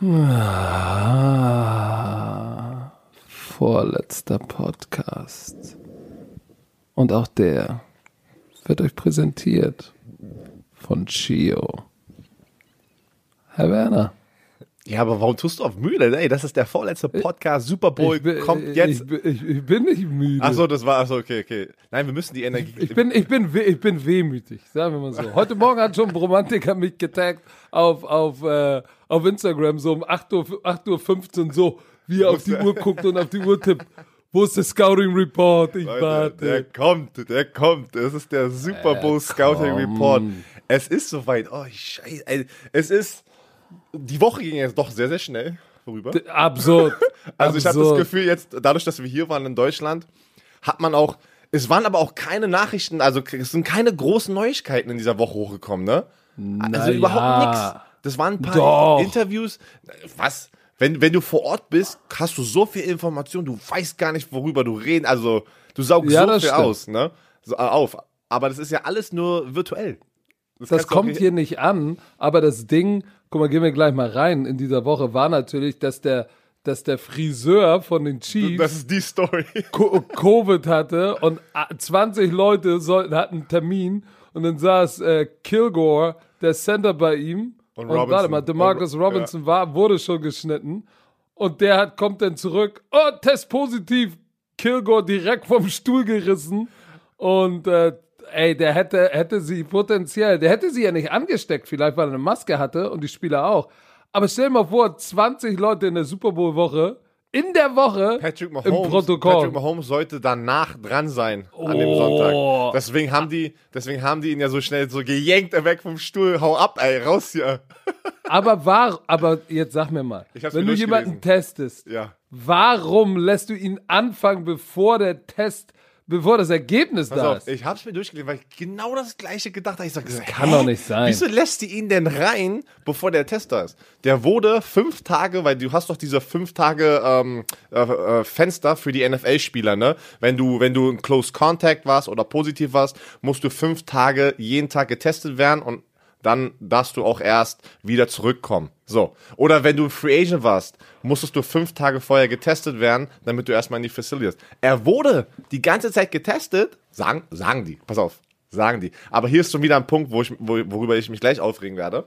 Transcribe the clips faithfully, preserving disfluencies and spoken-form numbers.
Ah, vorletzter Podcast. Und auch der wird euch präsentiert von Chio. Herr Werner. Ja, aber warum tust du auf müde? Ey, das ist der vorletzte Podcast. Super Bowl bin, kommt jetzt. Ich, ich, ich bin nicht müde. Achso, das war, achso, okay, okay. Nein, wir müssen die Energie. Ich bin, ich bin, ich bin wehmütig, sagen wir mal so. Heute Morgen hat schon ein Romantiker mich getaggt auf, auf, äh, auf Instagram, so um acht Uhr fünfzehn, so, wie er auf die Uhr guckt und auf die Uhr tippt. Wo ist der Scouting Report? Ich Leute, warte. Der kommt, der kommt. Es ist der Super Bowl Scouting Report. Es ist soweit. Oh, Scheiße. Ey, es ist. Die Woche ging jetzt doch sehr, sehr schnell vorüber. Absurd. Also ich habe das Absurd. Gefühl jetzt, dadurch, dass wir hier waren in Deutschland, hat man auch, es waren aber auch keine Nachrichten, also es sind keine großen Neuigkeiten in dieser Woche hochgekommen, ne? Also Na überhaupt ja. nichts. Das waren ein paar Doch. Interviews. Was? Wenn, wenn du vor Ort bist, hast du so viel Information, du weißt gar nicht, worüber du reden, also du saugst Ja, so das viel stimmt. aus, ne? So, äh, auf. Aber das ist ja alles nur virtuell. Das kannst du auch kommt nicht- hier nicht an, aber das Ding, guck mal, gehen wir gleich mal rein in dieser Woche, war natürlich, dass der, dass der Friseur von den Chiefs Das ist die Story. Co- Covid hatte und zwanzig Leute sollten, hatten einen Termin und dann saß äh, Kilgore, der Center bei ihm Und und, warte Robinson. mal, DeMarcus Und- Robinson war, wurde schon geschnitten und der hat, kommt dann zurück, oh, Test positiv, Kilgore direkt vom Stuhl gerissen und äh, ey, der hätte, hätte sie potenziell, der hätte sie ja nicht angesteckt, vielleicht weil er eine Maske hatte und die Spieler auch. Aber stell dir mal vor, zwanzig Leute in der Super Bowl Woche, in der Woche Patrick im Mahomes, Protokoll. Patrick Mahomes sollte danach dran sein an dem Oh. Sonntag. Deswegen haben die, deswegen haben die ihn ja so schnell so gejenkt weg vom Stuhl. Hau ab, ey, raus hier. Aber war, aber jetzt sag mir mal, Ich hab's wenn mir du jemanden durchgelesen. testest, Ja. warum lässt du ihn anfangen, bevor der Test, bevor das Ergebnis Pass da auf, ist? ich hab's mir durchgelesen, weil ich genau das gleiche gedacht habe. Ich sag, das kann doch nicht sein. Wieso lässt die ihn denn rein, bevor der Test da ist? Der wurde fünf Tage, weil du hast doch diese fünf Tage ähm, äh, äh, Fenster für die N F L-Spieler, ne? Wenn du, wenn du in Close Contact warst oder positiv warst, musst du fünf Tage jeden Tag getestet werden und dann darfst du auch erst wieder zurückkommen. So. Oder wenn du ein Free Agent warst, musstest du fünf Tage vorher getestet werden, damit du erstmal in die Facility hast. Er wurde die ganze Zeit getestet, sagen, sagen die, pass auf, sagen die. Aber hier ist schon wieder ein Punkt, wo ich, wo, worüber ich mich gleich aufregen werde.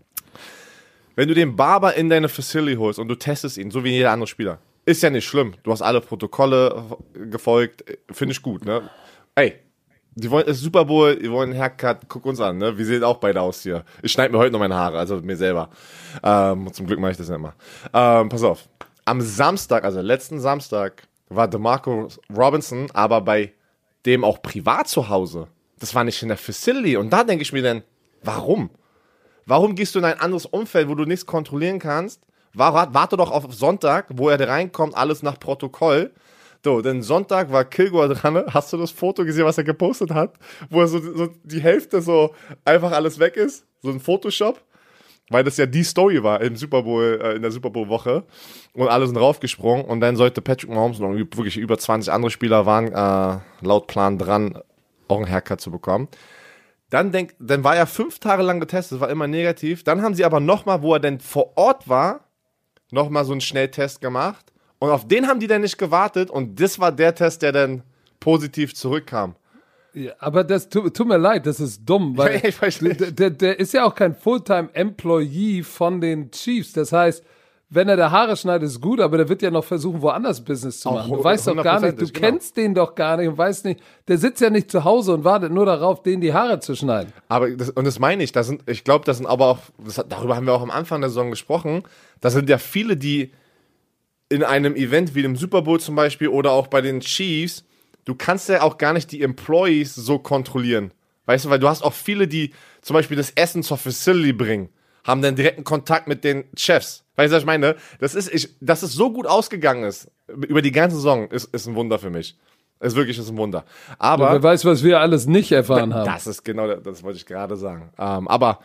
Wenn du den Barber in deine Facility holst und du testest ihn, so wie jeder andere Spieler, ist ja nicht schlimm. Du hast alle Protokolle gefolgt, finde ich gut, ne? Ey, die wollen, es ist Super Bowl, die wollen einen Haircut, guck uns an, ne? Wir sehen auch beide aus hier. Ich schneide mir heute noch meine Haare, also mir selber. Ähm, zum Glück mache ich das nicht immer. Ähm, pass auf. Am Samstag, also letzten Samstag, war DeMarcus Robinson aber bei dem auch privat zu Hause. Das war nicht in der Facility. Und da denke ich mir dann, warum? Warum gehst du in ein anderes Umfeld, wo du nichts kontrollieren kannst? Warte, warte doch auf Sonntag, wo er reinkommt, alles nach Protokoll. So, denn Sonntag war Kilgore dran. Hast du das Foto gesehen, was er gepostet hat? Wo er so, so die Hälfte so einfach alles weg ist? So ein Photoshop? Weil das ja die Story war im Super Bowl, äh, in der Super Bowl Woche. Und alle sind raufgesprungen. Und dann sollte Patrick Mahomes und wirklich über zwanzig andere Spieler waren äh, laut Plan dran, auch einen Haircut zu bekommen. Dann, denk, dann war er fünf Tage lang getestet, war immer negativ. Dann haben sie aber nochmal, wo er denn vor Ort war, nochmal so einen Schnelltest gemacht. Und auf den haben die dann nicht gewartet. Und das war der Test, der dann positiv zurückkam. Ja, aber das tut, tut mir leid, das ist dumm, weil Ja, ich verstehe. der, der, der ist ja auch kein Fulltime-Employee von den Chiefs. Das heißt, wenn er da Haare schneidet, ist gut, aber der wird ja noch versuchen, woanders Business zu Auch machen. Du weißt doch gar nicht, du hundertprozentig, kennst den doch gar nicht und weißt nicht, der sitzt ja nicht zu Hause und wartet nur darauf, denen die Haare zu schneiden. Aber das, und das meine ich, das sind, ich glaube, das sind aber auch, das, darüber haben wir auch am Anfang der Saison gesprochen, das sind ja viele, die in einem Event wie dem Super Bowl zum Beispiel oder auch bei den Chiefs, du kannst ja auch gar nicht die Employees so kontrollieren. Weißt du, weil du hast auch viele, die zum Beispiel das Essen zur Facility bringen, haben dann direkten Kontakt mit den Chefs. Weißt du, was ich meine? Das ist, ich, dass es so gut ausgegangen ist, über die ganze Saison, ist, ist ein Wunder für mich. Ist wirklich ist ein Wunder. Aber Wer weiß, was wir alles nicht erfahren haben. das ist genau, das wollte ich gerade sagen. Ähm, aber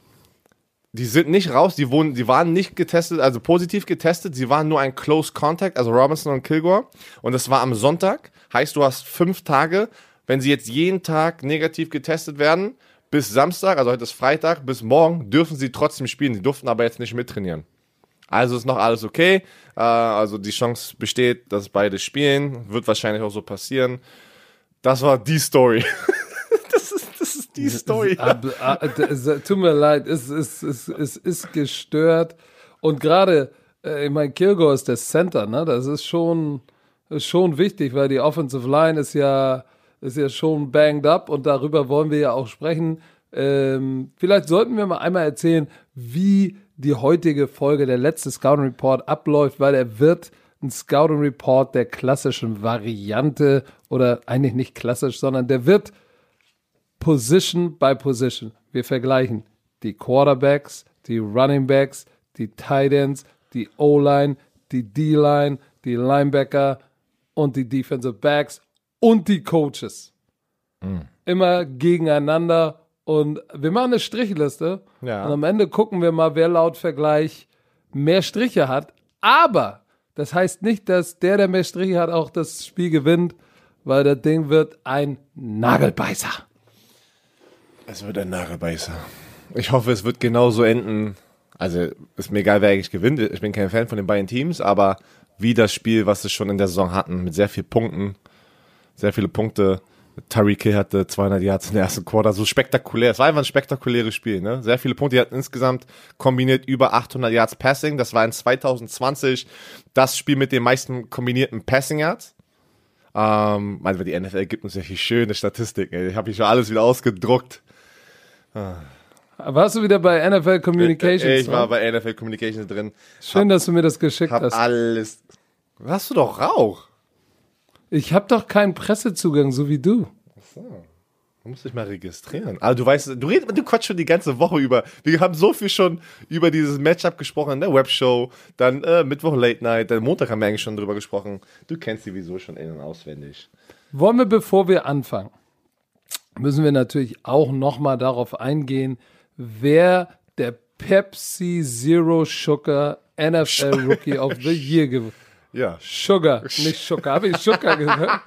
die sind nicht raus, die, wurden, die waren nicht getestet, also positiv getestet, sie waren nur ein Close Contact, also Robinson und Kilgore. Und das war am Sonntag, heißt, du hast fünf Tage, wenn sie jetzt jeden Tag negativ getestet werden, bis Samstag, also heute ist Freitag, bis morgen, dürfen sie trotzdem spielen. Die durften aber jetzt nicht mittrainieren. Also ist noch alles okay. Äh, also die Chance besteht, dass beide spielen. Wird wahrscheinlich auch so passieren. Das war die Story. das, ist, das ist die Story. Tut mir leid, es, es, es, es ist gestört. Und gerade, äh, ich meine, Kilgore ist der Center, ne? Das ist schon, ist schon wichtig, weil die Offensive Line ist ja, ist ja schon banged up und darüber wollen wir ja auch sprechen. Ähm, vielleicht sollten wir mal einmal erzählen, wie die heutige Folge, der letzte Scouting Report abläuft, weil er wird ein Scouting Report der klassischen Variante oder eigentlich nicht klassisch, sondern der wird Position by Position. Wir vergleichen die Quarterbacks, die Running Backs, die Tight Ends, die O-Line, die D-Line, die Linebacker und die Defensive Backs und die Coaches. Mhm. Immer gegeneinander. Und wir machen eine Strichliste ja. Und am Ende gucken wir mal, wer laut Vergleich mehr Striche hat. Aber das heißt nicht, dass der, der mehr Striche hat, auch das Spiel gewinnt, weil das Ding wird ein Nagelbeißer. Es wird ein Nagelbeißer. Ich hoffe, es wird genauso enden. Also ist mir egal, wer eigentlich gewinnt. Ich bin kein Fan von den beiden Teams, aber wie das Spiel, was sie schon in der Saison hatten, mit sehr vielen Punkten, sehr viele Punkte. Tyreek Hill hatte zweihundert Yards in der ersten Quarter, so spektakulär. Es war einfach ein spektakuläres Spiel, ne? Sehr viele Punkte. Die hatten insgesamt kombiniert über achthundert Yards Passing. Das war in zwanzig zwanzig das Spiel mit den meisten kombinierten Passing Yards. Ähm, also die N F L gibt uns ja hier schöne Statistiken. Ich habe hier schon alles wieder ausgedruckt. Ah. Warst du wieder bei N F L Communications? Ich, ich war bei N F L Communications drin. Schön, hab, dass du mir das geschickt hab hast. alles. Hast du doch Rauch? Ich habe doch keinen Pressezugang, so wie du. Achso. Du musst dich mal registrieren. Aber du weißt, du redest, du quatschst schon die ganze Woche über. Wir haben so viel schon über dieses Matchup gesprochen in der Webshow, dann äh, Mittwoch Late Night, dann Montag haben wir eigentlich schon drüber gesprochen. Du kennst die sowieso schon in- und auswendig. Wollen wir, bevor wir anfangen, müssen wir natürlich auch nochmal darauf eingehen, wer der Pepsi Zero Sugar N F L Rookie of the Year geworden ist. Ja. Sugar, nicht Sugar. Habe ich Sugar gehört?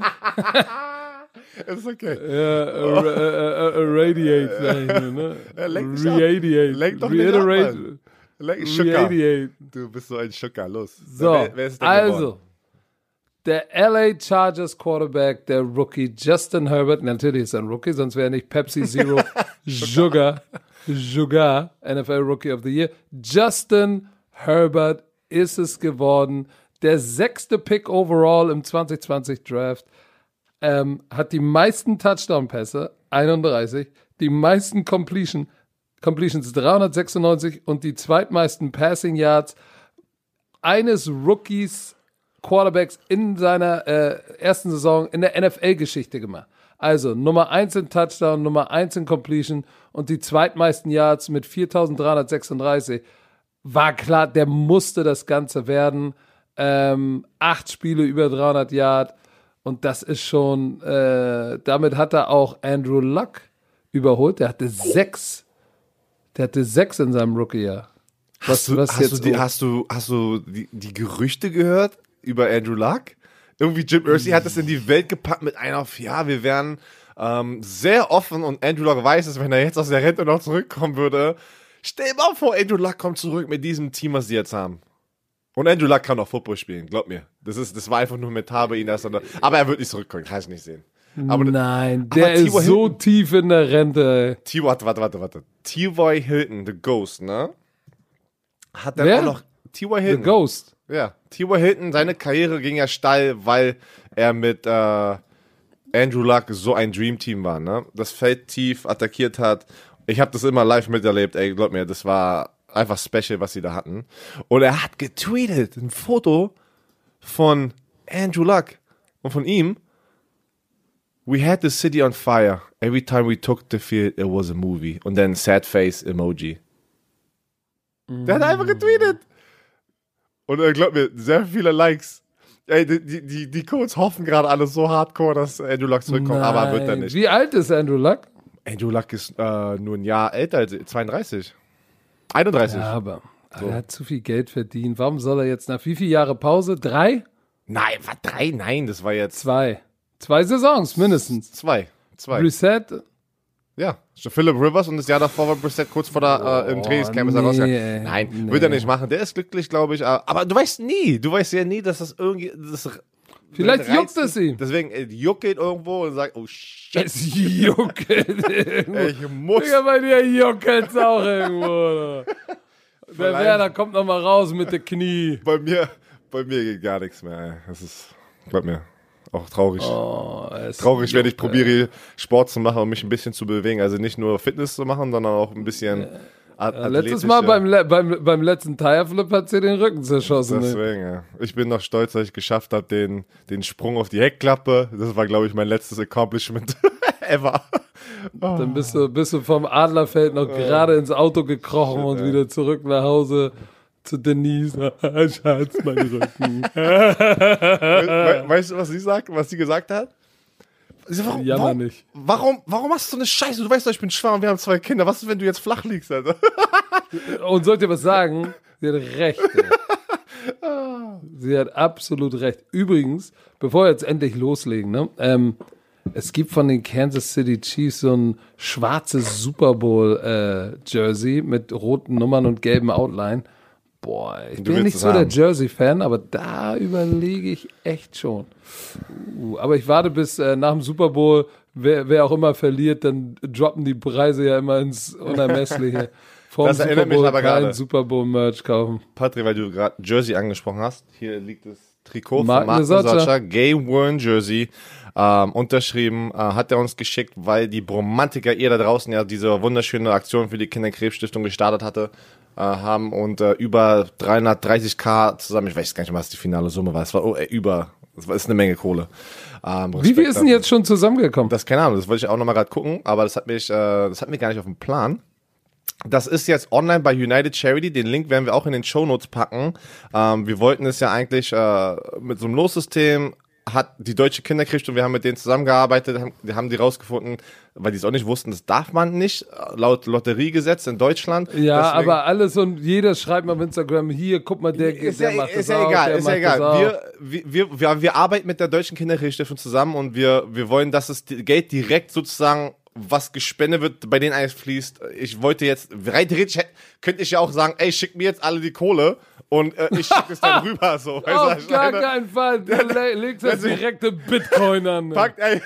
Ist okay. Ja, uh, uh, uh, uh, radiate. Ne? Lenk Readiate. Lenk doch Reiterate. nicht ab, Lenk Sugar. Readiate. Du bist so ein Sugar, los. So, wer, wer ist denn also, geworden? der L A Chargers Quarterback, der Rookie Justin Herbert, natürlich ist er ein Rookie, sonst wäre nicht Pepsi Zero Sugar, Sugar, N F L Rookie of the Year. Justin Herbert ist es geworden. Der sechste Pick overall im zwanzig zwanzig Draft, ähm, hat die meisten Touchdown-Pässe, einunddreißig, die meisten Completion, Completions, dreihundertsechsundneunzig und die zweitmeisten Passing Yards eines Rookies Quarterbacks in seiner äh, ersten Saison in der N F L-Geschichte gemacht. Also Nummer eins in Touchdown, Nummer eins in Completion und die zweitmeisten Yards mit viertausenddreihundertsechsunddreißig. War klar, der musste das Ganze werden. Ähm, acht Spiele über dreihundert Yard und das ist schon, äh, damit hat er auch Andrew Luck überholt. Der hatte sechs, der hatte sechs in seinem Rookie-Jahr. Hast du, hast, du die, hast du, hast du die, die Gerüchte gehört über Andrew Luck? Irgendwie Jim Irsay hat es in die Welt gepackt mit einer, ja, wir wären ähm, sehr offen und Andrew Luck weiß es, wenn er jetzt aus der Rente noch zurückkommen würde. Stell dir mal vor, Andrew Luck kommt zurück mit diesem Team, was sie jetzt haben. Und Andrew Luck kann auch Football spielen, glaub mir. Das ist, das war einfach nur Metall bei ihm. Aber er wird nicht zurückkommen, kann ich nicht sehen. Aber, Nein, der ist T Y so Hilton, tief in der Rente. T- warte, warte, warte, warte. T Y Hilton, The Ghost, ne? Hat dann Wer? auch noch T Y Hilton. The Ghost. Ja, T Y Hilton, seine Karriere ging ja steil, weil er mit äh, Andrew Luck so ein Dream-Team war, ne? Das Feld tief attackiert hat. Ich habe das immer live miterlebt, ey, glaub mir, das war einfach special, was sie da hatten. Und er hat getweetet, ein Foto von Andrew Luck und von ihm. We had the city on fire. Every time we took the field, it was a movie. Und dann sad face Emoji. Mm. Der hat einfach getweetet. Und er glaubt mir, sehr viele Likes. Ey, die, die, die Codes hoffen gerade alle so hardcore, dass Andrew Luck zurückkommt, Nein. aber wird er nicht. Wie alt ist Andrew Luck? Andrew Luck ist äh, nur ein Jahr älter als zweiunddreißig. einunddreißig. Ja, aber so. Er hat zu viel Geld verdient. Warum soll er jetzt nach wie viele Jahre Pause? Drei? Nein, was drei? Nein, das war jetzt... Zwei. Zwei Saisons mindestens. Zwei. Zwei. Reset. Ja, Philip Rivers und das Jahr davor war Brissett kurz vor der, äh, im Trainingscamp ist er nee, rausgegangen. Nein, nee. wird er nicht machen. Der ist glücklich, glaube ich. Aber du weißt nie, du weißt ja nie, dass das irgendwie, das Vielleicht reizt juckt ihn. es ihm. Deswegen äh, juckt ihn irgendwo und sagt, oh shit. Es juckelt irgendwo. Ich muss. Digga, bei dir juckelt's auch irgendwo. Oder? Der Verleih- Werner kommt noch mal raus mit der Knie. Bei mir, bei mir geht gar nichts mehr. Ey. Das ist, glaub mir, auch traurig. Oh, es Traurig, wenn ich juckt, probiere, Sport zu machen und mich ein bisschen zu bewegen. Also nicht nur Fitness zu machen, sondern auch ein bisschen at- Ja, letztes Mal beim, Le- beim, beim letzten Tire-Flip hat sie den Rücken zerschossen. Ne? Deswegen, ja. Ich bin noch stolz, dass ich geschafft habe, den, den Sprung auf die Heckklappe. Das war, glaube ich, mein letztes Accomplishment ever. Dann bist du, bist du vom Adlerfeld noch gerade ins Auto gekrochen und wieder zurück nach Hause zu Denise. Schatz, mein Rücken. We weißt du, was sie sagt, was sie gesagt hat? Sie, warum, Jammer warum, nicht. Warum, warum hast du so eine Scheiße? Du weißt doch, ich bin schwanger und wir haben zwei Kinder. Was ist, wenn du jetzt flach liegst, Alter? Und sollt ihr was sagen? Sie hat recht. Ey. Sie hat absolut recht. Übrigens, bevor wir jetzt endlich loslegen, ne, ähm, es gibt von den Kansas City Chiefs so ein schwarzes Super Bowl äh, Jersey mit roten Nummern und gelben Outline. Boah, ich Du bin willst nicht es so der haben. Jersey-Fan, aber da überlege ich echt schon. Uh, aber ich warte bis äh, nach dem Super Bowl, wer, wer auch immer verliert, dann droppen die Preise ja immer ins Unermessliche. Vorm Das Super erinnert mich Bowl aber kein gerade. Super Bowl Merch kaufen. Patrick, weil du gerade Jersey angesprochen hast, hier liegt das Trikot Mark von Martin Lesocca. Soccer, Game Worn Jersey, ähm, unterschrieben, äh, hat er uns geschickt, weil die Bromantiker, ihr da draußen ja diese wunderschöne Aktion für die Kinderkrebsstiftung gestartet hatte, äh, haben und äh, über dreihundertdreißigtausend zusammen, ich weiß gar nicht mehr, was die finale Summe war, es war oh, ey, über, es war- ist eine Menge Kohle. Ähm, Wie viel Respekt ist denn dafür. jetzt schon zusammengekommen? Das keine Ahnung, das wollte ich auch nochmal gerade gucken, aber das hat mich, äh, das hat mir gar nicht auf dem Plan. Das ist jetzt online bei United Charity. Den Link werden wir auch in den Shownotes packen. Ähm, wir wollten es ja eigentlich äh, mit so einem Lossystem, hat die Deutsche Kinderkrebsstiftung, wir haben mit denen zusammengearbeitet, haben, die haben die rausgefunden, weil die es auch nicht wussten, das darf man nicht, äh, laut Lotteriegesetz in Deutschland. Ja, Deswegen- aber alles und jeder schreibt mal auf Instagram, hier, guck mal, der, ist der ja, macht ist das ja auch, egal, der ist ja macht das egal. auch. Wir, wir, wir, wir arbeiten mit der Deutschen Kinderkrebsstiftung zusammen und wir, wir wollen, dass das Geld direkt sozusagen, was gespendet wird, bei denen alles fließt. Ich wollte jetzt, rein theoretisch hätte- könnte ich ja auch sagen, ey, schick mir jetzt alle die Kohle und äh, ich schicke es dann rüber. So, weißt du, was Auf ich gar meine? keinen Fall. Du le- legst das Also- direkte Bitcoin an. Packt, ey.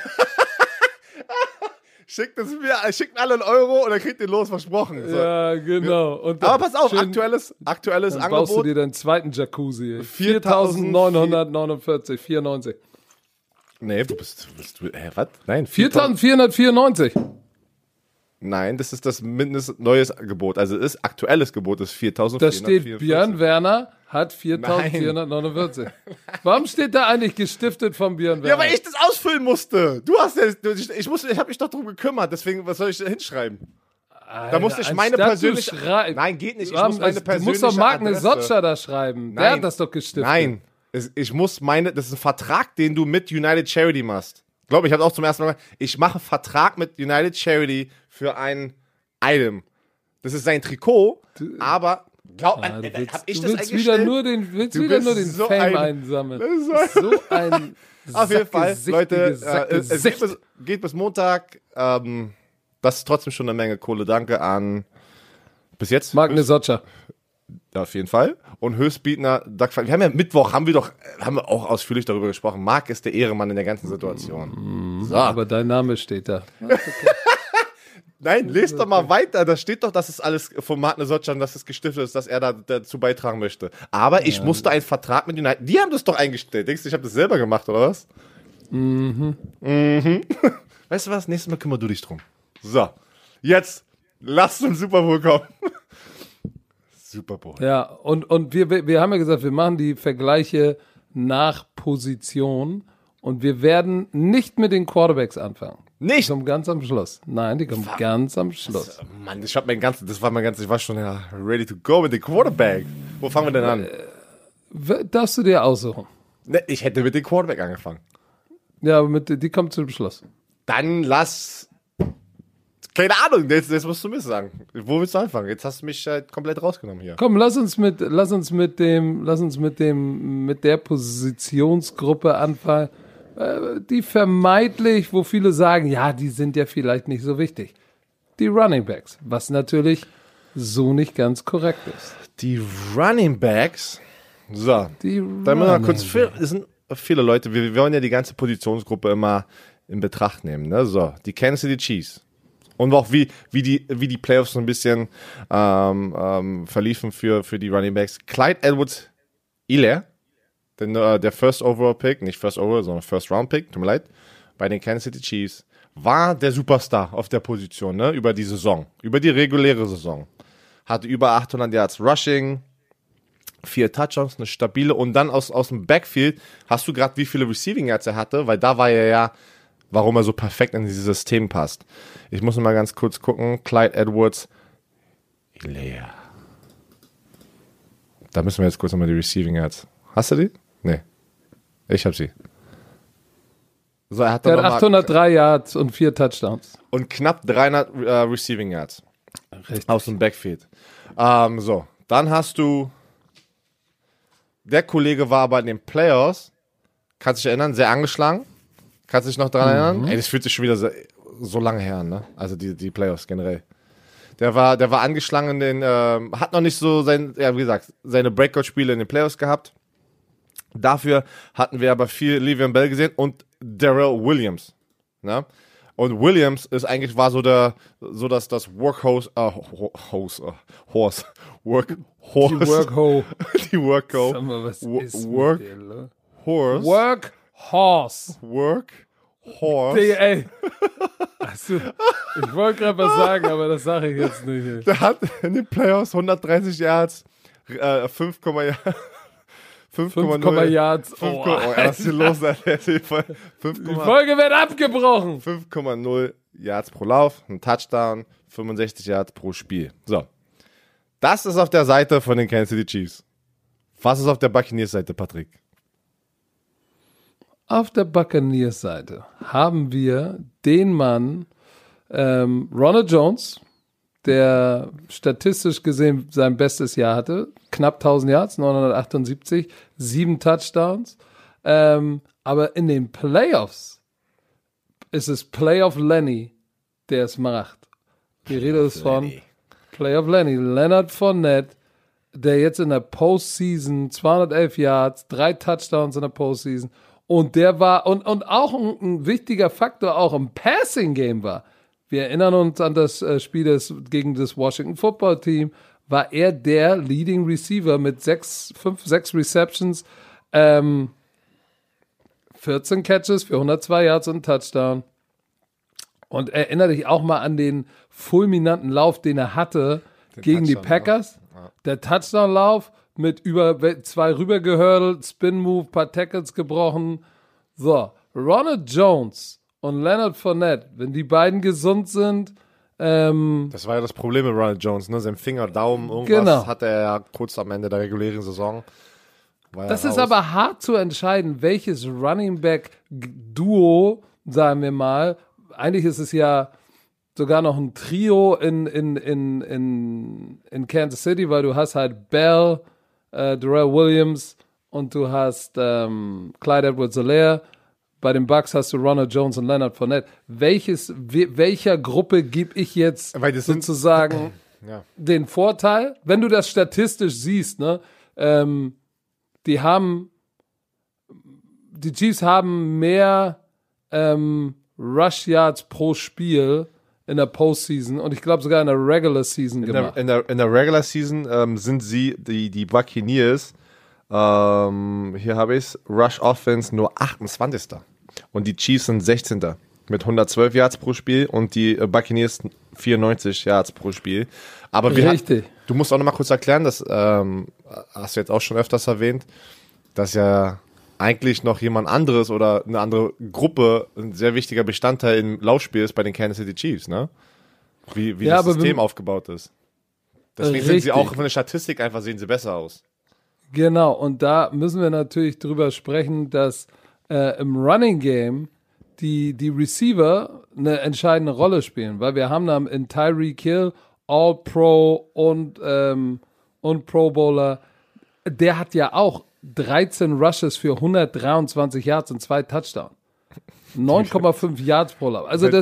Schickt es mir, schickt mir alle einen Euro und dann kriegt ihr los, versprochen. So. Ja, genau. Und Aber pass auf, schön, aktuelles, aktuelles dann baust du Angebot. dir deinen zweiten Jacuzzi. ey. viertausend viertausendneunhundertneunundvierzig, vierundneunzig. Nee, du bist, du bist, du, hä, was? Nein, viertausendvierhundertvierundneunzig. Nein, das ist das mindest neues Gebot. Also das aktuelles Gebot ist Da viertausendvierhundertvierundvierzig. steht, Björn Werner hat viertausendvierhundertneunundvierzig. Warum steht da eigentlich gestiftet von Björn Werner? Ja, weil ich das ausfüllen musste. Du hast ja, du- ich, ich musste, ich habe mich doch drum gekümmert. Deswegen, was soll ich da hinschreiben? Da musste ich meine Anstatt persönliche. du schreib- Nein, geht nicht. Ich Warum- muss meine du persönliche musst doch Mark Adresse. Nesocca da schreiben. Der Nein. hat das doch gestiftet. Nein, es, ich muss meine. Das ist ein Vertrag, den du mit United Charity machst. Ich glaube, ich habe auch zum ersten Mal gesagt, ich mache einen Vertrag mit United Charity für ein Item. Das ist sein Trikot, aber glaub, Ah, du äh, willst, hab ich du das willst eingestellt? wieder nur den, willst Du wieder bist nur den so Fame ein- einsammeln. Das ist So ein Auf jeden Fall, Leute, sackgesichtiges äh, es, es geht, bis, geht bis Montag. Ähm, das ist trotzdem schon eine Menge Kohle. Danke an bis jetzt. Mark Nesocca. Ja, auf jeden Fall. Und Höchstbietner, Doug Fun- wir haben ja Mittwoch, haben wir doch, äh, haben wir auch ausführlich darüber gesprochen. Marc ist der Ehrenmann in der ganzen Situation. So. Aber dein Name steht da. Nein, lest doch mal weiter. Da steht doch, dass es alles von Marc Nesocca, dass es gestiftet ist, dass er da dazu beitragen möchte. Aber ich musste einen Vertrag mit United, die haben das doch eingestellt. Denkst du, ich habe das selber gemacht, oder was? Mhm. Mhm. Weißt du was? Nächstes Mal kümmere du dich drum. So. Jetzt, lass zum Super Bowl kommen. Super Bowl. Ja, und, und wir, wir wir haben ja gesagt, wir machen die Vergleiche nach Position und wir werden nicht mit den Quarterbacks anfangen. Die Nicht! kommen ganz am Schluss. Nein, die kommen ganz am Schluss. Mann, ich hab mein ganzes, das war mein ganzes, ich war schon ja, ready to go mit dem Quarterback. Wo fangen wir denn an? W- Darfst du dir aussuchen. Ne, ich hätte mit dem Quarterback angefangen. Ja, aber mit, die kommt zum Schluss. Dann lass, keine Ahnung, jetzt, jetzt musst du mir sagen. Wo willst du anfangen? Jetzt hast du mich halt komplett rausgenommen hier. Komm, lass uns mit, lass uns mit dem, lass uns mit dem, mit der Positionsgruppe anfangen, äh, die vermeintlich, wo viele sagen, ja, die sind ja vielleicht nicht so wichtig. die Running Backs, was natürlich so nicht ganz korrekt ist. Die Running Backs, so, Die dann müssen wir mal kurz, Running viel, es sind viele Leute, wir, wir wollen ja die ganze Positionsgruppe immer in Betracht nehmen, ne? So, die Kansas City Chiefs. Und auch wie, wie, die, wie die Playoffs so ein bisschen ähm, ähm, verliefen für, für die Running Backs. Clyde Edwards-Helaire, der, der First Overall Pick, nicht First Overall, sondern First Round Pick, tut mir leid, bei den Kansas City Chiefs, war der Superstar auf der Position, ne? Über die Saison, über die reguläre Saison. Hatte über achthundert Yards Rushing, vier Touchdowns, eine stabile, und dann aus, aus dem Backfield, hast du gerade wie viele Receiving Yards er hatte, weil da war er ja, warum er so perfekt in dieses System passt. Ich muss noch mal ganz kurz gucken. Clyde Edwards-Helaire. Da müssen wir jetzt kurz nochmal die Receiving Yards. Hast du die? Nee. Ich hab sie. So, er hat, Der hat achthundertdrei Yards und vier Touchdowns. Und knapp dreihundert äh, Receiving Yards. Richtig. Aus dem Backfield. Ähm, so, dann hast du, der Kollege war aber in den Playoffs, kannst dich erinnern, sehr angeschlagen. Kannst du dich noch daran erinnern? Mhm. Ey, das fühlt sich schon wieder so, so lange her an, ne? Also die, die Playoffs generell. Der war, der war angeschlagen in den, ähm, hat noch nicht so sein, ja, wie gesagt, seine Breakout-Spiele in den Playoffs gehabt. Dafür hatten wir aber viel Le'Veon Bell gesehen und Darrell Williams, ne? Und Williams ist eigentlich, war so der, so dass das Workhorse, äh, Horse, äh, Horse, Work, Horse. Die Workho. die Workho. Sag mal, was Wo- ist Work, mit dir, lo? Horse. Work Horse. Work, Horse. Digga, ey. Also, ich wollte gerade was sagen, aber das sage ich jetzt nicht. Ey. Der hat in den Playoffs hundertdreißig Yards, äh, fünf, fünf Komma null Yards. fünf, Oh, oh, was ist hier los, Alter? fünf die Folge wird abgebrochen. Komma null Yards pro Lauf, ein Touchdown, fünfundsechzig Yards pro Spiel. So. Das ist auf der Seite von den Kansas City Chiefs. Was ist auf der Buccaneers-Seite, Patrick? Auf der Buccaneers-Seite haben wir den Mann, ähm, Ronald Jones, der statistisch gesehen sein bestes Jahr hatte. Knapp tausend Yards, neunhundertachtundsiebzig, sieben Touchdowns. Ähm, aber in den Playoffs ist es Playoff Lenny, der es macht. Die Rede ist von Playoff Lenny. Leonard Fournette, der jetzt in der Postseason zweihundertelf Yards, drei Touchdowns in der Postseason. Und der war, und, und auch ein, ein wichtiger Faktor auch im Passing-Game war. Wir erinnern uns an das äh, Spiel des, gegen das Washington Football Team, war er der Leading Receiver mit sechs, fünf, sechs Receptions, ähm, vierzehn Catches für hundertzwei Yards und einen Touchdown. Und erinnere dich auch mal an den fulminanten Lauf, den er hatte Den gegen die Touchdown, Packers. ja. Der Touchdown-Lauf mit über zwei rübergehördelt, Spin-Move, paar Tackles gebrochen. So, Ronald Jones und Leonard Fournette, wenn die beiden gesund sind, ähm, Das war ja das Problem mit Ronald Jones, ne? Sein Finger, Daumen, irgendwas Genau. hatte er ja kurz am Ende der regulären Saison. War das ja ist raus. aber hart zu entscheiden, welches Running Back Duo, sagen wir mal, eigentlich ist es ja sogar noch ein Trio in, in, in, in, in Kansas City, weil du hast halt Bell, äh, Darrell Williams und du hast ähm, Clyde Edwards-Helaire. Bei den Bucks hast du Ronald Jones und Leonard Fournette. Welches, we, welcher Gruppe gebe ich jetzt Weil das sind- sozusagen Ja. den Vorteil, wenn du das statistisch siehst, ne? Ähm, die haben, die Chiefs haben mehr ähm, Rush Yards pro Spiel in der Postseason und ich glaube sogar in der Regular Season In gemacht. der, in, der, in der Regular Season ähm, sind sie, die, die Buccaneers, ähm, hier habe ich es, Rush Offense nur achtundzwanzigster Und die Chiefs sind sechzehnter mit hundertzwölf Yards pro Spiel und die äh, Buccaneers vierundneunzig Yards pro Spiel. Aber wir Richtig. Hat, du musst auch noch mal kurz erklären, das ähm, hast du jetzt auch schon öfters erwähnt, dass ja eigentlich noch jemand anderes oder eine andere Gruppe ein sehr wichtiger Bestandteil im Laufspiel ist bei den Kansas City Chiefs, ne? Wie, wie Ja, das aber System wir- aufgebaut ist. Deswegen sind Richtig. sie auch von der Statistik einfach, sehen sie besser aus. Genau, und da müssen wir natürlich drüber sprechen, dass äh, im Running Game die, die Receiver eine entscheidende Rolle spielen, weil wir haben dann in Tyreek Hill All-Pro und, ähm, und Pro Bowler, der hat ja auch dreizehn Rushes für hundertdreiundzwanzig Yards und zwei Touchdowns. neun Komma fünf Yards pro Lauf. Also das ist,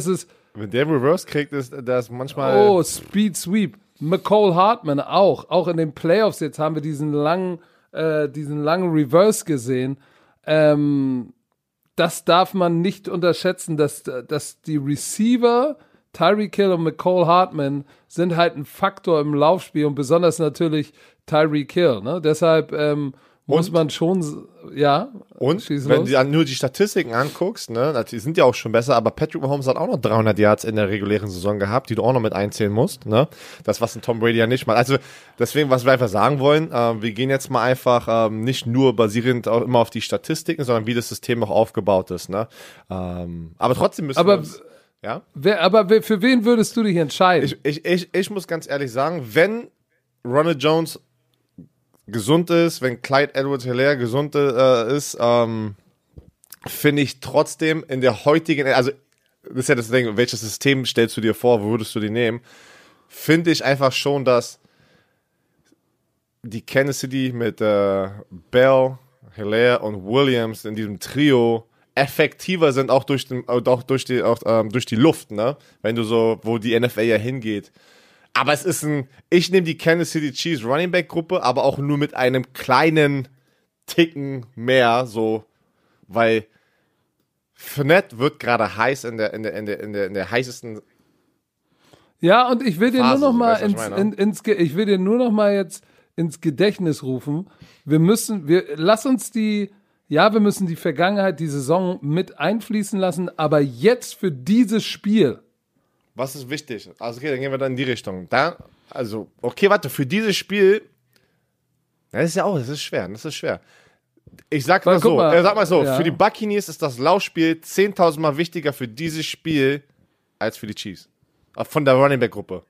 Wenn der Reverse kriegt, ist das manchmal... Oh, Speed Sweep. McCall Hartman auch. Auch in den Playoffs jetzt haben wir diesen langen, äh, diesen langen Reverse gesehen. Ähm, das darf man nicht unterschätzen, dass, dass die Receiver, Tyreek Hill und McCall Hartman, sind halt ein Faktor im Laufspiel und besonders natürlich Tyreek Hill. Ne? Deshalb ähm, muss Und? man schon, ja. Und schieß wenn los. du dann nur die Statistiken anguckst, ne, die sind ja auch schon besser, aber Patrick Mahomes hat auch noch dreihundert Yards in der regulären Saison gehabt, die du auch noch mit einzählen musst, ne? Das, was ein Tom Brady ja nicht macht. Also deswegen, was wir einfach sagen wollen, äh, wir gehen jetzt mal einfach ähm, nicht nur basierend auch immer auf die Statistiken, sondern wie das System auch aufgebaut ist, ne? Ähm, aber trotzdem müssen Aber wir uns, ja? Wer, aber wer, für wen würdest du dich entscheiden? Ich, ich, ich, ich muss ganz ehrlich sagen, wenn Ronald Jones gesund ist, wenn Clyde Edwards-Helaire gesund äh, ist, ähm, finde ich trotzdem in der heutigen, also das ist ja das Ding, welches System stellst du dir vor, wo würdest du die nehmen, finde ich einfach schon, dass die Kansas City mit äh, Bell, Helaire und Williams in diesem Trio effektiver sind, auch durch, den, auch durch, die, auch, ähm, durch die Luft, ne? Wenn du so, wo die N F L ja hingeht. Aber es ist ein, ich nehme die Kansas City Chiefs Running Back Gruppe, aber auch nur mit einem kleinen Ticken mehr, so, weil Fournette wird gerade heiß in der, in der, in der, in der, in der heißesten. Ja, und ich will dir Phase, nur noch mal weißt du, was ins, ich meine? in, ins, Ge- ich will dir nur noch mal jetzt ins Gedächtnis rufen. Wir müssen, wir, lass uns die, ja, wir müssen die Vergangenheit, die Saison mit einfließen lassen, aber jetzt für dieses Spiel. Was ist wichtig? Also, okay, dann gehen wir dann in die Richtung. Da, also, okay, warte, für dieses Spiel, das ist ja auch, das ist schwer, das ist schwer. Ich sag Weil, mal guck so, mal, äh, sag mal so, ja. für die Buccaneers ist das Laufspiel zehntausend Mal wichtiger für dieses Spiel als für die Chiefs. Äh, Von der Running Back Gruppe.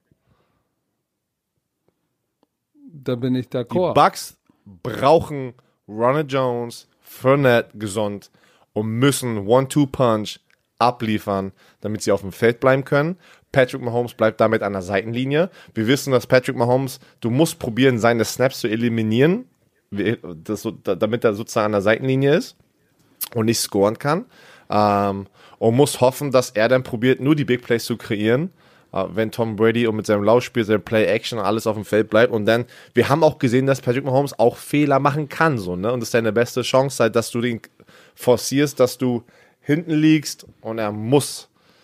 Da bin ich Die d'accord. Bucks brauchen Ronald Jones, Fournette gesund und müssen One-Two-Punch abliefern, damit sie auf dem Feld bleiben können. Patrick Mahomes bleibt damit an der Seitenlinie. Wir wissen, dass Patrick Mahomes, du musst probieren, seine Snaps zu eliminieren, wie- das, so- da- damit er sozusagen an der Seitenlinie ist und nicht scoren kann. Ähm, und muss hoffen, dass er dann probiert, nur die Big Plays zu kreieren, äh, wenn Tom Brady und mit seinem Laufspiel, seinem Play-Action und alles auf dem Feld bleibt. Und dann, wir haben auch gesehen, dass Patrick Mahomes auch Fehler machen kann, so, ne? Und das ist deine beste Chance, halt, dass du den forcierst, dass du hinten liegst und er muss.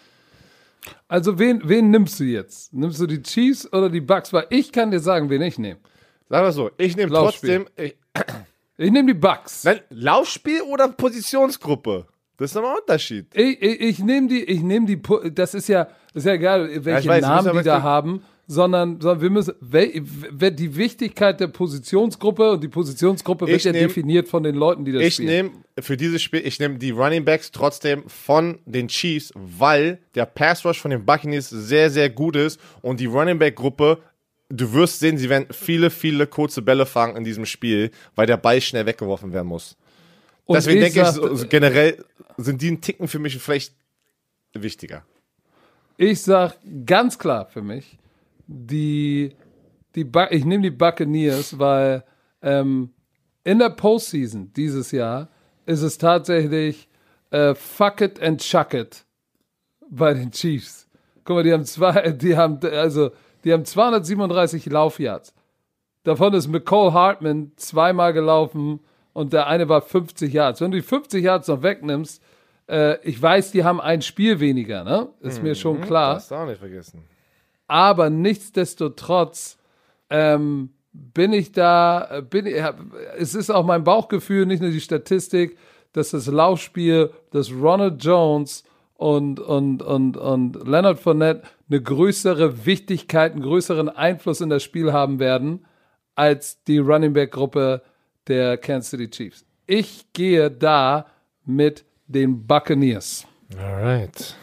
Also wen, wen nimmst du jetzt? Nimmst du die Chiefs oder die Bucks? Weil ich kann dir sagen, wen ich nehme. Sagen wir so, ich nehme Laufspiel. trotzdem ich, Ich nehme die Bucks. nein, Laufspiel oder Positionsgruppe? Das ist nochmal ein Unterschied. Ich, ich, ich nehme die, ich nehme die, Pu- das ist ja, das ist ja egal, welche weiß, wir Namen müssen die aber da haben, sondern, sondern wir müssen, wel, wel, die Wichtigkeit der Positionsgruppe und die Positionsgruppe wird Ich ja nehm- definiert von den Leuten, die das Ich spielen. nehme für dieses Spiel, ich nehme die Running Backs trotzdem von den Chiefs, weil der Pass Rush von den Buccaneers sehr, sehr gut ist und die Running Back Gruppe, du wirst sehen, sie werden viele, viele kurze Bälle fangen in diesem Spiel, weil der Ball schnell weggeworfen werden muss. Und Deswegen ich denke ich, sag- so, so generell sind die einen Ticken für mich vielleicht wichtiger. Ich sag ganz klar für mich, die, die Bu- ich nehme die Buccaneers, weil ähm, in der Postseason dieses Jahr ist es tatsächlich äh, fuck it and chuck it bei den Chiefs. Guck mal, die haben zwei, die haben, also, die haben zweihundertsiebenunddreißig Laufyards. Davon ist McCall Hartman zweimal gelaufen und der eine war fünfzig Yards. Wenn du die fünfzig Yards noch wegnimmst, äh, ich weiß, die haben ein Spiel weniger, ne? Ist mir schon klar. Das darfst du auch nicht vergessen. Aber nichtsdestotrotz ähm, bin ich da, äh, bin ich, hab- es ist auch mein Bauchgefühl, nicht nur die Statistik, dass das Laufspiel, dass Ronald Jones und, und, und, und Leonard Fournette eine größere Wichtigkeit, einen größeren Einfluss in das Spiel haben werden, als die Running Back Gruppe der Kansas City Chiefs. Ich gehe da mit den Buccaneers. Alright.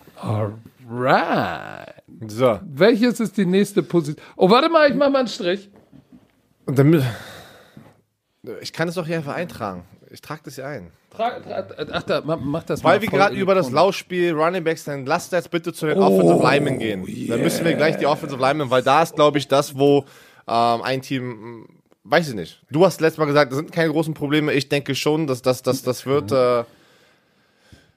Alright. So. Welches ist die nächste Position? Oh, warte mal, ich mach mal einen Strich. Und damit, ich kann es doch hier einfach eintragen. Ich trage das hier ein. Tra, tra, ach, da, mach, mach das mal. Weil wir voll gerade über das elektronisch. Laufspiel Running Backs, dann lasst jetzt bitte zu den Offensive Linemen gehen. Dann müssen wir gleich die Offensive Linemen, weil da ist, glaube ich, das, wo ähm, ein Team, mh, weiß ich nicht. Du hast letztes Mal gesagt, das sind keine großen Probleme. Ich denke schon, dass das, das, das wird, äh,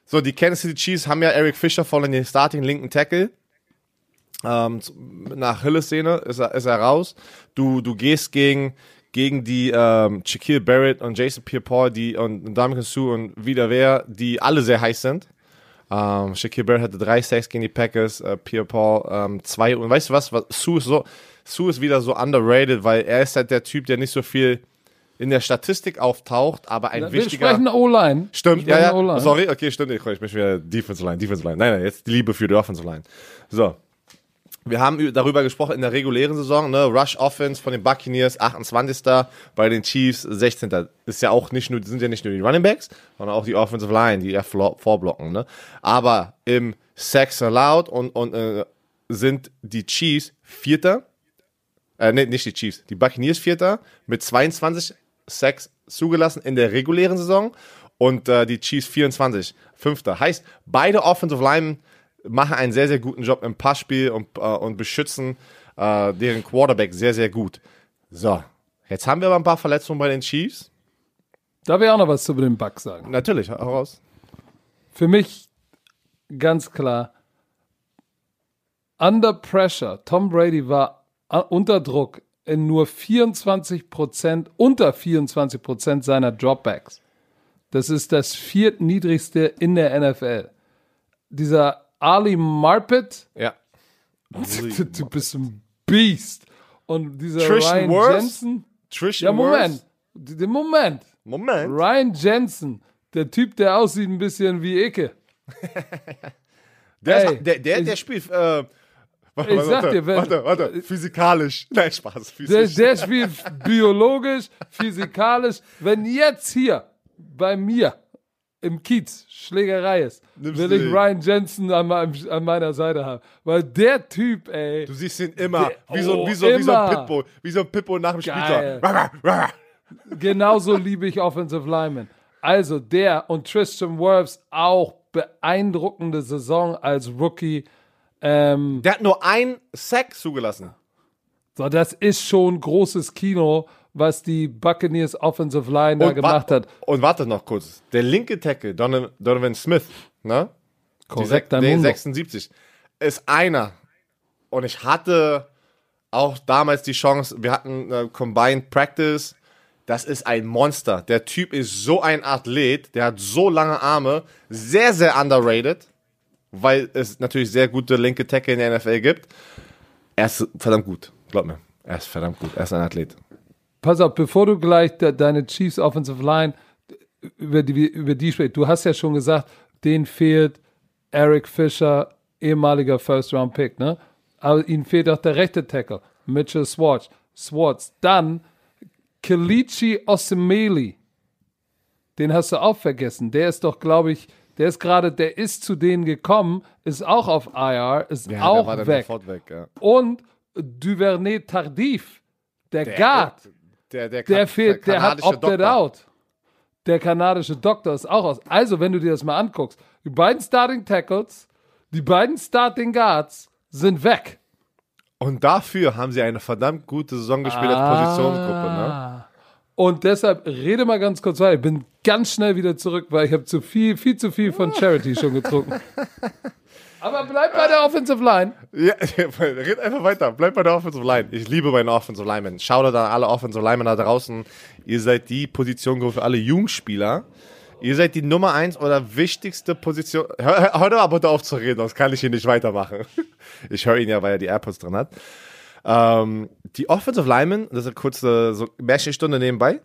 So, die Kansas City Chiefs haben ja Eric Fisher voll in den Starting linken Tackle. Ähm, nach Achillessehne ist er, ist er raus. Du, du gehst gegen, gegen die ähm, Shaquille Barrett und Jason Pierre-Paul die, und Ndamukong Suh und wieder wer, die alle sehr heiß sind. Ähm, Shaquille Barrett hatte drei Sacks gegen die Packers, äh, Pierre-Paul ähm, zwei. Und weißt du was? was Suh, ist so, Suh ist wieder so underrated, weil er ist halt der Typ, der nicht so viel in der Statistik auftaucht, aber ein Wir wichtiger... sprechen O-Line. Stimmt, Wir ja, sprechen ja. O-Line. Sorry, okay, stimmt. Ich, ich bin wieder Defensive Line, Defensive Line. Nein, nein, jetzt die Liebe für die Offensive Line. So. Wir haben ü- darüber gesprochen in der regulären Saison, ne? Rush Offense von den Buccaneers, achtundzwanzigster Bei den Chiefs, sechzehnter Ist ja auch nicht nur, sind ja nicht nur die Running Backs, sondern auch die Offensive Line, die ja flo- vorblocken, ne? Aber im Sacks allowed und, und äh, sind die Chiefs Vierter. Äh, nee, nicht die Chiefs. Die Buccaneers Vierter mit zweiundzwanzig Sacks zugelassen in der regulären Saison und äh, die Chiefs vierundzwanzig, Fünfter. Heißt, beide Offensive Linemen machen einen sehr, sehr guten Job im Passspiel und, äh, und beschützen äh, deren Quarterback sehr, sehr gut. So, jetzt haben wir aber ein paar Verletzungen bei den Chiefs. Darf ich auch noch was zu den Bucks sagen? Natürlich, hau raus. Für mich ganz klar, under pressure. Tom Brady war uh, unter Druck in nur vierundzwanzig Prozent, unter vierundzwanzig Prozent seiner Dropbacks. Das ist das viertniedrigste in der N F L. Dieser Ali Marpet, Ja. du bist ein Beast. Und dieser Trishan Ryan Wirfs? Jensen. Trishan Ja, Moment. Wirfs? Den Moment. Moment. Ryan Jensen, der Typ, der aussieht ein bisschen wie Icke. Der, Ey, ist, der, der, ich- der spielt, äh, warte, Ich warte, sag dir, wenn- warte, warte, physikalisch. Nein, Spaß, Der, physisch. der spielt biologisch, physikalisch. Wenn jetzt hier bei mir im Kiez Schlägerei ist, Nimmst will du ich den? Ryan Jensen an, meinem, an meiner Seite haben. Weil der Typ, ey, Du siehst ihn immer, Der- wie, so, oh, wie, so, wie so ein immer. Pitbull, wie so ein Pitbull nach dem Geil. Spieltag. genauso liebe ich Offensive Linemen. Also der und Tristan Wirfs auch beeindruckende Saison als Rookie. Ähm, Der hat nur ein Sack zugelassen. so, das ist schon großes Kino, was die Buccaneers Offensive Line da Und gemacht wa- hat. Und warte noch kurz. Der linke Tackle, Donovan, Donovan Smith, ne? Korrekt, der dein Mundo. sechsundsiebzig, ist einer. Und ich hatte auch damals die Chance, wir hatten äh, Combined Practice. Das ist ein Monster. Der Typ ist so ein Athlet, der hat so lange Arme, sehr, sehr underrated, weil es natürlich sehr gute linke Tackle in der N F L gibt. Er ist verdammt gut, glaub mir. Er ist verdammt gut, er ist ein Athlet. Pass auf, bevor du gleich de, deine Chiefs Offensive Line über die, über die sprichst, du hast ja schon gesagt, denen fehlt Eric Fisher, ehemaliger First-Round-Pick, ne? Aber ihnen fehlt auch der rechte Tackle, Mitchell Schwartz. Schwartz. Dann Kelechi Osemele. Den hast du auch vergessen. Der ist doch, glaube ich, der ist gerade, der ist zu denen gekommen, ist auch auf I R, ist der auch war dann weg. sofort weg, ja. Und Duvernay Tardif, der, Guard, Der, der, der Ka- fehlt, der hat kanadische opted Doktor. out. Der kanadische Doktor ist auch aus. Also, wenn du dir das mal anguckst, die beiden Starting Tackles, die beiden Starting Guards sind weg. Und dafür haben sie eine verdammt gute Saison gespielt als Positionsgruppe, ne? Und deshalb rede mal ganz kurz weiter. Ich bin ganz schnell wieder zurück, weil ich habe zu viel, viel zu viel von Charity schon getrunken. Aber bleib bei der Offensive Line. Ja, red einfach weiter. Bleib bei der Offensive Line. Ich liebe meine Offensive Linemen. Shoutout an alle Offensive Linemen da draußen. Ihr seid die Position für alle Jungspieler. Ihr seid die Nummer eins oder wichtigste Position. Hör, hör, hör doch aber bitte auf zu reden, sonst kann ich hier nicht weitermachen. Ich höre ihn ja, weil er die AirPods drin hat. Ähm, die Offensive Linemen, das ist eine kurze so Märchenstunde nebenbei,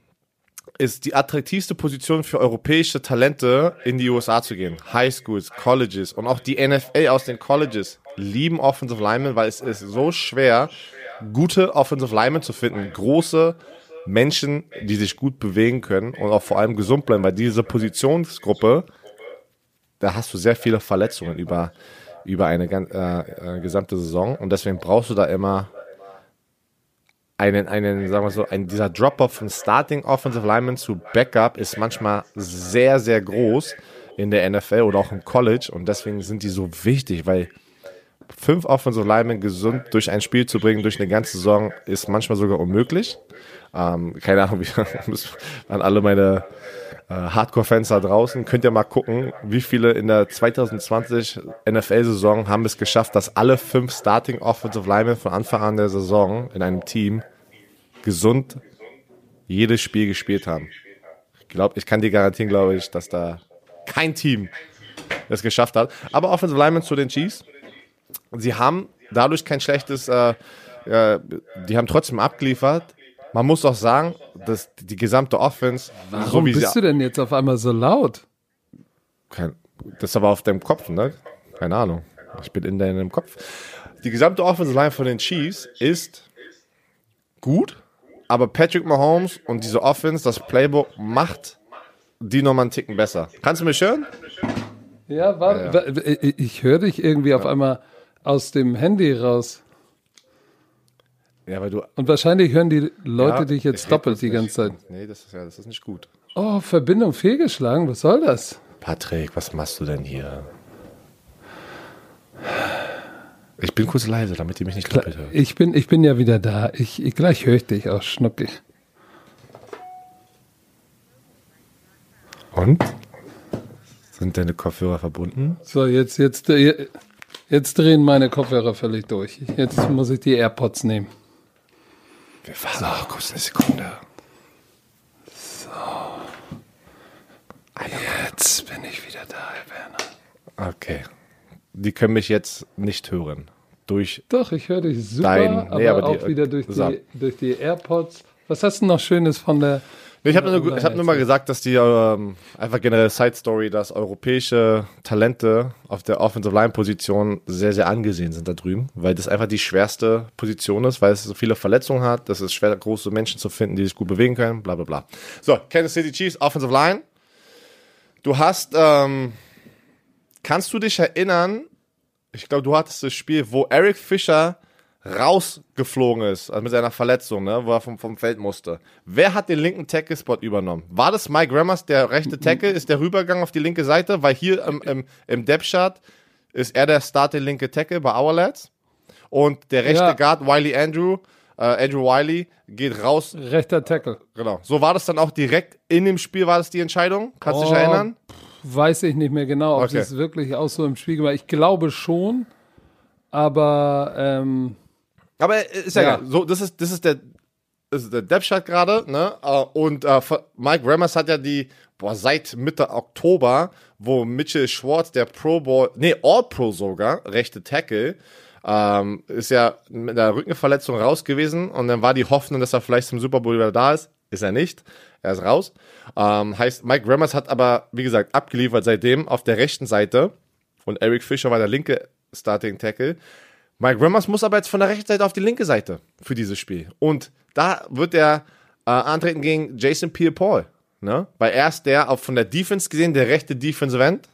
ist die attraktivste Position für europäische Talente in die U S A zu gehen. Highschools, Colleges und auch die N F L aus den Colleges lieben Offensive Linemen, weil es ist so schwer, gute Offensive Linemen zu finden. Große Menschen, die sich gut bewegen können und auch vor allem gesund bleiben, weil diese Positionsgruppe, da hast du sehr viele Verletzungen über, über eine äh, äh, gesamte Saison und deswegen brauchst du da immer einen, einen, sagen wir so, ein, dieser Drop-Off von Starting Offensive Lineman zu Backup ist manchmal sehr, sehr groß in der N F L oder auch im College und deswegen sind die so wichtig, weil fünf Offensive Linemen gesund durch ein Spiel zu bringen, durch eine ganze Saison, ist manchmal sogar unmöglich. Ähm, keine Ahnung, wie an alle meine äh, Hardcore-Fans da draußen, könnt ihr mal gucken, wie viele in der zwanzig zwanzig N F L-Saison haben es geschafft, dass alle fünf Starting Offensive Linemen von Anfang an der Saison in einem Team gesund jedes Spiel gespielt haben. Ich glaube, ich kann dir garantieren, glaube ich, dass da kein Team das geschafft hat. Aber Offensive Linemen zu den Chiefs, sie haben dadurch kein schlechtes, äh, äh, die haben trotzdem abgeliefert. Man muss auch sagen, dass die gesamte Offense... Warum so wie bist sie, du denn jetzt auf einmal so laut? kein, das ist aber auf deinem Kopf, ne? Keine Ahnung. Ich bin in deinem Kopf. Die gesamte Offensive Line von den Chiefs ist gut, aber Patrick Mahomes und diese Offense, das Playbook, macht die nochmal einen Ticken besser. Kannst du mich hören? Ja, warte, ja, ja. Ich höre dich irgendwie ja. auf einmal aus dem Handy raus. Ja, weil du. Und wahrscheinlich hören die Leute ja, dich jetzt doppelt die ganze Zeit. Nee, das ist ja, das ist nicht gut. Oh, Verbindung fehlgeschlagen, was soll das? Patrick, was machst du denn hier? Ich bin kurz leise, damit ihr mich nicht doppelt hört. Ich bin, ich bin ja wieder da. Ich, ich, gleich höre ich dich auch schnuckig. Und? Sind deine Kopfhörer verbunden? So, jetzt, jetzt, jetzt drehen meine Kopfhörer völlig durch. Jetzt muss ich die AirPods nehmen. Wir warten so. Noch kurz eine Sekunde. So. Jetzt bin ich wieder da, Herr Werner. Okay. Die können mich jetzt nicht hören. Durch Doch, ich höre dich super, dein, nee, aber, aber die, auch wieder durch die, durch die AirPods. Was hast du noch Schönes von der... Ich habe nur, hab nur mal gesagt, dass die ähm, einfach generell Side Story, dass europäische Talente auf der Offensive Line Position sehr, sehr angesehen sind da drüben, weil das einfach die schwerste Position ist, weil es so viele Verletzungen hat. Das ist schwer, große Menschen zu finden, die sich gut bewegen können, bla bla bla. So, Kansas City Chiefs, Offensive Line. Du hast, ähm, kannst du dich erinnern, ich glaube, du hattest das Spiel, wo Eric Fischer rausgeflogen ist, also mit seiner Verletzung, ne, wo er vom, vom Feld musste. Wer hat den linken Tackle-Spot übernommen? War das Mike Remmers, der rechte Tackle? Ist der Rübergang auf die linke Seite? Weil hier im, im, im Depth-Chart ist er der Start, der linke Tackle bei Our Lads. Und der rechte ja. Guard, Wiley Andrew, äh, Andrew Wiley, geht raus. Rechter Tackle. Genau. So war das dann auch direkt in dem Spiel, war das die Entscheidung? Kannst du oh, dich erinnern? Weiß ich nicht mehr genau, ob okay. das wirklich auch so im Spiel war. Ich glaube schon, aber ähm, Aber ist ja, ja. geil. So, das ist, das ist der, das ist der Depth-Chart gerade, ne? Und uh, Mike Remmers hat ja die, boah, seit Mitte Oktober, wo Mitchell Schwartz, der Pro Bowl, nee, All-Pro sogar, rechte Tackle, ähm, ist ja mit einer Rückenverletzung raus gewesen und dann war die Hoffnung, dass er vielleicht zum Super Bowl wieder da ist. Ist er nicht. Er ist raus. Ähm, heißt, Mike Remmers hat aber, wie gesagt, abgeliefert seitdem auf der rechten Seite und Eric Fischer war der linke Starting Tackle. Mike Remmers muss aber jetzt von der rechten Seite auf die linke Seite für dieses Spiel. Und da wird er äh, antreten gegen Jason Pierre-Paul. Ne? Weil er ist der, auch von der Defense gesehen, der rechte Defensive End.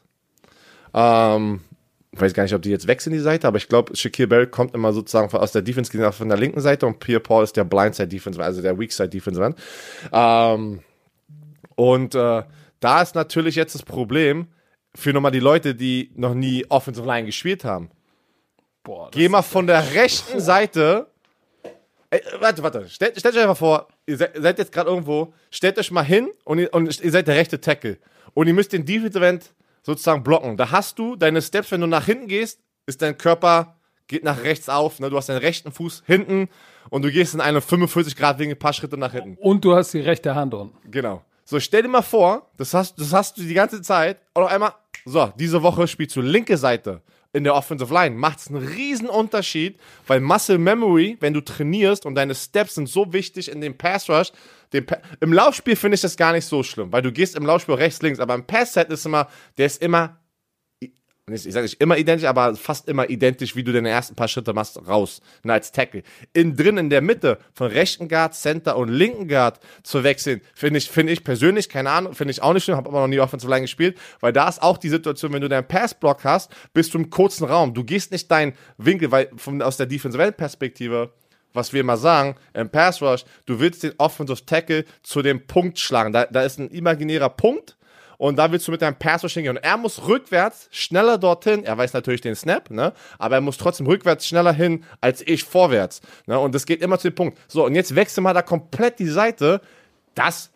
Ähm, ich weiß gar nicht, ob die jetzt wechseln, die Seite, aber ich glaube, Shaquille Barrett kommt immer sozusagen aus der Defense gesehen, auch von der linken Seite und Pierre-Paul ist der Blindside Defensive, also der Weakside Defensive End. Ähm, und äh, da ist natürlich jetzt das Problem für nochmal die Leute, die noch nie Offensive Line gespielt haben. Boah, Geh mal von der rechten Seite. Ey, warte, warte. Stellt, stellt euch einfach vor, ihr seid, seid jetzt gerade irgendwo, stellt euch mal hin und ihr, und ihr seid der rechte Tackle. Und ihr müsst den Defensive End sozusagen blocken. Da hast du deine Steps, wenn du nach hinten gehst, ist dein Körper, geht nach rechts auf. Ne? Du hast deinen rechten Fuß hinten und du gehst in eine fünfundvierzig Grad Winkel ein paar Schritte nach hinten. Und du hast die rechte Hand unten. Genau. So, stell dir mal vor, das hast, das hast du die ganze Zeit und auf einmal, so, diese Woche spielst du linke Seite. In der Offensive Line macht es einen riesen Unterschied, weil Muscle Memory, wenn du trainierst und deine Steps sind so wichtig in dem Pass Rush, dem pa- im Laufspiel finde ich das gar nicht so schlimm, weil du gehst im Laufspiel rechts, links, aber im Pass-Set ist immer, der ist immer, ich sage nicht immer identisch, aber fast immer identisch, wie du deine ersten paar Schritte machst, raus, ne, als Tackle. Innen drin, in der Mitte, von rechten Guard, Center und linken Guard zu wechseln, finde ich, finde ich persönlich, keine Ahnung, finde ich auch nicht schlimm, habe aber noch nie Offensive Line gespielt, weil da ist auch die Situation, wenn du deinen Passblock hast, bist du im kurzen Raum, du gehst nicht deinen Winkel, weil von, aus der Defensive-Perspektive, was wir immer sagen, im Pass Rush, du willst den Offensive Tackle zu dem Punkt schlagen, da, da ist ein imaginärer Punkt. und da willst du mit deinem Pass Rush hingehen. Und er muss rückwärts schneller dorthin, er weiß natürlich den Snap, ne? Aber er muss trotzdem rückwärts schneller hin als ich vorwärts. Ne? Und das geht immer zu dem Punkt. So, und jetzt wechsel mal da komplett die Seite. Das,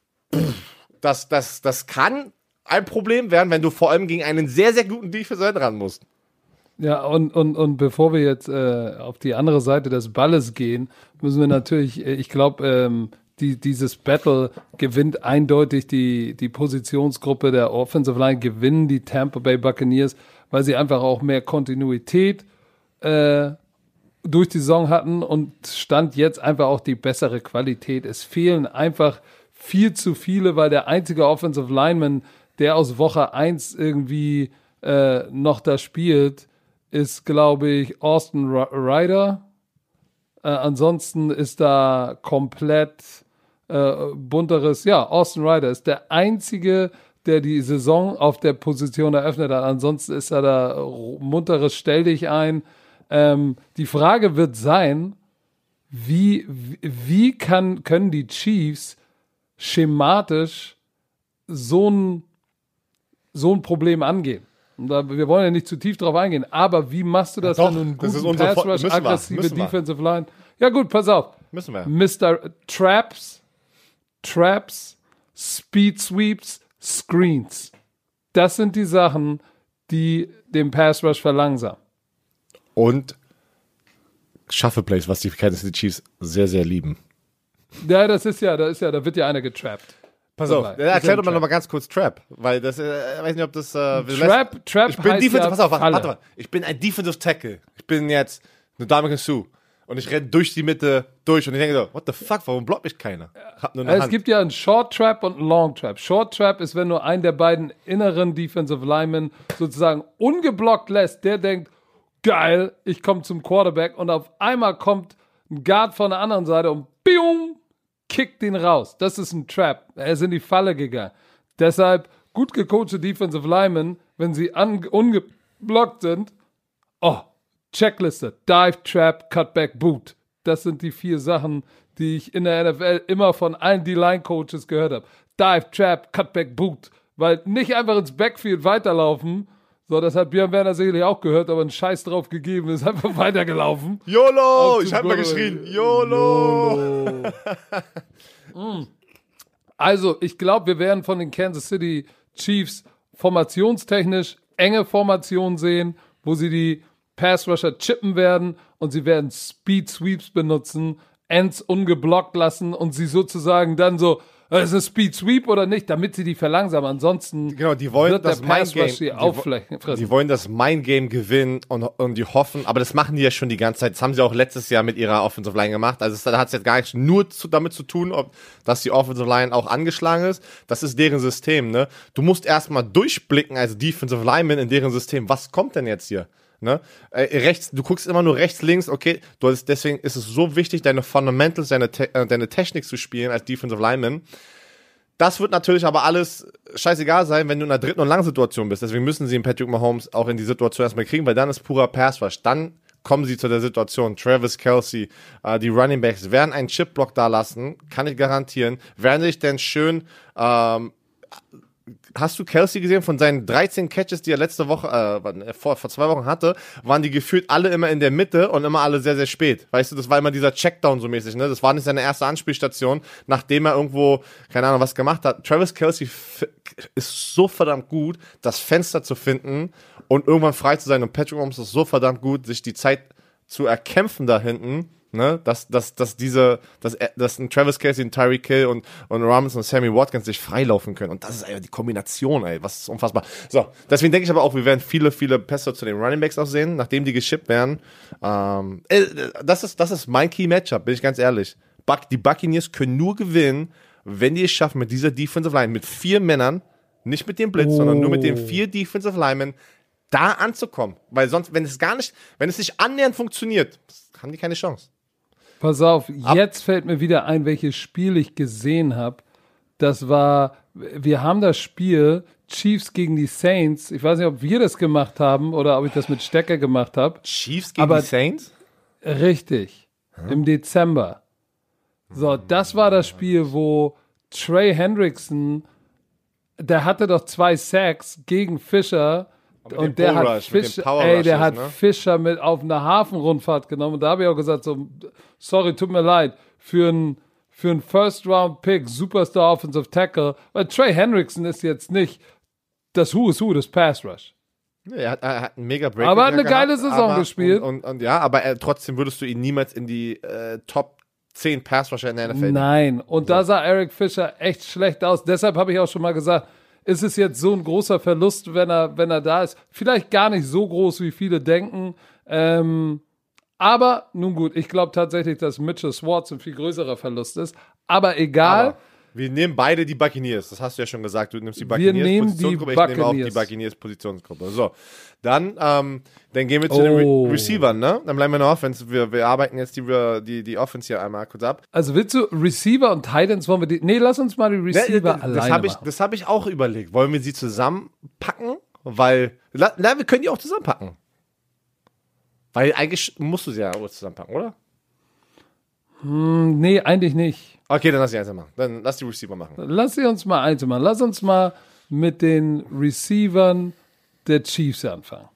das, das, das kann ein Problem werden, wenn du vor allem gegen einen sehr, sehr guten Defense ran musst. Ja, und, und, und bevor wir jetzt äh, auf die andere Seite des Balles gehen, müssen wir natürlich, ich glaube, ähm, die, dieses Battle gewinnt eindeutig die, die Positionsgruppe der Offensive Line, gewinnen die Tampa Bay Buccaneers, weil sie einfach auch mehr Kontinuität äh, durch die Saison hatten und stand jetzt einfach auch die bessere Qualität. Es fehlen einfach viel zu viele, weil der einzige Offensive Lineman, der aus Woche eins irgendwie äh, noch da spielt, ist, glaube ich, Austin Ryder. Äh, ansonsten ist da komplett äh, bunteres, ja, Austin Ryder ist der einzige, der die Saison auf der Position eröffnet hat. Ansonsten ist da da munteres Stell dich ein. Ähm, die Frage wird sein, wie, wie kann, können die Chiefs schematisch so ein, so ein Problem angehen? Und da, wir wollen ja nicht zu tief drauf eingehen, aber wie machst du das, ja, wenn du einen das guten Pass Rush, aggressive Defensive Line? Ja gut, pass auf. Müssen wir. Mister Traps, Traps, Speed Sweeps, Screens. Das sind die Sachen, die den Pass Rush verlangsamen. Und Shuffle Plays, was die Kansas City Chiefs sehr, sehr lieben. Ja, das ist ja, da ist ja, da wird ja einer getrappt. Pass auf, ja, erklär doch mal nochmal ganz kurz Trap, weil das, äh, ich weiß nicht, ob das, äh, Trap, lässt, Trap ich bin heißt Defensive, ja pass auf, warte, Falle. warte mal, ich bin ein Defensive Tackle, ich bin jetzt eine Dominican Sue und ich renne durch die Mitte durch und ich denke so, what the fuck, warum blockt mich keiner? Hab nur eine Also es Hand. gibt ja einen Short Trap und einen Long Trap. Short Trap ist, wenn du einen der beiden inneren Defensive Linemen sozusagen ungeblockt lässt, der denkt, geil, ich komme zum Quarterback und auf einmal kommt ein Guard von der anderen Seite und bium, kickt ihn raus. Das ist ein Trap. Er ist in die Falle gegangen. Deshalb gut gecoachte Defensive Linemen, wenn sie un- ungeblockt sind, oh, Checkliste, Dive, Trap, Cutback, Boot. Das sind die vier Sachen, die ich in der N F L immer von allen D-Line-Coaches gehört habe. Dive, Trap, Cutback, Boot. Weil nicht einfach ins Backfield weiterlaufen, so, das hat Björn Werner sicherlich auch gehört, aber einen Scheiß drauf gegeben, ist einfach weitergelaufen. YOLO! Auf Ich zum hab mal Goal. geschrien, YOLO! YOLO. Mm. Also, ich glaube, wir werden von den Kansas City Chiefs formationstechnisch enge Formationen sehen, wo sie die Pass-Rusher chippen werden und sie werden Speed-Sweeps benutzen, Ends ungeblockt lassen und sie sozusagen dann so, ist es ein Speed-Sweep oder nicht, damit sie die verlangsamen. Ansonsten Genau, die wollen wird der das Mind-Game, Pass-Rush sie die, auffressen. die wollen das Mind-Game gewinnen und, und die hoffen, aber das machen die ja schon die ganze Zeit. Das haben sie auch letztes Jahr mit ihrer Offensive Line gemacht. Also es hat es jetzt gar nicht nur zu, damit zu tun, ob, dass die Offensive Line auch angeschlagen ist. Das ist deren System, ne? Du musst erstmal durchblicken als Defensive Lineman in deren System. Was kommt denn jetzt hier? Ne? Äh, rechts, du guckst immer nur rechts, links, okay, du hast, deswegen ist es so wichtig, deine Fundamentals, deine, Te- äh, deine Technik zu spielen als Defensive Lineman. Das wird natürlich aber alles scheißegal sein, wenn du in einer dritten und langen Situation bist. Deswegen müssen sie in Patrick Mahomes auch in die Situation erstmal kriegen, weil dann ist purer Pass-Rush. Dann kommen sie zu der Situation. Travis Kelce, äh, die Running Backs werden einen Chip-Block da lassen, kann ich garantieren. Werden sich denn schön, ähm, hast du Kelce gesehen von seinen dreizehn Catches, die er letzte Woche, äh, vor, vor zwei Wochen hatte, waren die gefühlt alle immer in der Mitte und immer alle sehr, sehr spät. Weißt du, das war immer dieser Checkdown so mäßig, ne? Das war nicht seine erste Anspielstation, nachdem er irgendwo, keine Ahnung, was gemacht hat. Travis Kelce f- ist so verdammt gut, das Fenster zu finden und irgendwann frei zu sein. Und Patrick Mahomes ist so verdammt gut, sich die Zeit zu erkämpfen da hinten, ne, dass, dass, dass diese, dass, dass ein Travis Kelce, ein Tyreek Hill und, und Robinson und Sammy Watkins sich freilaufen können. Und das ist einfach die Kombination, ey, was ist unfassbar. So, deswegen denke ich aber auch, wir werden viele, viele Pässe zu den Running Backs auch sehen, nachdem die geschippt werden. Ähm, äh, das ist, das ist mein Key Matchup, bin ich ganz ehrlich. Buck, die Buccaneers können nur gewinnen, wenn die es schaffen, mit dieser Defensive Line, mit vier Männern, nicht mit dem Blitz, oh. sondern nur mit den vier Defensive Linemen, da anzukommen. Weil sonst, wenn es gar nicht, wenn es nicht annähernd funktioniert, haben die keine Chance. Pass auf, jetzt fällt mir wieder ein, welches Spiel ich gesehen habe. Das war, wir haben das Spiel Chiefs gegen die Saints. Ich weiß nicht, ob wir das gemacht haben oder ob ich das mit Stecker gemacht habe. Chiefs gegen Aber die Saints? Richtig, hm? Im Dezember. So, das war das Spiel, wo Trey Hendrickson der hatte doch zwei Sacks gegen Fischer. Mit Und dem der hat, Bullrush, mit den Fischer, Power ey, der Rushes, hat ne? Fischer mit auf eine Hafenrundfahrt genommen. Und da habe ich auch gesagt, so, sorry, tut mir leid, für einen für einen First-Round-Pick, Superstar Offensive Tackle, weil Trey Hendrickson ist jetzt nicht das Who is Who des Pass-Rush. Ja, er, hat, er hat einen mega Break. Aber er hat eine gehabt, geile Saison aber, gespielt. Und, und, und ja, aber er, trotzdem würdest du ihn niemals in die äh, Top zehn Pass-Rusher in der N F L nehmen. Nein, und da sah Eric Fischer echt schlecht aus. Deshalb habe ich auch schon mal gesagt, ist es jetzt so ein großer Verlust, wenn er, wenn er da ist. Vielleicht gar nicht so groß, wie viele denken. Ähm, aber, nun gut, ich glaube tatsächlich, dass Mitchell Schwartz ein viel größerer Verlust ist. Aber egal. Aber wir nehmen beide die Buccaneers. Das hast du ja schon gesagt. Du nimmst die Buccaneers-Positionsgruppe, ich nehme auch die Buccaneers-Positionsgruppe. So, dann, ähm, dann gehen wir zu Oh. den Re Receivern, ne? Dann bleiben wir in der Offense. Wir, wir arbeiten jetzt die, die, die Offense hier einmal kurz ab. Also willst du Receiver und Titans, wollen wir die, nee, lass uns mal die Receiver das alleine habe ich, machen. das hab ich auch überlegt. Wollen wir sie zusammenpacken? Weil, na, na, wir können die auch zusammenpacken. Weil eigentlich musst du sie ja auch zusammenpacken, oder? Hm, nee, eigentlich nicht. Okay, dann lass die einzeln machen. Dann lass die Receiver machen. Lass sie uns mal eins machen. Lass uns mal mit den Receivern der Chiefs anfangen.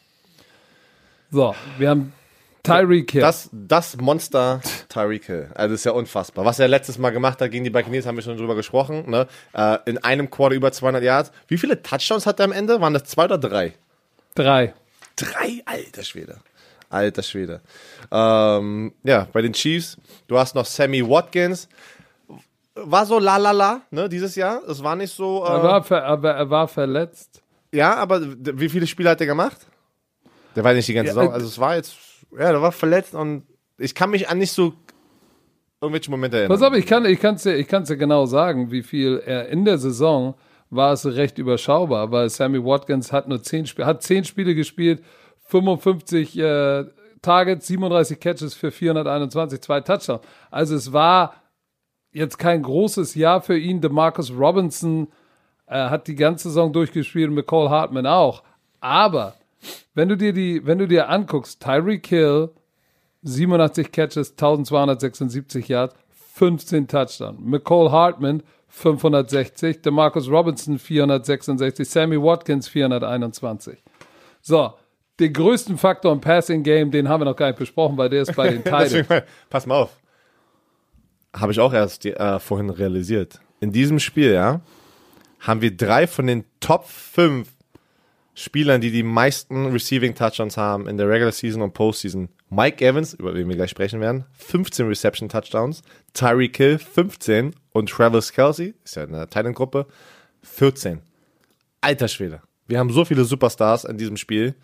So, wir haben Tyreek Hill. Das, das Monster Tyreek Hill. Also das ist ja unfassbar. Was er letztes Mal gemacht hat gegen die Buccaneers, haben wir schon drüber gesprochen. Ne? Äh, in einem Quarter über zweihundert Yards. Wie viele Touchdowns hat er am Ende? Waren das zwei oder drei? Drei. Drei, alter Schwede. Alter Schwede. Ähm, ja, bei den Chiefs, du hast noch Sammy Watkins. War so la la la, ne, dieses Jahr. Es war nicht so. Äh, Er war, ver aber er war verletzt. ja, aber d- wie viele Spiele hat er gemacht? Der war nicht die ganze Ja, Saison. äh, Also es war jetzt, ja, der war verletzt und ich kann mich an nicht so irgendwelche Momente erinnern. Pass auf, ich kann es dir, ich kann's dir genau sagen, wie viel er in der Saison war es recht überschaubar, weil Sammy Watkins hat nur zehn Spiele, hat zehn Spiele gespielt, fünfundfünfzig äh, Targets, siebenunddreißig Catches für vierhunderteinundzwanzig, zwei Touchdowns. Also es war jetzt kein großes Jahr für ihn. DeMarcus Robinson äh, hat die ganze Saison durchgespielt und McCall Hartman auch. Aber wenn du dir die, wenn du dir anguckst, Tyreek Hill, siebenundachtzig Catches, eintausendzweihundertsechsundsiebzig Yards, fünfzehn Touchdowns. McCall Hartman, fünfhundertsechzig, DeMarcus Robinson, vierhundertsechsundsechzig, Sammy Watkins, vierhunderteinundzwanzig. So, den größten Faktor im Passing Game, den haben wir noch gar nicht besprochen, weil der ist bei den Titans. Deswegen, pass mal auf. Habe ich auch erst die, äh, vorhin realisiert. In diesem Spiel, ja, haben wir drei von den Top fünf Spielern, die die meisten Receiving Touchdowns haben in der Regular Season und Postseason. Mike Evans, über den wir gleich sprechen werden, fünfzehn Reception Touchdowns. Tyreek Hill, fünfzehn. Und Travis Kelce, ist ja in der Titan-Gruppe, vierzehn. Alter Schwede. Wir haben so viele Superstars in diesem Spiel.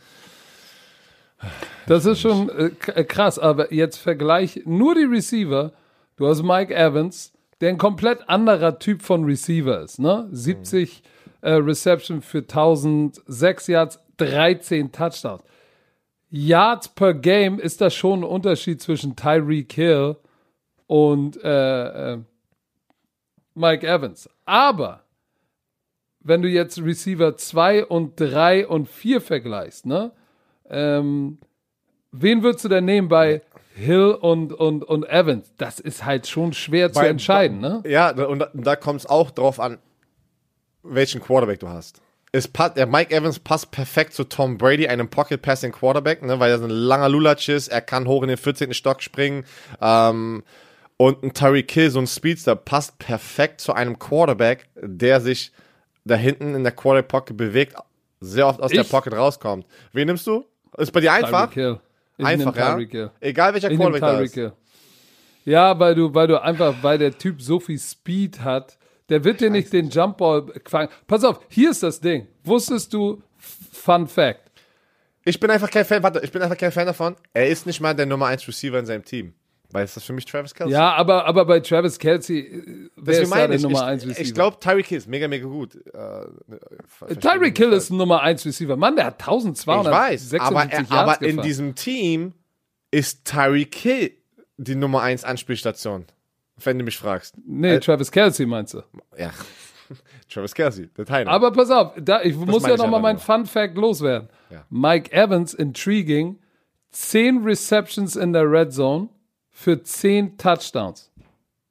Das ist schon äh, krass, aber jetzt vergleich nur die Receiver. Du hast Mike Evans, der ein komplett anderer Typ von Receiver ist, ne? siebzig äh, Reception für tausendsechs Yards, dreizehn Touchdowns. Yards per Game ist da schon ein Unterschied zwischen Tyreek Hill und äh, äh, Mike Evans. Aber wenn du jetzt Receiver zwei und drei und vier vergleichst, ne? Ähm, wen würdest du denn nehmen bei Hill und, und, und Evans? Das ist halt schon schwer zu Bei- entscheiden, ne? Ja, und da, da kommt es auch drauf an, welchen Quarterback du hast. Es passt, der Mike Evans passt perfekt zu Tom Brady, einem Pocket-Passing Quarterback, ne, weil er so ein langer Lulatsch ist, er kann hoch in den vierzehnten Stock springen. Ähm, und ein Tyreek Hill, so ein Speedster, passt perfekt zu einem Quarterback, der sich da hinten in der Quarterback-Pocket bewegt, sehr oft aus der Ich? Pocket rauskommt. Wen nimmst du? Ist bei dir einfach? Tyreek Hill. Ich Einfach, nehm ja? Tyreek Hill. Egal welcher Ich nehm Quarterback da Tyreek ist. Hill. Ja, weil du, weil du einfach, weil der Typ so viel Speed hat, der wird dir nicht den Jumpball fangen. Pass auf, hier ist das Ding. Wusstest du, Fun Fact, Ich bin einfach kein Fan, warte, ich bin einfach kein Fan davon. Er ist nicht mal der Nummer eins Receiver in seinem Team. Weil es ist für mich Travis Kelce. ja, aber, aber bei Travis Kelce, äh, wer Deswegen ist da meine der ich, Nummer ich, eins Receiver? ich glaube, Tyreek Hill ist mega, mega gut. Äh, Tyreek Hill ist ein Nummer eins Receiver. Mann, der hat Ich weiß, eintausendzweihundertsechsundsiebzig aber, er, Yards aber in gefangen. diesem Team ist Tyreek Hill die Nummer eins Anspielstation. Wenn du mich fragst. Nee, Äh, Travis Kelce meinst du. Ja. Travis Kelce, der Teil. Aber pass auf, da, ich muss meine ja ich nochmal einfach meinen nur. Fun Fact loswerden. Ja. Mike Evans, intriguing, zehn Receptions in der Red Zone für zehn Touchdowns.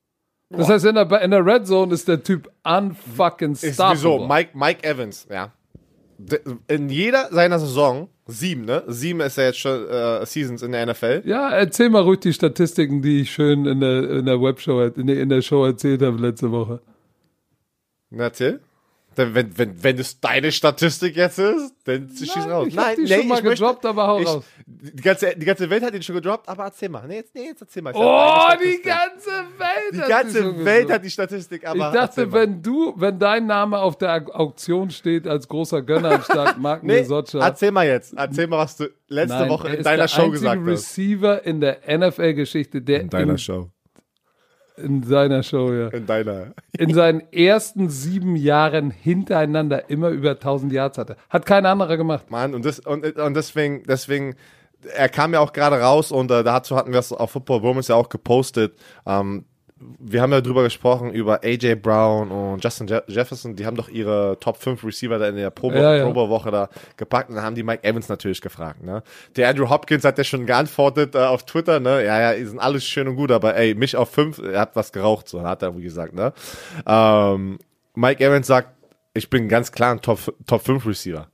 Das heißt, in der, in der Red Zone ist der Typ unfucking Ist stoppable. wieso, Mike, Mike Evans, ja. De- In jeder seiner Saison, sieben, ne? Sieben ist ja jetzt schon äh, Seasons in der N F L. Ja, erzähl mal ruhig die Statistiken, die ich schön in der, in der Webshow, in der, in der Show erzählt habe letzte Woche. Na, erzähl. Dann, wenn, wenn, wenn es deine Statistik jetzt ist, dann schieß raus. Ich hab die schon mal möchte- gedroppt, aber hau ich, raus. Die ganze, die ganze Welt hat ihn schon gedroppt, aber erzähl mal. Nee, jetzt, nee, jetzt erzähl mal. Ich Oh, hab deine die Statistik. ganze Welt Die hat ganze sie schon Welt gesagt. hat die Statistik, aber Ich erzähl dachte, mal. wenn du, wenn dein Name auf der Au- Auktion steht als großer Gönner anstatt Mark Nee, Mesoccia. erzähl mal jetzt. Erzähl mal, was du letzte Nein, Woche er in ist deiner der Show einzige gesagt hast. Receiver in der N F L-Geschichte, der in, Show. in seiner Show, ja. In deiner. in seinen ersten sieben Jahren hintereinander immer über tausend Yards hatte. Hat kein anderer gemacht. Mann, und, das, und, und deswegen, deswegen, er kam ja auch gerade raus und äh, dazu hatten wir es auf Football Romans ja auch gepostet. Ähm, wir haben ja drüber gesprochen, über A J Brown und Justin Je- Jefferson, die haben doch ihre Top fünf Receiver da in der Probe, Ja, ja. Probewoche da gepackt und dann haben die Mike Evans natürlich gefragt. Ne? Der Andrew Hopkins hat ja schon geantwortet äh, auf Twitter, ne? Ja, ja, die sind alles schön und gut, aber ey, mich auf fünf, er hat was geraucht, so hat er wie gesagt. Ne? Ähm, Mike Evans sagt, ich bin ganz klar ein Top, Top fünf Receiver.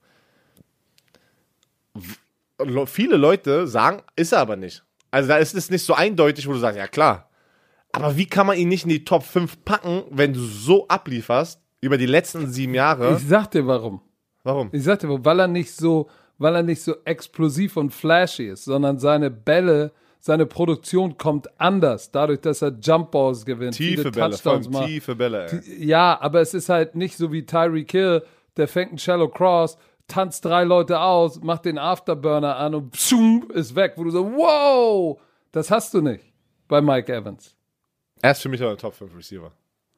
Le- Viele Leute sagen, ist er aber nicht. Also da ist es nicht so eindeutig, wo du sagst, ja klar. Aber wie kann man ihn nicht in die Top fünf packen, wenn du so ablieferst über die letzten sieben Jahre? Ich sag dir warum. Warum? Ich sag dir warum. Weil er nicht so, weil er nicht so explosiv und flashy ist, sondern seine Bälle, seine Produktion kommt anders, dadurch, dass er Jump Balls gewinnt, Tiefe viele Bälle, vor allem Touchdowns macht. tiefe Bälle. Ey. Ja, aber es ist halt nicht so wie Tyreek Hill, der fängt einen Shallow Cross, tanzt drei Leute aus, macht den Afterburner an und pschum, ist weg, wo du so, wow, das hast du nicht bei Mike Evans. Er ist für mich auch ein Top fünf Receiver.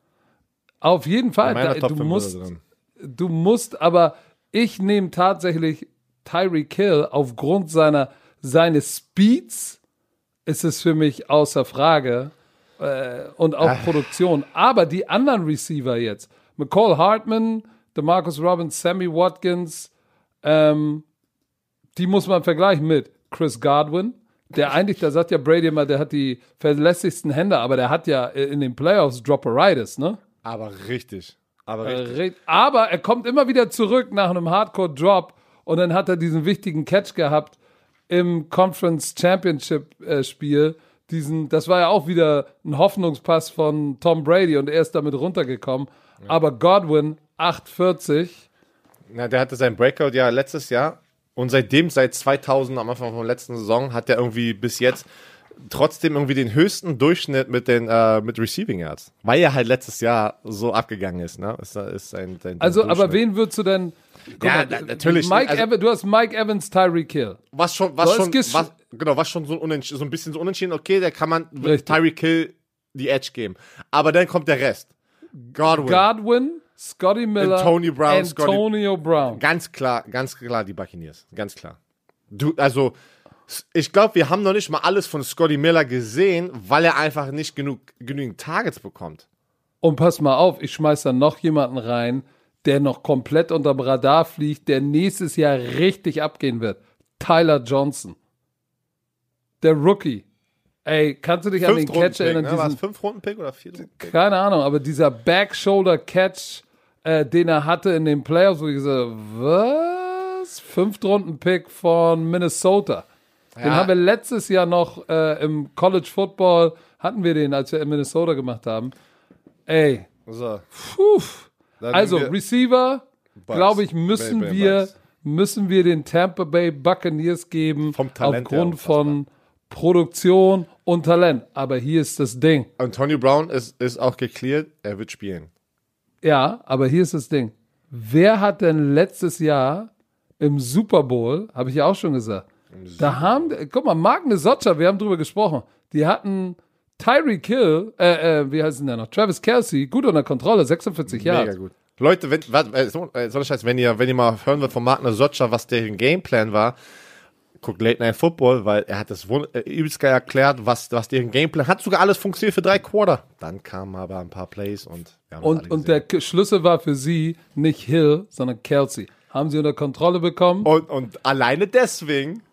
Auf jeden Fall. In meiner Da, Top du, fünf musst, ist er drin. du musst, aber ich nehme tatsächlich Tyreek Hill aufgrund seiner seines Speeds ist es für mich außer Frage äh, und auch Ach. Produktion. Aber die anderen Receiver jetzt, McCall Hartman, DeMarcus Robbins, Sammy Watkins, ähm, die muss man vergleichen mit Chris Godwin, der eigentlich, da sagt ja Brady immer, der hat die verlässlichsten Hände, aber der hat ja in den Playoffs Dropperitis, ne? Aber richtig. Aber richtig. Äh, Aber er kommt immer wieder zurück nach einem Hardcore-Drop und dann hat er diesen wichtigen Catch gehabt im Conference Championship-Spiel. Diesen, das war ja auch wieder ein Hoffnungspass von Tom Brady und er ist damit runtergekommen. Ja. Aber Godwin, acht vierzig. Na, der hatte sein Breakout ja letztes Jahr und seitdem, seit zweitausend, am Anfang von der letzten Saison, hat er irgendwie bis jetzt trotzdem irgendwie den höchsten Durchschnitt mit den äh, mit Receiving Yards, weil er halt letztes Jahr so abgegangen ist, ne? Ist, ist sein, sein Also, aber Durchschnitt. wen würdest du denn? Guck Ja, mal, na, natürlich. Mike Also- Evans, du hast Mike Evans, Tyreek Hill. was schon, was So, es schon, gibt- was, genau, was schon so, unentsch- so ein bisschen so unentschieden, okay, da kann man Richtig. Tyreek Hill die Edge geben. Aber dann kommt der Rest. Godwin. Godwin, Scotty Miller, Antonio Brown, Antonio Brown. Ganz klar, ganz klar die Buccaneers. Ganz klar. Du, also, ich glaube, wir haben noch nicht mal alles von Scotty Miller gesehen, weil er einfach nicht genug, genügend Targets bekommt. Und pass mal auf, ich schmeiß dann noch jemanden rein, der noch komplett unterm Radar fliegt, der nächstes Jahr richtig abgehen wird. Tyler Johnson. Der Rookie. Ey, kannst du dich an den Catch erinnern? ne? War es Diesen, fünf Runden Pick oder vier Runden Pick? keine Ahnung, aber dieser Back-Shoulder-Catch, äh, den er hatte in den Playoffs, wo ich gesagt was? Fünftrunden-Pick von Minnesota. Den Ja. haben wir letztes Jahr noch äh, im College Football, hatten wir den, als wir in Minnesota gemacht haben. Ey, So, puh. dann Also, nehmen wir Receiver, Bucks. glaube ich, müssen Bay Bay wir, Bucks. müssen wir den Tampa Bay Buccaneers geben, Vom Talent her aufgrund unfassbar. von Produktion und Talent. Aber hier ist das Ding. Antonio Brown ist, ist auch gecleared, er wird spielen. Ja, aber hier ist das Ding. Wer hat denn letztes Jahr im Super Bowl, habe ich ja auch schon gesagt, da haben, guck mal, Mark Mesoccia, wir haben drüber gesprochen, die hatten Tyreek Hill, äh, äh, wie heißt denn der noch? Travis Kelce, gut unter Kontrolle, sechsundvierzig Jahre. Mega gut. Leute, wenn, warte, äh, so, äh, so eine Scheiße, wenn ihr, wenn ihr mal hören wollt von Mark Mesoccia, was deren Gameplan war, guckt Late Night Football, weil er hat das wund- äh, übelst geil erklärt, was, was deren Gameplan hat. Sogar alles funktioniert für drei Quarter. Dann kamen aber ein paar Plays und wir haben das alle Und, und gesehen. der K- Schlüssel war für sie nicht Hill, sondern Kelsey. Haben sie unter Kontrolle bekommen? und, und alleine deswegen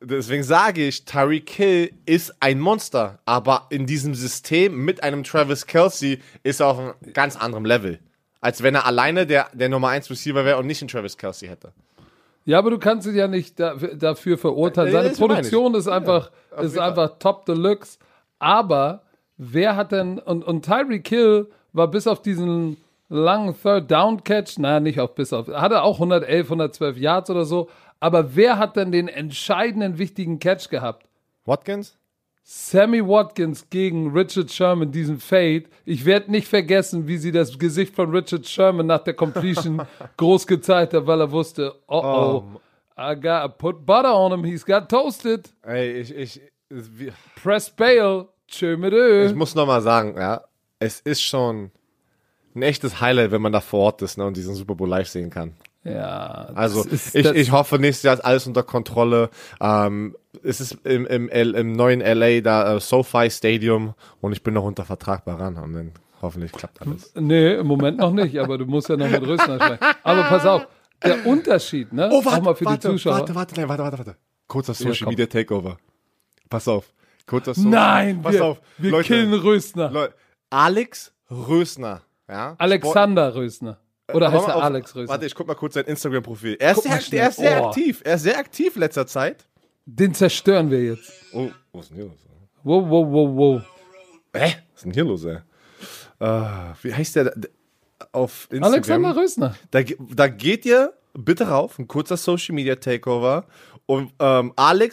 deswegen sage ich, Tyreek Hill ist ein Monster, aber in diesem System mit einem Travis Kelce ist er auf einem ganz anderen Level, als wenn er alleine der, der Nummer eins Receiver wäre und nicht einen Travis Kelce hätte. Ja, aber du kannst ihn ja nicht da, dafür verurteilen. Seine Das Produktion ist einfach, Ja, auf ist jeden einfach top deluxe. Aber wer hat denn, und, und Tyreek Hill war bis auf diesen langen Third-Down-Catch, naja, nicht auf bis auf, hat er auch hundertelf, hundertzwölf Yards oder so, aber wer hat denn den entscheidenden, wichtigen Catch gehabt? Watkins? Sammy Watkins gegen Richard Sherman, diesen Fade. Ich werde nicht vergessen, wie sie das Gesicht von Richard Sherman nach der Completion groß gezeigt hat, weil er wusste, oh oh, I gotta put butter on him, he's got toasted. Ey, ich, ich, wie, Press bail, tschö mit Ö. ich muss nochmal sagen, ja, es ist schon ein echtes Highlight, wenn man da vor Ort ist, ne, und diesen Super Bowl live sehen kann. Ja, Also das ist, ich, das, ich hoffe, nächstes Jahr ist alles unter Kontrolle. Ähm, es ist im, im, L, im neuen L A da äh, SoFi Stadium und ich bin noch unter Vertrag bei ran und dann hoffentlich klappt alles. Nee, im Moment noch nicht, aber du musst ja noch mit Rösner sprechen. Aber pass auf, der Unterschied, ne? Oh, warte, auch mal für warte, die Zuschauer. warte, warte, nein, warte, warte, warte. Kurzer Social komm. Media Takeover. Pass auf. Kurzer Social Nein, Pass wir, auf. wir Leute, killen Rösner. Leute, Alex Rösner. Ja? Alexander Rösner. Oder Sport- heißt er auf, Alex Rösner? Warte, ich guck mal kurz sein Instagram-Profil. Er ist Guck mal sehr, schnell. er ist sehr Oh. aktiv. Er ist sehr aktiv letzter Zeit. Den zerstören wir jetzt. Oh, was ist denn hier los? Wow, wow, wow, wow. Hä? Was ist denn hier los, ey? Uh, wie heißt der da- auf Instagram? Alexander Rösner. Da, ge- da geht ihr bitte rauf, ein kurzer Social Media Takeover und ähm,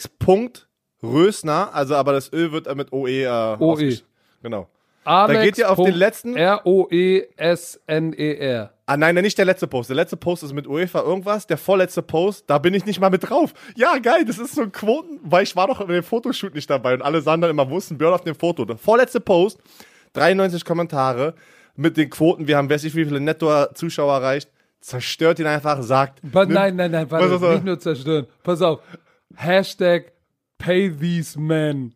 Alex.Rösner, also aber das Ö wird mit O E äh, O E. ausgesch- Genau. Alex. Da geht ihr auf den letzten- R O E S N E R. Ah nein, nicht der letzte Post. Der letzte Post ist mit UEFA irgendwas. Der vorletzte Post, da bin ich nicht mal mit drauf. Ja, geil, das ist so ein Quoten, weil ich war doch in dem Fotoshoot nicht dabei und alle sahen dann immer, wo ist ein Björn auf dem Foto? Der vorletzte Post, dreiundneunzig Kommentare mit den Quoten. Wir haben, weiß ich wie viele Netto-Zuschauer erreicht. Zerstört ihn einfach, sagt. Pa- nimm- nein, nein, nein, warte, Was ist das? nicht nur zerstören. Pass auf. Hashtag pay these men.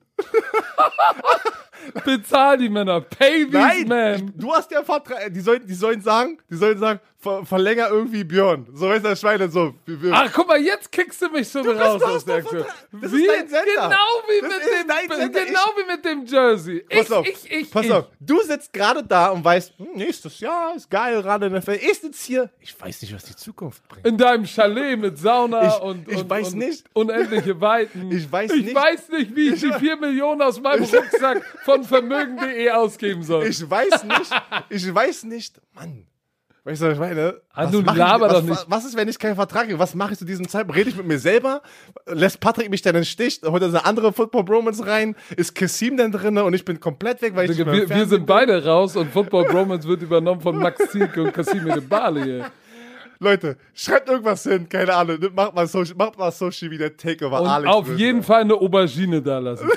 Bezahl die Männer. Pay these Nein, men. du hast ja Vertrag. Die sollen, die sollen sagen, die sollen sagen, ver verlänger irgendwie Björn. So ist das Schweine so. Wir- wir- Ach, guck mal, jetzt kickst du mich schon raus doch aus der doch Aktion. Vertrag. Das ist Wie? dein Sender. Genau wie Das mit ist dem, dein Sender. genau wie mit dem Jersey. Pass ich, auf, ich, ich, pass ich. auf. Du sitzt gerade da und weißt, hm, nächstes Jahr ist geil, gerade in der F. Ich sitze hier, ich weiß nicht, was die Zukunft bringt. In deinem Chalet mit Sauna Ich- und, ich und, weiß und nicht. unendliche Weiten. Ich weiß ich nicht. weiß nicht, wie ich die vier Millionen aus meinem Rucksack von Vermögen punkt de ausgeben soll. Ich weiß nicht, ich weiß nicht, Mann. Weißt du, was ich meine? Ah, Was du mach ich- laber was, doch nicht. Was ist, wenn ich keinen Vertrag habe? Was mache ich zu diesem Zeitpunkt? Rede ich mit mir selber? Lässt Patrick mich dann in den Stich? Holt er eine andere Football-Bromance rein? Ist Kassim dann drin und ich bin komplett weg, weil ich Digga, nicht mehr im wir, wir Fernsehen sind beide raus und Football Bromance wird übernommen von Max Zielke und Kassim Bali. Leute, schreibt irgendwas hin, keine Ahnung. Macht mal Social, macht mal Social Media Takeover. Und Alex auf Rösner. jeden Fall eine Aubergine da lassen.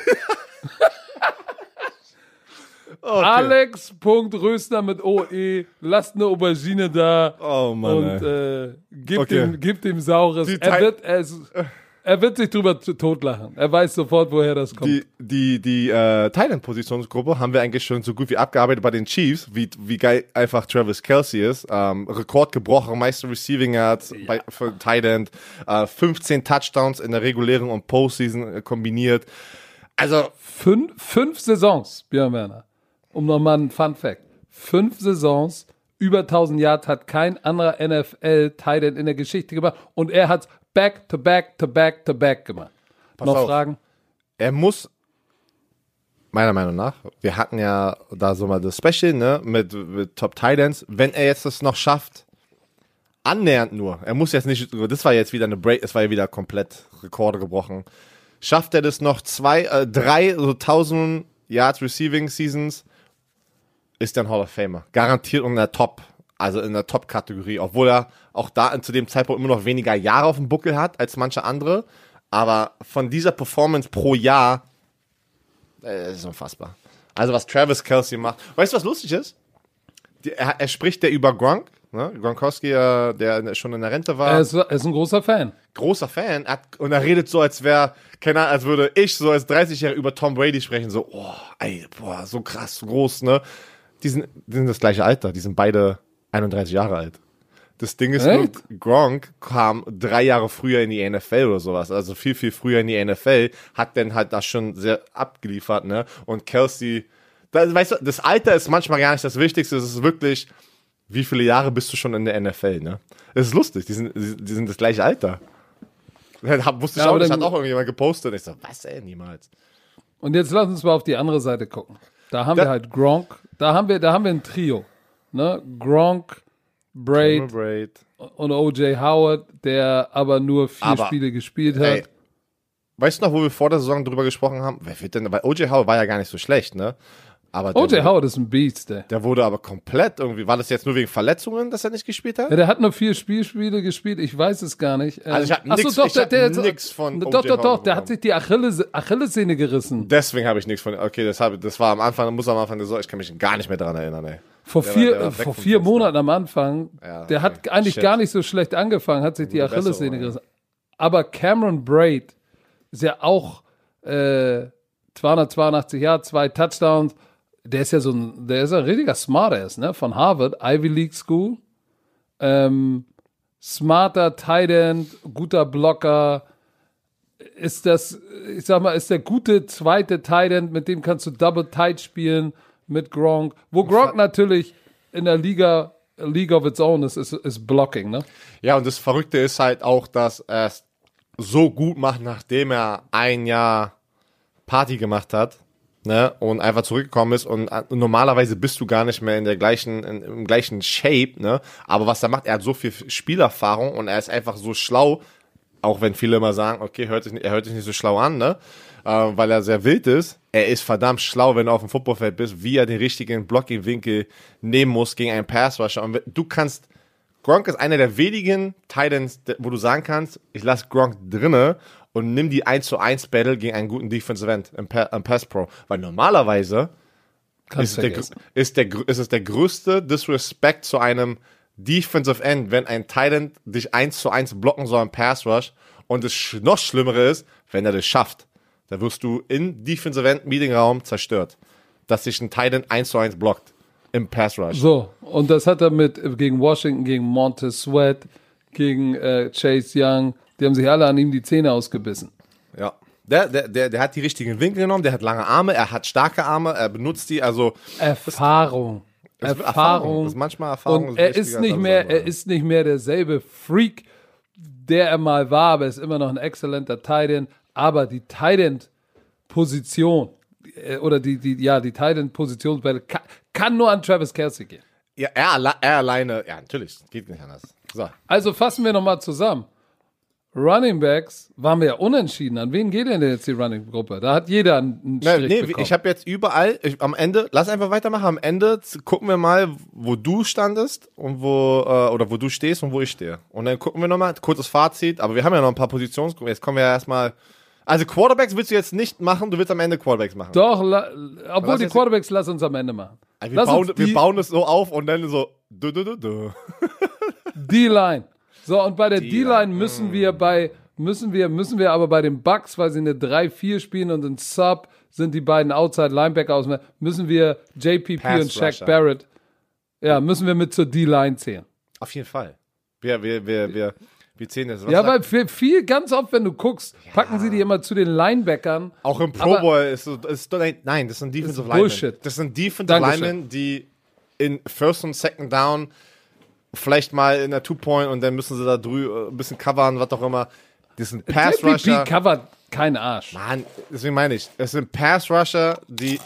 Okay. Alex.Rösner mit O E, lasst eine Aubergine da Oh Mann, und ey. äh, gibt, Okay. ihm, gibt ihm Saures. Die Er Teil- wird, er, ist, er wird sich drüber zu- totlachen. Er weiß sofort, woher das kommt. Die, die, die äh, Thailand-Positionsgruppe haben wir eigentlich schon so gut wie abgearbeitet bei den Chiefs, wie, wie geil einfach Travis Kelce ist. Ähm, Rekord gebrochen, meiste Receiving Yards bei, für Thailand, äh, fünfzehn Touchdowns in der regulären und Postseason äh, kombiniert. Also, Fünf, fünf Saisons, Björn Werner. Um nochmal ein Fun Fact. Fünf Saisons, über tausend Yards hat kein anderer N F L-Tight End in der Geschichte gemacht und er hat back to back to back to back gemacht. Pass Noch auf. Fragen? er muss, meiner Meinung nach, wir hatten ja da so mal das Special, ne, mit, mit Top Titans, wenn er jetzt das noch schafft, annähernd nur, er muss jetzt nicht, das war jetzt wieder eine Break, es war ja wieder komplett Rekorde gebrochen, schafft er das noch zwei, äh, drei, so tausend Yards Receiving Seasons, ist er ein Hall of Famer. Garantiert in der Top, also in der Top-Kategorie, obwohl er auch da zu dem Zeitpunkt immer noch weniger Jahre auf dem Buckel hat als manche andere, aber von dieser Performance pro Jahr, äh, ist unfassbar. Also was Travis Kelce macht. Weißt du, was lustig ist? Die, er, er spricht ja über Gronk, ne? Gronkowski, äh, der schon in der Rente war. Er ist, er ist ein großer Fan. Großer Fan. Er hat, und er redet so, als wäre, keine Ahnung, als würde ich so als dreißigjähriger über Tom Brady sprechen. So, oh, ey, boah, so krass, so groß, ne? Die sind, die sind das gleiche Alter. Die sind beide einunddreißig Jahre alt. Das Ding ist nur, Echt? Gronk kam drei Jahre früher in die N F L oder sowas, also viel, viel früher in die N F L, hat dann halt das schon sehr abgeliefert, ne? Und Kelsey, da, weißt du, das Alter ist manchmal gar nicht das Wichtigste, es ist wirklich, wie viele Jahre bist du schon in der N F L, ne? Es ist lustig, die sind, die sind das gleiche Alter. Hab, wusste ich Ja, auch aber nicht, dann- hat auch irgendjemand gepostet. Ich so, was, ey, niemals. Und jetzt lass uns mal auf die andere Seite gucken. Da haben Da- wir halt Gronk, da haben wir, da haben wir ein Trio. Ne? Gronk, Braid Braid. und O J Howard, der aber nur vier Aber, Spiele gespielt hat. Ey, weißt du noch, wo wir vor der Saison drüber gesprochen haben? Wer wird denn, weil O J Howard war ja gar nicht so schlecht, ne? Aber der O J wurde- Howard ist ein Beast, ey. Der wurde aber komplett irgendwie, war das jetzt nur wegen Verletzungen, dass er nicht gespielt hat? Ja, der hat nur vier Spielspiele gespielt, ich weiß es gar nicht. Ähm, Also ich hab ach so, nix- doch, ich der, hab der jetzt- nix von Doch, O J doch, doch, Howard der bekommen. hat sich die Achilles, Achillessehne gerissen. Deswegen habe ich nichts von, okay, das, hab, das war am Anfang, muss am Anfang der Saison, ich kann mich gar nicht mehr daran erinnern, ey. Vor Der vier, war- der war weg vor vom vier Fenster. Monaten am Anfang, Ja, der hat okay. eigentlich Shit. gar nicht so schlecht angefangen, hat sich die Gute Achillessehne Besserung, gerissen. Aber Cameron Braid ist ja auch äh, zweihundertzweiundachtzig Jahre, zwei Touchdowns. Der ist ja so ein, der ist ein richtiger Smartass, ne? Von Harvard, Ivy League School. Ähm, smarter Tight End, guter Blocker. Ist das, ich sag mal, ist der gute zweite Tight End, mit dem kannst du Double Tight spielen mit Gronk. Wo Gronk natürlich in der Liga, League of its own ist, ist, ist Blocking, ne? Ja, und das Verrückte ist halt auch, dass er es so gut macht, nachdem er ein Jahr Party gemacht hat, ne, und einfach zurückgekommen ist und äh, normalerweise bist du gar nicht mehr in der gleichen, in, im gleichen Shape, ne, aber was er macht, er hat so viel Spielerfahrung und er ist einfach so schlau, auch wenn viele immer sagen, okay, hört sich, nicht- er hört sich nicht so schlau an, ne, äh, weil er sehr wild ist. Er ist verdammt schlau, wenn du auf dem Footballfeld bist, wie er den richtigen Blocking-Winkel nehmen muss gegen einen Pass-Rusher. Und du kannst, Gronk ist einer der wenigen Titans, wo du sagen kannst, ich lasse Gronk drinne und nimm die eins zu eins Battle gegen einen guten Defensive End im, Pa- im Pass Pro. Weil normalerweise Kannst ist, der, vergessen. ist, der, ist es der größte Disrespect zu einem Defensive End, wenn ein Titan dich eins zu eins blocken soll im Pass Rush. Und das sch- noch Schlimmere ist, wenn er das schafft. Da wirst du im Defensive End Meeting Raum zerstört. Dass sich ein Titan eins zu eins blockt im Pass Rush. So, und das hat er mit äh, gegen Washington, gegen Montez Sweat, gegen äh, Chase Young, die haben sich alle an ihm die Zähne ausgebissen. Ja. Der, der, der, der hat die richtigen Winkel genommen, der hat lange Arme, er hat starke Arme, er benutzt die, also Erfahrung. Das ist Erfahrung. Das ist manchmal Erfahrung. Und er wichtiger ist als nicht alles mehr, andere. er ist nicht mehr derselbe Freak, der er mal war, aber er ist immer noch ein exzellenter Tight End. Aber die Tight End Position äh, oder die, die, ja, die Tight End Positionsbälle kann, kann nur an Travis Kelce gehen. Ja, er, alle- er alleine, ja, natürlich, geht nicht anders. So. Also fassen wir nochmal zusammen. Running Backs waren wir ja unentschieden. An wen geht denn jetzt die Running Gruppe? Da hat jeder einen Ne, Strich nee, bekommen. ich habe jetzt überall, ich, am Ende, lass einfach weitermachen, am Ende z- gucken wir mal, wo du standest und wo, äh, oder wo du stehst und wo ich stehe. Und dann gucken wir nochmal, kurzes Fazit, aber wir haben ja noch ein paar Positionsgruppen, jetzt kommen wir ja erstmal, also Quarterbacks willst du jetzt nicht machen, du willst am Ende Quarterbacks machen. Doch, la, obwohl Lass die jetzt- Quarterbacks lass uns am Ende machen. Also wir, Lass bauen, uns die, wir bauen es so auf und dann so, du, du, du, du. D-Line. So, und bei der D-Line, D-Line müssen wir bei, müssen wir, müssen wir aber bei den Bucks, weil sie eine drei vier spielen und ein Sub sind die beiden Outside-Linebacker aus, müssen wir J P P Pass und Shaq Rusher. Barrett, ja, müssen wir mit zur D-Line zählen. Auf jeden Fall. Wir, wir, wir, wir, wir zählen das. Was Ja, sagt- weil für viel, ganz oft, wenn du guckst, packen sie die immer zu den Linebackern. Auch im Pro Aber- Bowl ist so, ist, nein, das sind Defensive ist Linemen. Bullshit. Das sind Defensive Dankeschön. Linemen, die in First und Second Down vielleicht mal in der Two-Point und dann müssen sie da drüben ein bisschen covern, was auch immer. Das sind Pass J P P Rusher. covert keinen Arsch. Mann, deswegen meine ich, es sind Pass Rusher, die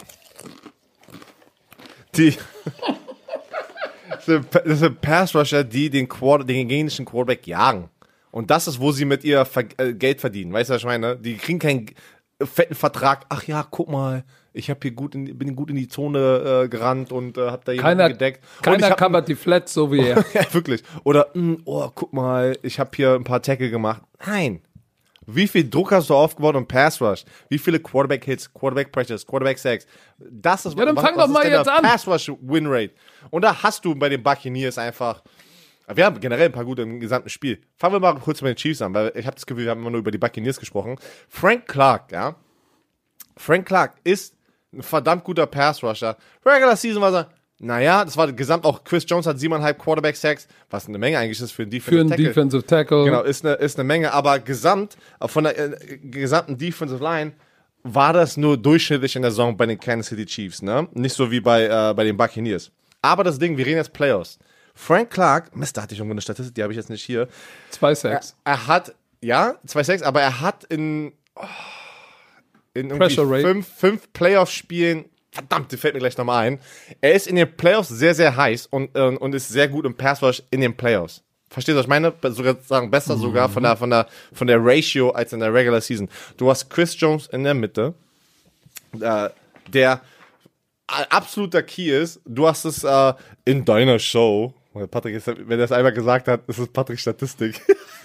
die das sind, das sind Pass Rusher, die den, Quarter, den gegnerischen Quarterback jagen. Und das ist, wo sie mit ihr Ver äh, Geld verdienen. Weißt du, was ich meine? Die kriegen keinen fetten Vertrag. Ach ja, guck mal, ich hab hier gut in, bin gut in die Zone äh, gerannt und äh, hab da jemanden Keiner, gedeckt. Und ich keiner hab covert die Flats so wie er. ja, wirklich. Oder, mh, oh, guck mal, ich habe hier ein paar Tackle gemacht. Nein. Wie viel Druck hast du aufgebaut im Pass Rush? Wie viele Quarterback Hits, Quarterback Pressures, Quarterback Sacks? Das ist Ja, dann was, fang was doch mal ist denn jetzt der an. Pass Rush Win Rate. Und da hast du bei den Buccaneers einfach. Wir haben generell ein paar gute im gesamten Spiel. Fangen wir mal kurz mit den Chiefs an, weil ich habe das Gefühl, wir haben immer nur über die Buccaneers gesprochen. Frank Clark, ja. Frank Clark ist ein verdammt guter Pass Rusher. Regular Season war er Naja, das war gesamt auch, Chris Jones hat siebeneinhalb Quarterback-Sacks, was eine Menge eigentlich ist für einen Defensive Für einen Tackle. Defensive Tackle. Genau, ist eine, ist eine Menge, aber gesamt, von der äh, gesamten Defensive Line war das nur durchschnittlich in der Saison bei den Kansas City Chiefs, ne? Nicht so wie bei, äh, bei den Buccaneers. Aber das Ding, wir reden jetzt Playoffs. Frank Clark, Mist, da hatte ich irgendwo eine Statistik, die habe ich jetzt nicht hier. Zwei Sacks. Er, er hat, ja, zwei Sacks, aber er hat in, oh, in Pressure irgendwie Rate. fünf, fünf Playoff-Spielen, verdammt, die fällt mir gleich nochmal ein. Er ist in den Playoffs sehr, sehr heiß und, äh, und ist sehr gut im Pass-Rush in den Playoffs. Verstehst du, was ich meine? Sogar sagen, besser Mhm. sogar von der, von der, von der Ratio als in der Regular Season. Du hast Chris Jones in der Mitte, äh, der ein absoluter Key ist. Du hast es äh, in deiner Show. Patrick ist, wenn er es einmal gesagt hat, ist es Patrick Statistik.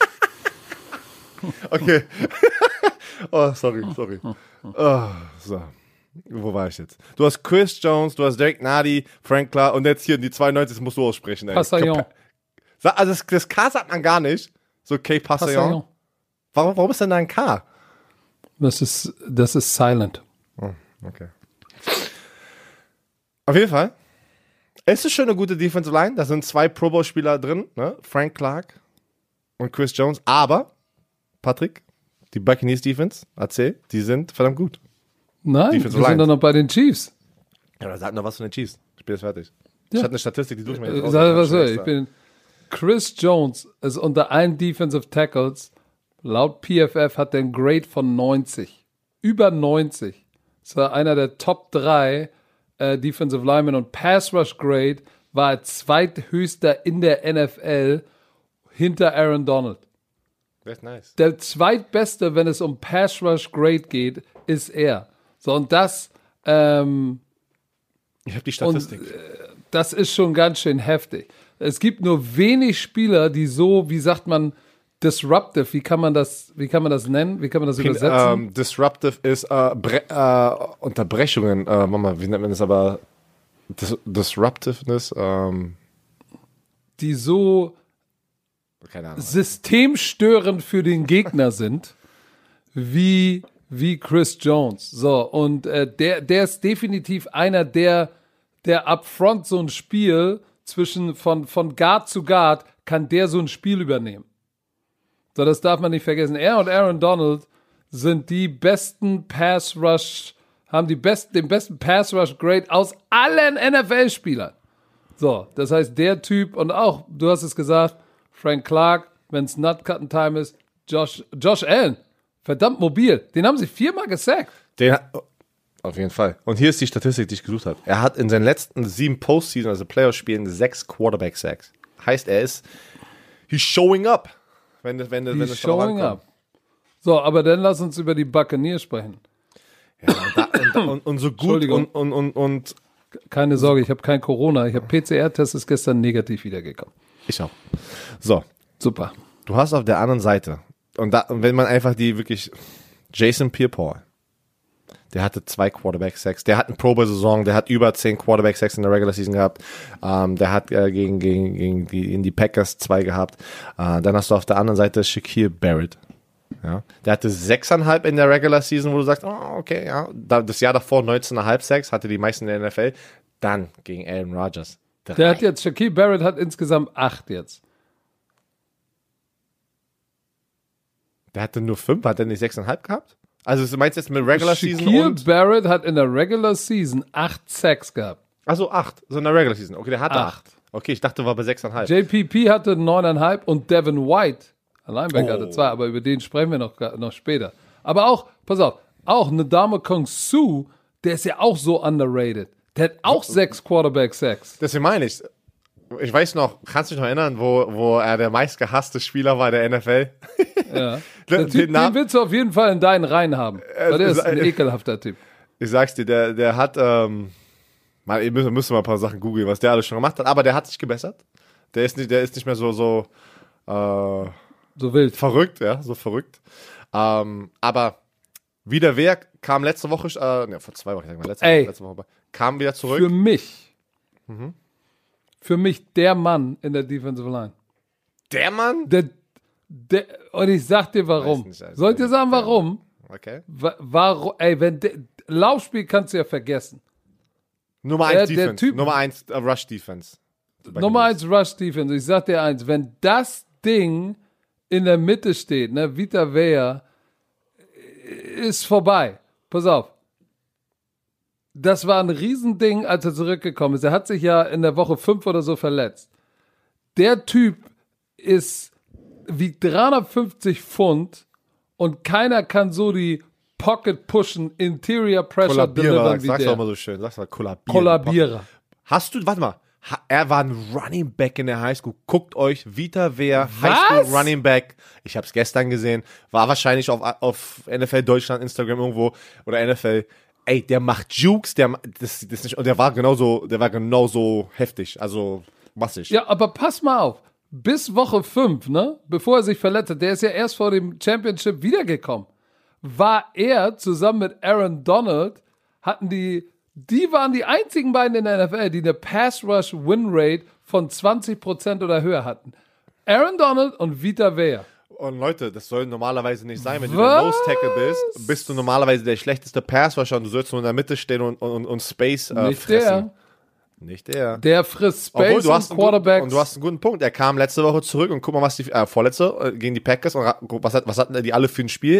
Okay. Oh, sorry, sorry. Oh, so. Wo war ich jetzt? Du hast Chris Jones, du hast Derek Nadi, Frank Clark und jetzt hier die zweiundneunzig, das musst du aussprechen. Ey. Passaillon. Also das, das K sagt man gar nicht. So K Passaillon. Passaillon. Warum, warum ist denn da ein K? Das ist, das ist silent. Oh, okay. Auf jeden Fall. Es ist schon eine gute Defensive Line. Da sind zwei Pro Bowl-Spieler drin, ne? Frank Clark und Chris Jones. Aber, Patrick, die Buccaneers Defense, erzähl, die sind verdammt gut. Nein, Defensive wir sind Line. doch noch bei den Chiefs. Ja, aber sag noch was von den Chiefs. Spiel ist fertig. Ja. Ich hatte eine Statistik, die suche ich mir jetzt Ich raus. sag was so, ich bin Chris Jones ist unter allen Defensive Tackles, laut P F F hat der einen Grade von neunzig. Über neunzig. Das war einer der Top drei äh, Defensive Linemen und Pass Rush Grade war er zweithöchster in der N F L hinter Aaron Donald. Das ist nice. Der zweitbeste, wenn es um Pass Rush Grade geht, ist er. So, und das, ähm, Ich habe die Statistik. Und, das ist schon ganz schön heftig. Es gibt nur wenig Spieler, die so, wie sagt man, disruptive, wie kann man das, wie kann man das nennen? Wie kann man das übersetzen? Ähm, disruptive ist äh, Bre äh, Unterbrechungen. Äh, Mama, wie nennt man das aber? Dis Disruptiveness. Ähm, die so keine Ahnung. systemstörend für den Gegner sind, wie, wie Chris Jones. So, und äh, der, der ist definitiv einer, der, der upfront so ein Spiel zwischen von, von Guard zu Guard kann der so ein Spiel übernehmen. So, das darf man nicht vergessen. Er und Aaron Donald sind die besten Pass Rush, haben die besten, den besten Pass Rush Grade aus allen N F L-Spielern. So, das heißt, der Typ und auch, du hast es gesagt, Frank Clark, wenn es Nut-Cutting-Time ist, Josh, Josh Allen, verdammt mobil. Den haben sie viermal gesackt. Den hat, auf jeden Fall. Und hier ist die Statistik, die ich gesucht habe. Er hat in seinen letzten sieben Postseason, also Playoff-Spielen, sechs Quarterback-Sacks. Heißt, er ist, he's showing up. Wenn, wenn, wenn He's es darauf showing ankommt. up. So, aber dann lass uns über die Buccaneers sprechen. Ja, und, da, und, und, und so gut Entschuldigung. und, und, und, und Keine Sorge, ich habe kein Corona. Ich habe P C R-Test, ist gestern negativ wiedergekommen. ich auch. So, Super. du hast auf der anderen Seite, und, da, und wenn man einfach die wirklich, Jason Pierre-Paul, der hatte zwei Quarterback-Sacks, der hat eine Pro-Bowl-Saison, der hat über zehn Quarterback-Sacks in der Regular Season gehabt, ähm, der hat äh, gegen, gegen, gegen die, in die Packers zwei gehabt, äh, dann hast du auf der anderen Seite Shaquille Barrett, ja, der hatte sechseinhalb in der Regular Season, wo du sagst, oh, okay, ja, da, das Jahr davor neunzehn Komma fünf Sacks, hatte die meisten in der N F L, dann gegen Aaron Rodgers. Der hat jetzt, Shaquille Barrett hat insgesamt acht jetzt. Der hatte nur fünf, hat er nicht sechseinhalb gehabt? Also du meinst jetzt mit Regular Season Shaquille und... Barrett hat in der Regular Season acht Sacks gehabt. Also acht, so in der Regular Season. Okay, der hatte Acht. acht. Okay, ich dachte, war bei sechseinhalb. J P P hatte neuneinhalb und Devin White, ein Linebacker, Oh. hatte zwei, aber über den sprechen wir noch, noch später. Aber auch, pass auf, auch Ndamukong Kong Su, der ist ja auch so underrated. Der hat auch sechs Quarterback-Sacks. Deswegen meine ich, ich weiß noch, kannst du dich noch erinnern, wo, wo er der meistgehasste Spieler war der N F L? Ja. Den- Der den Typ, den Namen- willst du auf jeden Fall in deinen Reihen haben. Weil der ist ein äh, ekelhafter Typ. Ich sag's dir, der, der hat, ähm, mal, ihr müsst, müsst mal ein paar Sachen googeln, was der alles schon gemacht hat, aber der hat sich gebessert. Der ist nicht, der ist nicht mehr so, so, äh, So wild. verrückt, ja, so verrückt. Ähm, aber wieder wer kam letzte Woche, äh, ne, vor zwei Wochen, sag mal, letzte, Ey. Woche, letzte Woche, kam wieder zurück. Für mich, Mhm. für mich der Mann in der Defensive Line. Der Mann? Der, der, und ich sag dir warum. Weiß nicht, also, Soll ich dir sagen, warum? Okay. Wa- Warum? Ey, wenn der, Laufspiel kannst du ja vergessen. Nummer Der- eins der Defense. Typ- Nummer eins äh, Rush Defense. Nummer eins Rush Defense. Ich sag dir eins, wenn das Ding in der Mitte steht, ne, Vita Vea, ist vorbei. Pass auf. Das war ein Riesending, als er zurückgekommen ist. Er hat sich ja in der Woche fünf oder so verletzt. Der Typ ist wiegt dreihundertfünfzig Pfund und keiner kann so die Pocket pushen, Interior Pressure Kollabierer, delivern wie sag's der. doch mal so schön. Sag's mal, Kollabierer. Kollabierer. Hast du, warte mal, ha- er war ein Running Back in der Highschool. Guckt euch Vita Vea, Was? Highschool Running Back. Ich hab's gestern gesehen. War wahrscheinlich auf, auf N F L Deutschland, Instagram irgendwo oder N F L. Ey, der macht Jukes, der ma- das, das nicht, und der war genauso, der war genauso heftig, also massig. Ja, aber pass mal auf. Bis Woche fünf, ne, bevor er sich verletzt hat, der ist ja erst vor dem Championship wiedergekommen, war er zusammen mit Aaron Donald, hatten die, die waren die einzigen beiden in der N F L, die eine Pass-Rush-Win-Rate von zwanzig Prozent oder höher hatten. Aaron Donald und Vita Vea. Und Leute, das soll normalerweise nicht sein. Wenn du Was? der Nose Tackle bist, bist du normalerweise der schlechteste Passrusher und du sollst nur in der Mitte stehen und, und, und Space äh, Nicht fressen. der. Nicht der. Der frisst Obwohl, Space du hast und einen guten, Quarterbacks. und du hast einen guten Punkt. Er kam letzte Woche zurück und guck mal, was die äh, vorletzte äh, gegen die Packers und ra- guck, was, hat, was hatten die alle für ein Spiel?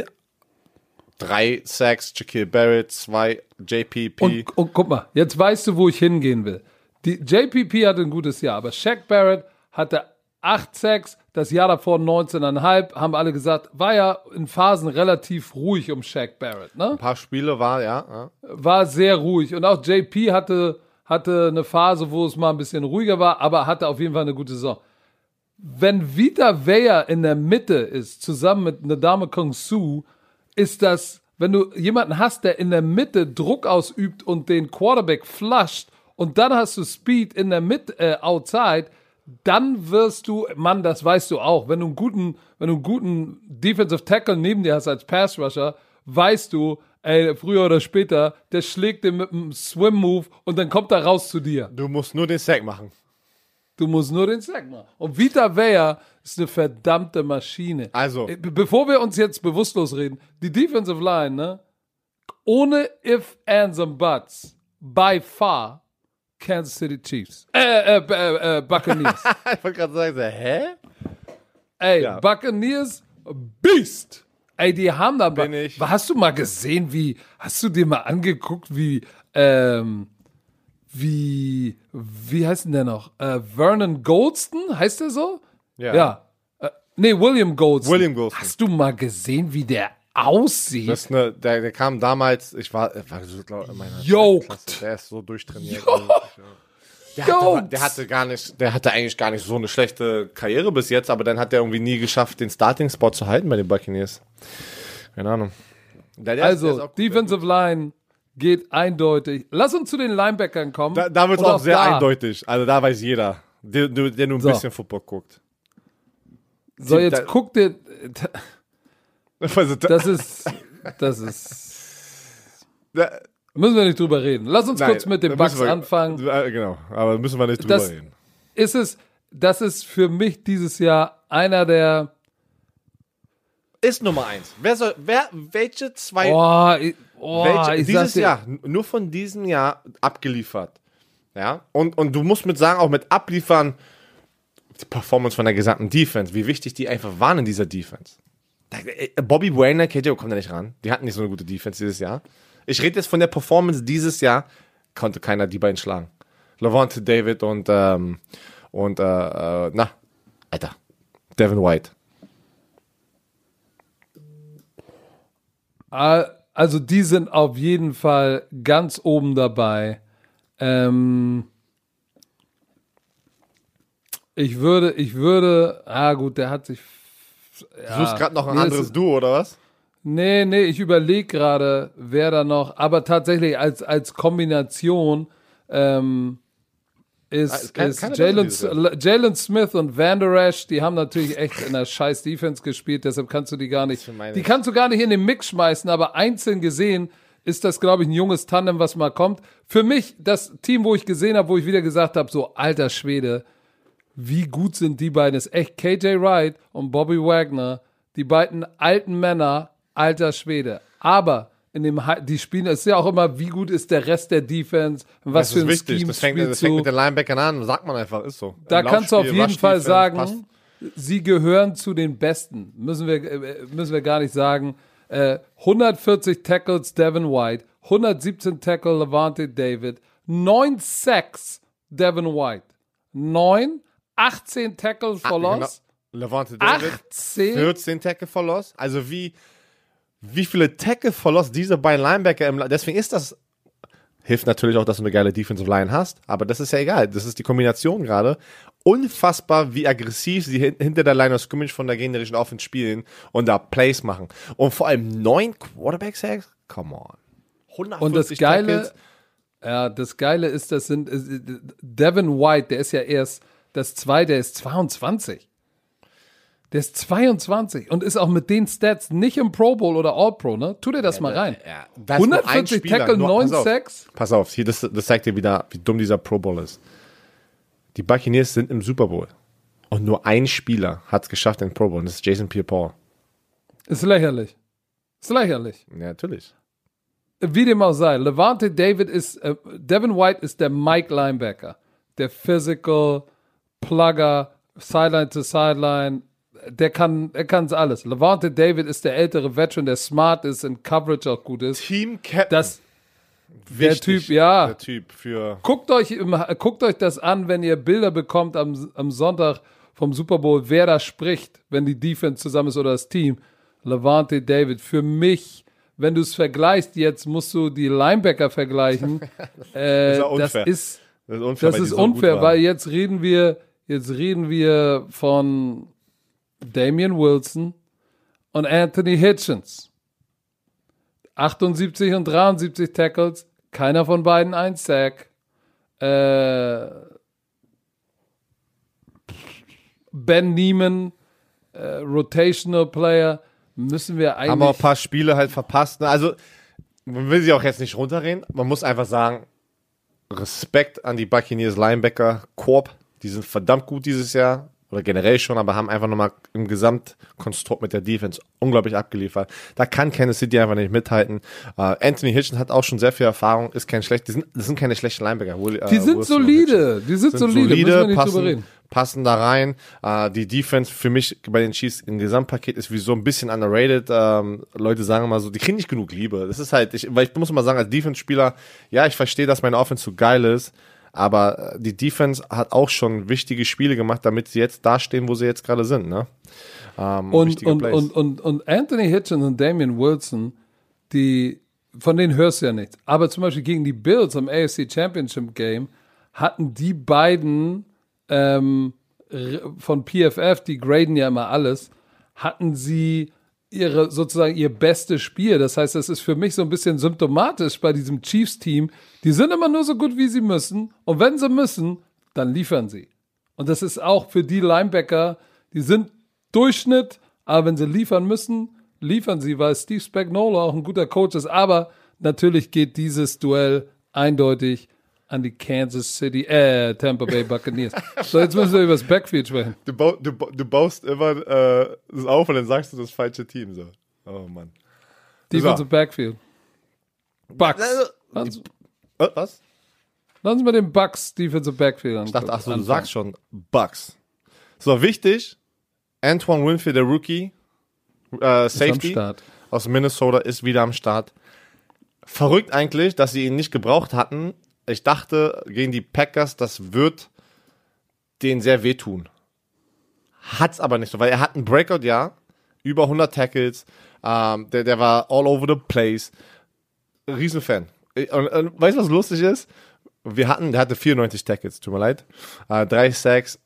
Drei Sacks, Shaquille Barrett, zwei J P P. Und, und guck mal, jetzt weißt du, wo ich hingehen will. Die J P P hatte ein gutes Jahr, aber Shaq Barrett hatte acht Sacks, das Jahr davor neunzehn Komma fünf, haben alle gesagt, war ja in Phasen relativ ruhig um Shaq Barrett, ne? Ein paar Spiele war, ja. ja. War sehr ruhig. Und auch J P hatte, hatte eine Phase, wo es mal ein bisschen ruhiger war, aber hatte auf jeden Fall eine gute Saison. Wenn Vita Vea in der Mitte ist, zusammen mit Ndamukong Kong Su, ist das, wenn du jemanden hast, der in der Mitte Druck ausübt und den Quarterback flusht und dann hast du Speed in der Mitte, äh, outside, dann wirst du, Mann, das weißt du auch, wenn du einen guten, wenn du einen guten Defensive Tackle neben dir hast als Pass Rusher, weißt du, ey, früher oder später, der schlägt den mit einem Swim Move und dann kommt er raus zu dir. Du musst nur den Sack machen. Du musst nur den Sack machen. Und Vita Vea ist eine verdammte Maschine. Also. Be- Bevor wir uns jetzt bewusstlos reden, die Defensive Line, ne? Ohne If, Ands und Buts, by far, Kansas City Chiefs. Äh, äh, äh, äh Buccaneers. Ich wollte gerade sagen, so, hä? Ey, Ja. Buccaneers, Beast. Ey, die haben da... Bin ich. Hast du mal gesehen, wie... Hast du dir mal angeguckt, wie... Ähm, wie... Wie heißt denn der noch? Äh, Vernon Goldston? Heißt der so? Ja. Ja. Äh, nee, William Goldston. William Goldston. Hast du mal gesehen, wie der aussieht? Das ist eine, der, der kam damals, ich war, ich war so, glaub, in meiner Yoked. Klasse. Der ist so durchtrainiert. Jo- Also, der, hatte, Yoked. der hatte gar nicht, der hatte eigentlich gar nicht so eine schlechte Karriere bis jetzt, aber dann hat er irgendwie nie geschafft, den Starting-Spot zu halten bei den Buccaneers. Keine Ahnung. Der, der ist- der ist also, auch gut. Defensive Line geht eindeutig. Lass uns zu den Linebackern kommen. Da, da wird es Und auch sehr da eindeutig. Also da weiß jeder, der, der, der nur ein So. bisschen Football guckt. So, jetzt da- guck dir... Also, da, Das ist... Das ist... da, Müssen wir nicht drüber reden. Lass uns nein, kurz mit da den müssen Bucks wir- anfangen. äh, Genau, aber müssen wir nicht drüber Das reden. ist es, das ist für mich dieses Jahr einer der, Ist Nummer eins. Wer soll, wer, welche zwei oh, ich, oh Welche, ich dieses sag dir, Jahr, n- nur von diesem Jahr abgeliefert. Ja, und, und du musst mit sagen, auch mit abliefern, die Performance von der gesamten Defense, wie wichtig die einfach waren in dieser Defense. Da, äh, Bobby Wagner, K J kommt da nicht ran. Die hatten nicht so eine gute Defense dieses Jahr. Ich rede jetzt von der Performance dieses Jahr, konnte keiner die beiden schlagen. Levante David und, ähm, und, äh, äh, na, Alter, Devin White. also die sind auf jeden Fall ganz oben dabei. Ähm, ich würde, ich würde, ah gut, der hat sich, Du suchst gerade noch ein mir anderes ist- Duo, oder was? nee, nee, ich überlege gerade, wer da noch, aber tatsächlich als, als Kombination, ähm, Ah, ist, ist kein- ist keine Jalen, bessere dieses Jalen Smith und Van Der Esch, die haben natürlich echt in der scheiß Defense gespielt, deshalb kannst du die gar nicht, meine die ich. kannst du gar nicht in den Mix schmeißen, aber einzeln gesehen ist das, glaube ich, ein junges Tandem, was mal kommt. Für mich, das Team, wo ich gesehen habe, wo ich wieder gesagt habe, so, alter Schwede, wie gut sind die beiden, ist echt K J Wright und Bobby Wagner, die beiden alten Männer, alter Schwede. Aber in dem, die spielen, es ist ja auch immer, wie gut ist der Rest der Defense, was Das für ist ein wichtig. Scheme Das fängt, spielt das fängt zu. mit den Linebackern an. Sagt man einfach, ist so. Da Im kannst du auf Laufspiel, jeden Fall Rush-Defense, sagen, passt. sie gehören zu den Besten. Müssen wir, äh, müssen wir gar nicht sagen. Äh, hundertvierzig Tackles Devin White, hundertsiebzehn Tackle Levante David, neun Sacks Devin White, neun, achtzehn Tackle for Ah, Loss, genau. Levante David, achtzehn, vierzehn Tackle for Loss. Also wie, wie viele Tackle for Loss diese beiden Linebacker im, deswegen ist das, hilft natürlich auch, dass du eine geile Defensive Line hast, aber das ist ja egal. Das ist die Kombination gerade. Unfassbar, wie aggressiv sie hin, hinter der Line of Scrimmage von der gegnerischen Offense spielen und da Plays machen. Und vor allem neun Quarterback-Sacks? Come on. hundertfünfzig Und das Geile, Tackles. ja, das Geile ist, das sind äh, Devin White, der ist ja erst das zwei, der ist zweiundzwanzig. Der ist zweiundzwanzig und ist auch mit den Stats nicht im Pro Bowl oder All-Pro, ne? Tu dir das mal rein. Ja, das ist nur ein hundertvierzig Spieler. Tackle, Nur- neun pass auf. Sacks. Pass auf, hier, das, das zeigt dir wieder, wie dumm dieser Pro Bowl ist. Die Buccaneers sind im Super Bowl. Und nur ein Spieler hat es geschafft in den Pro Bowl. Und das ist Jason Pierre-Paul. Ist lächerlich. Ist lächerlich. Ja, natürlich. Wie dem auch sei, Levante David ist, äh, Devin White ist der Mike Linebacker. Der Physical, Plugger, Sideline to Sideline. Der kann, er kann es alles. Levante David ist der ältere Veteran, der smart ist, in Coverage auch gut ist. Team Captain. Das, der Typ, ja. Der Typ für. Guckt euch, im, guckt euch das an, wenn ihr Bilder bekommt am, am Sonntag vom Super Bowl, wer da spricht, wenn die Defense zusammen ist oder das Team. Levante David. Für mich, wenn du es vergleichst, jetzt musst du die Linebacker vergleichen. äh, ist ja das unfair. ist, Das ist unfair, das weil ist die so gut unfair, waren. weil jetzt reden wir, jetzt reden wir von Damian Wilson und Anthony Hitchens. achtundsiebzig und dreiundsiebzig Tackles, keiner von beiden ein Sack. Äh, Ben Neiman, äh, Rotational Player, müssen wir eigentlich... Haben auch ein paar Spiele halt verpasst. ne? Also, man will sie auch jetzt nicht runterreden. Man muss einfach sagen, Respekt an die Buccaneers Linebacker, Korb. Die sind verdammt gut dieses Jahr. Oder generell schon, aber haben einfach nochmal im Gesamtkonstrukt mit der Defense unglaublich abgeliefert. Da kann Kansas City einfach nicht mithalten. Uh, Anthony Hitchens hat auch schon sehr viel Erfahrung, ist kein schlecht, die sind, das sind keine schlechten Linebacker. Will, uh, die sind Wilson und solide, Hitchens die sind, sind solide, müssen wir nicht passen, drüber reden. passen da rein. Uh, die Defense für mich bei den Chiefs im Gesamtpaket ist wie so ein bisschen underrated. Um, Leute sagen immer so, die kriegen nicht genug Liebe. Das ist halt, ich, weil ich muss mal sagen, als Defense-Spieler, ja, ich verstehe, dass meine Offense so geil ist, aber die Defense hat auch schon wichtige Spiele gemacht, damit sie jetzt da stehen, wo sie jetzt gerade sind. Ne? Ähm, Und, wichtige und, Plays. und, und, und Anthony Hitchens und Damian Wilson, die, von denen hörst du ja nichts. Aber zum Beispiel gegen die Bills am A F C Championship Game hatten die beiden ähm, r- von P F F, die graden ja immer alles, hatten sie ihre sozusagen ihr bestes Spiel. Das heißt, das ist für mich so ein bisschen symptomatisch bei diesem Chiefs-Team. Die sind immer nur so gut, wie sie müssen. Und wenn sie müssen, dann liefern sie. Und das ist auch für die Linebacker, die sind Durchschnitt, aber wenn sie liefern müssen, liefern sie, weil Steve Spagnuolo auch ein guter Coach ist. Aber natürlich geht dieses Duell eindeutig an die Kansas City, äh, Tampa Bay Buccaneers. So, jetzt müssen wir über das Backfield sprechen. Du, bau, du, du baust immer äh, das auf und dann sagst du das falsche Team. So. Oh Mann. Defensive So. Backfield. Bucks. Also, Lass uns, Äh, was? lass uns mal den Bucks Defensive Backfield Ich dachte, ach so, du anfangen. sagst schon Bucks. So, wichtig, Antoine Winfield, der Rookie, äh, Ist am Safety Start. aus Minnesota, ist wieder am Start. Verrückt eigentlich, dass sie ihn nicht gebraucht hatten. Ich dachte, gegen die Packers, das wird denen sehr wehtun. Hat's aber nicht so, weil er hat ein Breakout-Jahr, über hundert Tackles, ähm, der, der war all over the place. Riesenfan. Und, und weißt du, was lustig ist? Wir hatten, der hatte vierundneunzig Tackles, tut mir leid. Äh, drei Sacks,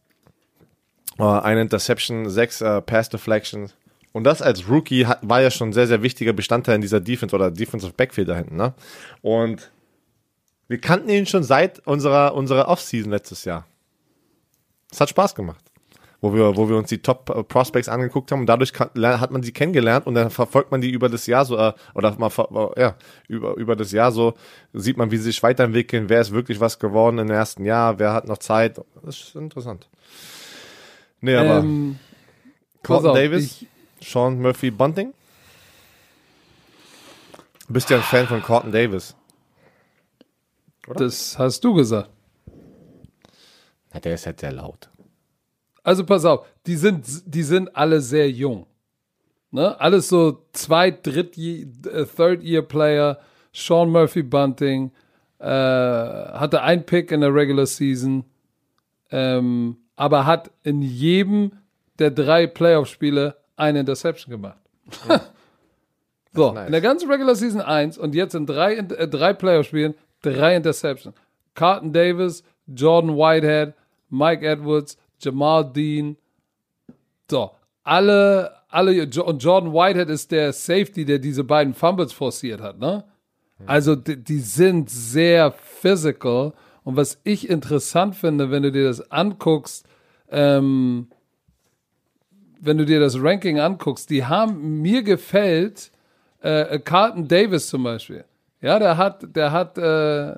äh, eine Interception, sechs äh, Pass Deflections. Und das als Rookie hat, war ja schon ein sehr, sehr wichtiger Bestandteil in dieser Defense oder Defensive Backfield da hinten. Ne? Und wir kannten ihn schon seit unserer, unserer Offseason letztes Jahr. Es hat Spaß gemacht. Wo wir, wo wir uns die Top-Prospects angeguckt haben und dadurch kann, hat man sie kennengelernt und dann verfolgt man die über das Jahr so, äh, oder mal, ja, über, über das Jahr so, sieht man, wie sie sich weiterentwickeln, wer ist wirklich was geworden im ersten Jahr, wer hat noch Zeit. Das ist interessant. Nee, aber Ähm, pass Colton auf, Davis, ich, Sean Murphy Bunting. Du bist ja ein Fan von Carlton Davis. Oder? Das hast du gesagt. Ja, der ist halt sehr laut. Also pass auf, die sind, die sind alle sehr jung. Ne? Alles so Zweit-, Dritt-, Third-Year-Player. Sean Murphy Bunting äh, hatte ein Pick in der Regular Season, ähm, aber hat in jedem der drei Playoff-Spiele eine Interception gemacht. Mhm. So, nice. In der ganzen Regular Season eins und jetzt in drei, äh, drei Playoff-Spielen drei Interceptions. Carlton Davis, Jordan Whitehead, Mike Edwards, Jamal Dean. So, alle, alle, und Jordan Whitehead ist der Safety, der diese beiden Fumbles forciert hat, ne? Also, die, die sind sehr physical. Und was ich interessant finde, wenn du dir das anguckst, ähm, wenn du dir das Ranking anguckst, die haben, mir gefällt, äh, Carlton Davis zum Beispiel. Ja, der hat, der hat, äh,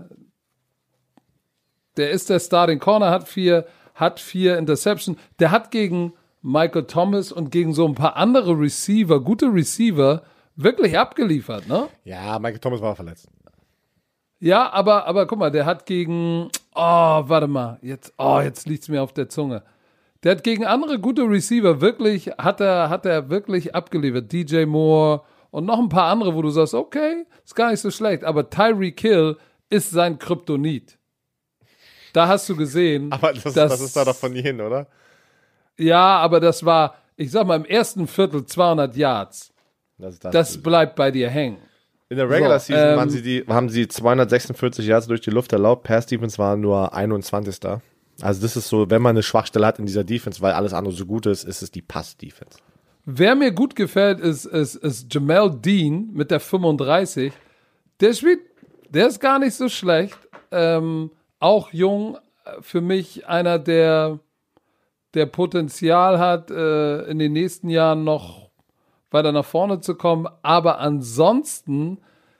der ist der Starting Corner, hat vier, hat vier Interception. Der hat gegen Michael Thomas und gegen so ein paar andere Receiver, gute Receiver, wirklich abgeliefert, ne? Ja, Michael Thomas war verletzt. Ja, aber, aber guck mal, der hat gegen, oh, warte mal, jetzt, oh, jetzt liegt's mir auf der Zunge. Der hat gegen andere gute Receiver wirklich, hat er, hat er wirklich abgeliefert. D J Moore und noch ein paar andere, wo du sagst, okay, ist gar nicht so schlecht, aber Tyreek Hill ist sein Kryptonit. Da hast du gesehen. Aber das, dass, das ist da doch von nie hin, oder? Ja, aber das war, ich sag mal, im ersten Viertel zweihundert Yards. Das, das, das bleibt bei dir hängen. In der Regular so, Season ähm, waren sie die, haben sie zweihundertsechsundvierzig Yards durch die Luft erlaubt. Pass Defense war nur einundzwanzigster Also das ist so, wenn man eine Schwachstelle hat in dieser Defense, weil alles andere so gut ist, ist es die Pass-Defense. Wer mir gut gefällt, ist, ist, ist Jamal Dean mit der fünfunddreißig. Der spielt, der ist gar nicht so schlecht. Ähm, auch jung, für mich einer, der, der Potenzial hat, äh, in den nächsten Jahren noch weiter nach vorne zu kommen. Aber ansonsten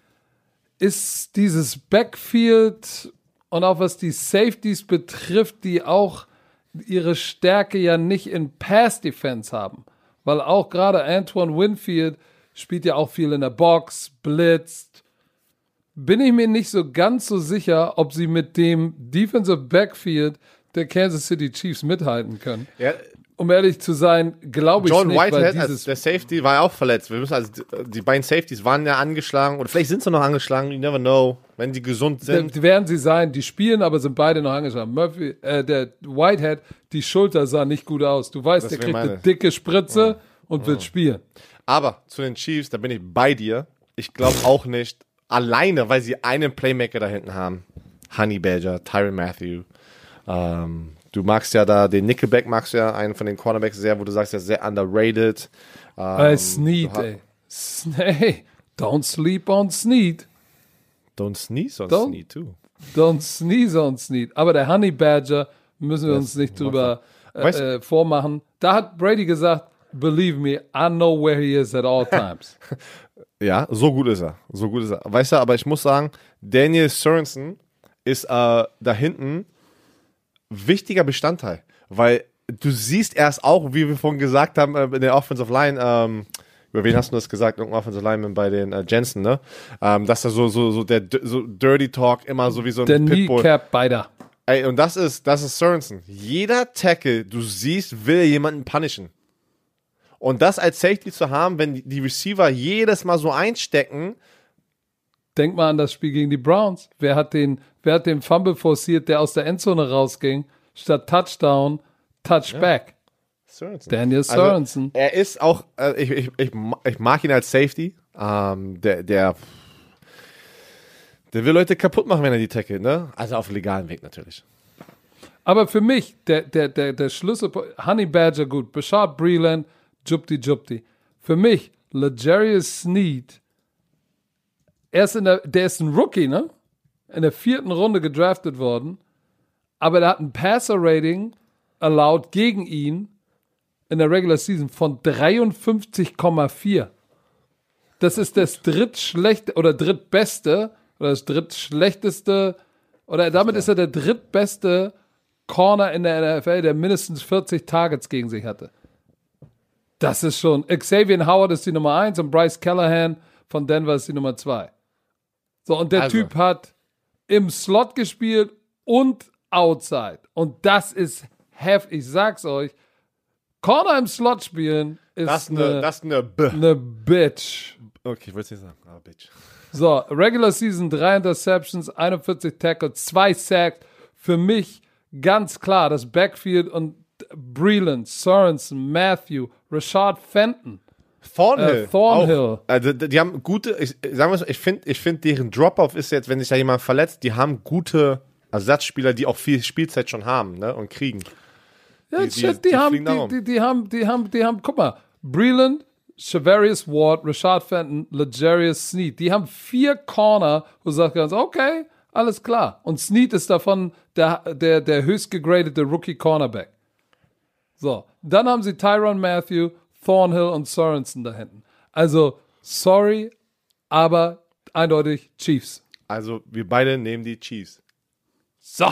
ist dieses Backfield und auch was die Safeties betrifft, die auch ihre Stärke ja nicht in Pass-Defense haben. Weil auch gerade Antoine Winfield spielt ja auch viel in der Box, blitzt. Bin ich mir nicht so ganz so sicher, ob sie mit dem Defensive Backfield der Kansas City Chiefs mithalten können. Ja. Um ehrlich zu sein, glaube ich John nicht. Whitehead, weil dieses also der Safety, war ja auch verletzt. Wir müssen also die, die beiden Safeties waren ja angeschlagen oder vielleicht sind sie noch angeschlagen. You never know, wenn die gesund sind. Die werden sie sein. Die spielen, aber sind beide noch angeschlagen. Murphy, äh, der Whitehead, die Schulter sah nicht gut aus. Du weißt, das der kriegt meine. eine dicke Spritze ja. und ja. wird spielen. Aber zu den Chiefs, da bin ich bei dir. Ich glaube auch nicht alleine, weil sie einen Playmaker da hinten haben. Honey Badger, Tyrann Mathieu. Ähm, Du magst ja da, den Nickelback magst du ja, einen von den Cornerbacks sehr, wo du sagst, der ist sehr underrated. Ähm, hey, Snead, ey. Hey, don't sleep on Snead. Don't sneeze on don't, Snead, too. Don't sneeze on Snead. Aber der Honey Badger, müssen wir das uns nicht drüber äh, äh, vormachen. Da hat Brady gesagt, believe me, I know where he is at all times. Ja, so gut ist er. So gut ist er. Weißt du, aber ich muss sagen, Daniel Sorensen ist äh, da hinten wichtiger Bestandteil, weil du siehst erst auch, wie wir vorhin gesagt haben, in der Offensive Line, ähm, über wen hast du das gesagt? Irgendein Offensive Lineman bei den äh, Jensen, ne? Ähm, dass da so, so, so der so Dirty Talk immer so wie so ein der Pitbull. Der Kneecap beider. Ey, und das ist, das ist Sorensen. Jeder Tackle, du siehst, will jemanden punishen. Und das als Safety zu haben, wenn die Receiver jedes Mal so einstecken. Denk mal an das Spiel gegen die Browns. Wer hat den, wer hat den Fumble forciert, der aus der Endzone rausging, statt Touchdown, Touchback? Ja. Sorensen. Daniel Sorensen. Also, er ist auch, äh, ich, ich, ich, ich mag ihn als Safety. Ähm, der, der, der will Leute kaputt machen, wenn er die tackelt, ne? Also auf legalen Weg natürlich. Aber für mich, der, der, der, der Schlüssel, Honey Badger gut, Bashard Breeland, Jupti Jupti. Für mich, L'Jarius Sneed, er ist in der, der ist ein Rookie, ne? In der vierten Runde gedraftet worden. Aber der hat ein Passer-Rating allowed gegen ihn in der Regular Season von dreiundfünfzig Komma vier. Das ist das drittschlechte oder drittbeste oder das drittschlechteste oder damit ist er der drittbeste Corner in der N F L, der mindestens vierzig Targets gegen sich hatte. Das ist schon. Xavier Howard ist die Nummer eins und Bryce Callahan von Denver ist die Nummer zwei. So, und der Also. Typ hat im Slot gespielt und outside. Und das ist heftig. Ich sag's euch. Corner im Slot spielen ist Das ist eine, eine, das ist eine B. eine Bitch. Okay, ich wollte es nicht sagen, aber Bitch. So, Regular Season, drei Interceptions, einundvierzig Tackles, zwei Sacks. Für mich ganz klar das Backfield und Breeland, Sorensen, Matthew, Rashad Fenton. Thornhill. Äh, Thornhill. Auch. Also, die die haben gute, ich, sagen wir so, ich finde, ich find, deren Drop-Off ist jetzt, wenn sich da jemand verletzt, die haben gute Ersatzspieler, die auch viel Spielzeit schon haben, ne, und kriegen. Ja, Die- shit, die- die, die haben, fliegen da die, rum. die, die haben, die haben, die haben, guck mal, Breeland, Shavarius Ward, Rashad Fenton, L'Jarius Sneed, die haben vier Corner, wo du sagst, ganz, okay, alles klar. Und Sneed ist davon der, der, der höchst gegradete Rookie Cornerback. So, dann haben sie Tyrann Mathieu, Thornhill und Sorensen da hinten. Also, sorry, aber eindeutig Chiefs. Also, wir beide nehmen die Chiefs. So.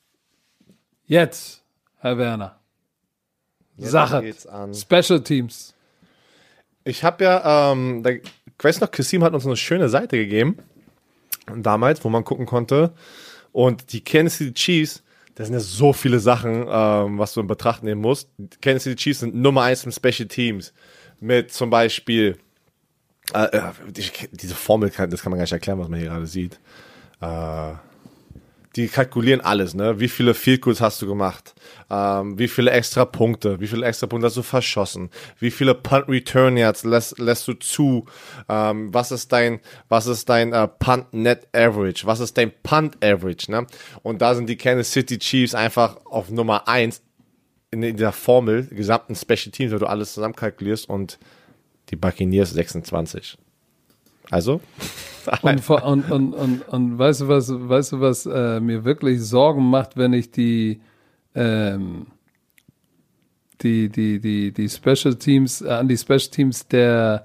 Jetzt, Herr Werner. Jetzt Sache. geht's an. Special Teams. Ich habe ja, ähm, da, ich weiß noch, Kassim hat uns eine schöne Seite gegeben, damals, wo man gucken konnte. Und die Kansas City Chiefs, das sind ja so viele Sachen, ähm, was du in Betracht nehmen musst. Die Kansas City Chiefs sind Nummer eins im Special Teams. Mit zum Beispiel, äh, äh, die, diese Formel, kann, das kann man gar nicht erklären, was man hier gerade sieht. Äh, die kalkulieren alles, ne? Wie viele Field Goals hast du gemacht? Ähm, wie viele extra Punkte? Wie viele extra Punkte hast du verschossen? Wie viele Punt Return Yards lässt, lässt du zu? Ähm, was ist dein, was ist dein äh, Punt Net Average? Was ist dein Punt Average, ne? Und da sind die Kansas City Chiefs einfach auf Nummer eins in der Formel, gesamten Special Teams, wo du alles zusammenkalkulierst, und die Buccaneers sechsundzwanzig. Also? Und, vor- und, und, und, und weißt du was, weißt du, was äh, mir wirklich Sorgen macht, wenn ich die, ähm, die, die, die, die Special Teams, äh, an die Special Teams der,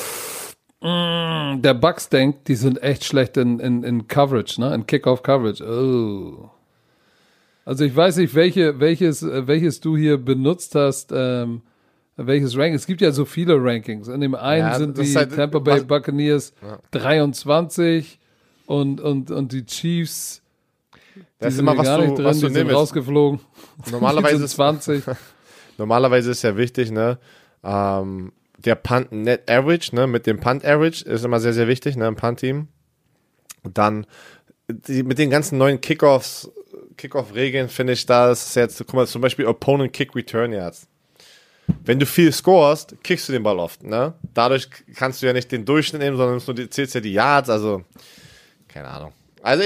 mm, der Bucks denke, die sind echt schlecht in, in, in Coverage, ne? In Kickoff-Coverage. Oh. Also ich weiß nicht, welche, welches, äh, welches du hier benutzt hast, ähm, welches Ranking. Es gibt ja so viele Rankings. In dem einen Ja, sind das die ist halt- Tampa Bay was- Buccaneers Ja. dreiundzwanzig und, und, und die Chiefs, die Das ist sind immer, hier was gar du, nicht drin, was du die sind nimmst. rausgeflogen. Normalerweise die ist, sind zwanzig. normalerweise ist ja wichtig, ne, ähm, der Punt Net Average, ne, mit dem Punt Average ist immer sehr, sehr wichtig, ne, im Punt-Team. Und dann die, mit den ganzen neuen Kickoffs, Kickoff-Regeln finde ich, da ist jetzt, guck mal, zum Beispiel Opponent Kick Return Yards. Wenn du viel scorest, kickst du den Ball oft, ne? Dadurch kannst du ja nicht den Durchschnitt nehmen, sondern du zählst ja die Yards, also, keine Ahnung. Also,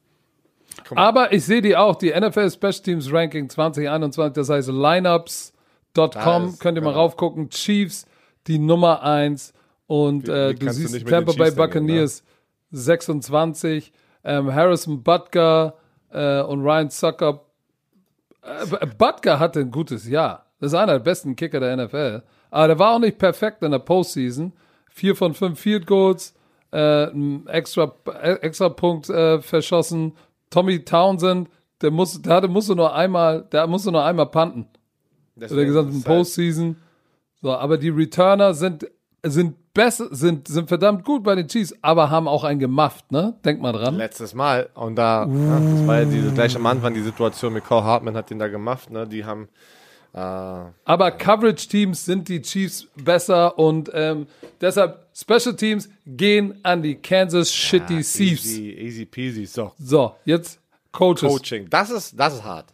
Aber ich sehe die auch, die N F L Special Teams Ranking zwanzig einundzwanzig, das heißt lineups Punkt com, Da ist- könnt ihr mal genau. raufgucken. Chiefs, die Nummer eins und Wie- äh, wie du kannst du siehst nicht mit den Tampa Bay Chiefs dann gehen, Buccaneers sechsundzwanzig, ähm, Harrison Butker äh, und Ryan Sucker. Äh, Butker hatte ein gutes Jahr. Das ist einer der besten Kicker der N F L. Aber der war auch nicht perfekt in der Postseason. Vier von fünf Field Goals, äh, ein extra, äh, extra Punkt äh, verschossen. Tommy Townsend, der muss, der hatte, musste nur einmal, der musste nur einmal punten. In der gesamten Postseason. So, aber die Returner sind, sind besser, sind, sind verdammt gut bei den Chiefs, aber haben auch einen gemufft, ne? Denk mal dran. Letztes Mal. Und da, ja, das war ja diese gleich am Anfang die Situation mit Cole Hartman hat den da gemacht, ne? Die haben, äh, Aber Coverage-Teams sind die Chiefs besser und ähm, deshalb Special Teams gehen an die Kansas Shitty Chiefs. easy, easy peasy. So, So, jetzt Coaches. Coaching. Das ist, das ist hart.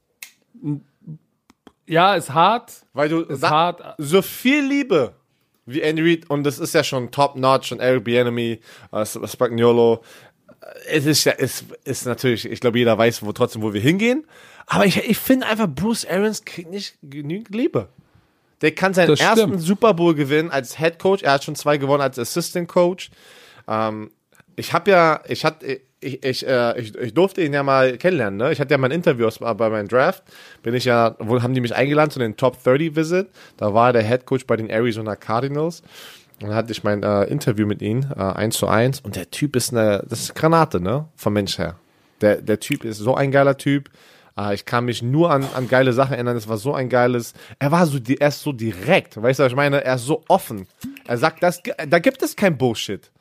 Ja, ist hart. Weil du Ist sa- hart. so viel Liebe wie Andy Reid, und das ist ja schon top-notch, und Eric Bieniemy, äh, Spagnuolo, es ist ja, es ist natürlich, ich glaube, jeder weiß wo trotzdem, wo wir hingehen, aber ich, ich finde einfach, Bruce Arians kriegt nicht genügend Liebe. Der kann seinen Das ersten stimmt. Super Bowl gewinnen als Head Coach, er hat schon zwei gewonnen als Assistant Coach. Ähm, ich habe ja, ich hatte, ich, ich, äh, ich, ich durfte ihn ja mal kennenlernen, ne? Ich hatte ja mal ein Interview aus, bei meinem Draft, bin ich ja, wohl haben die mich eingeladen zu den Top dreißig Visit, da war er der Head Coach bei den Arizona Cardinals, und dann hatte ich mein äh, Interview mit ihm, äh, eins zu eins, und der Typ ist eine, das ist Granate, ne? Vom Mensch her. Der, der Typ ist so ein geiler Typ. Uh, ich kann mich nur an, an geile Sachen erinnern. Es war so ein geiles. Er war so, er ist so direkt. Weißt du, was ich meine? Er ist so offen. Er sagt, das, da gibt es kein Bullshit.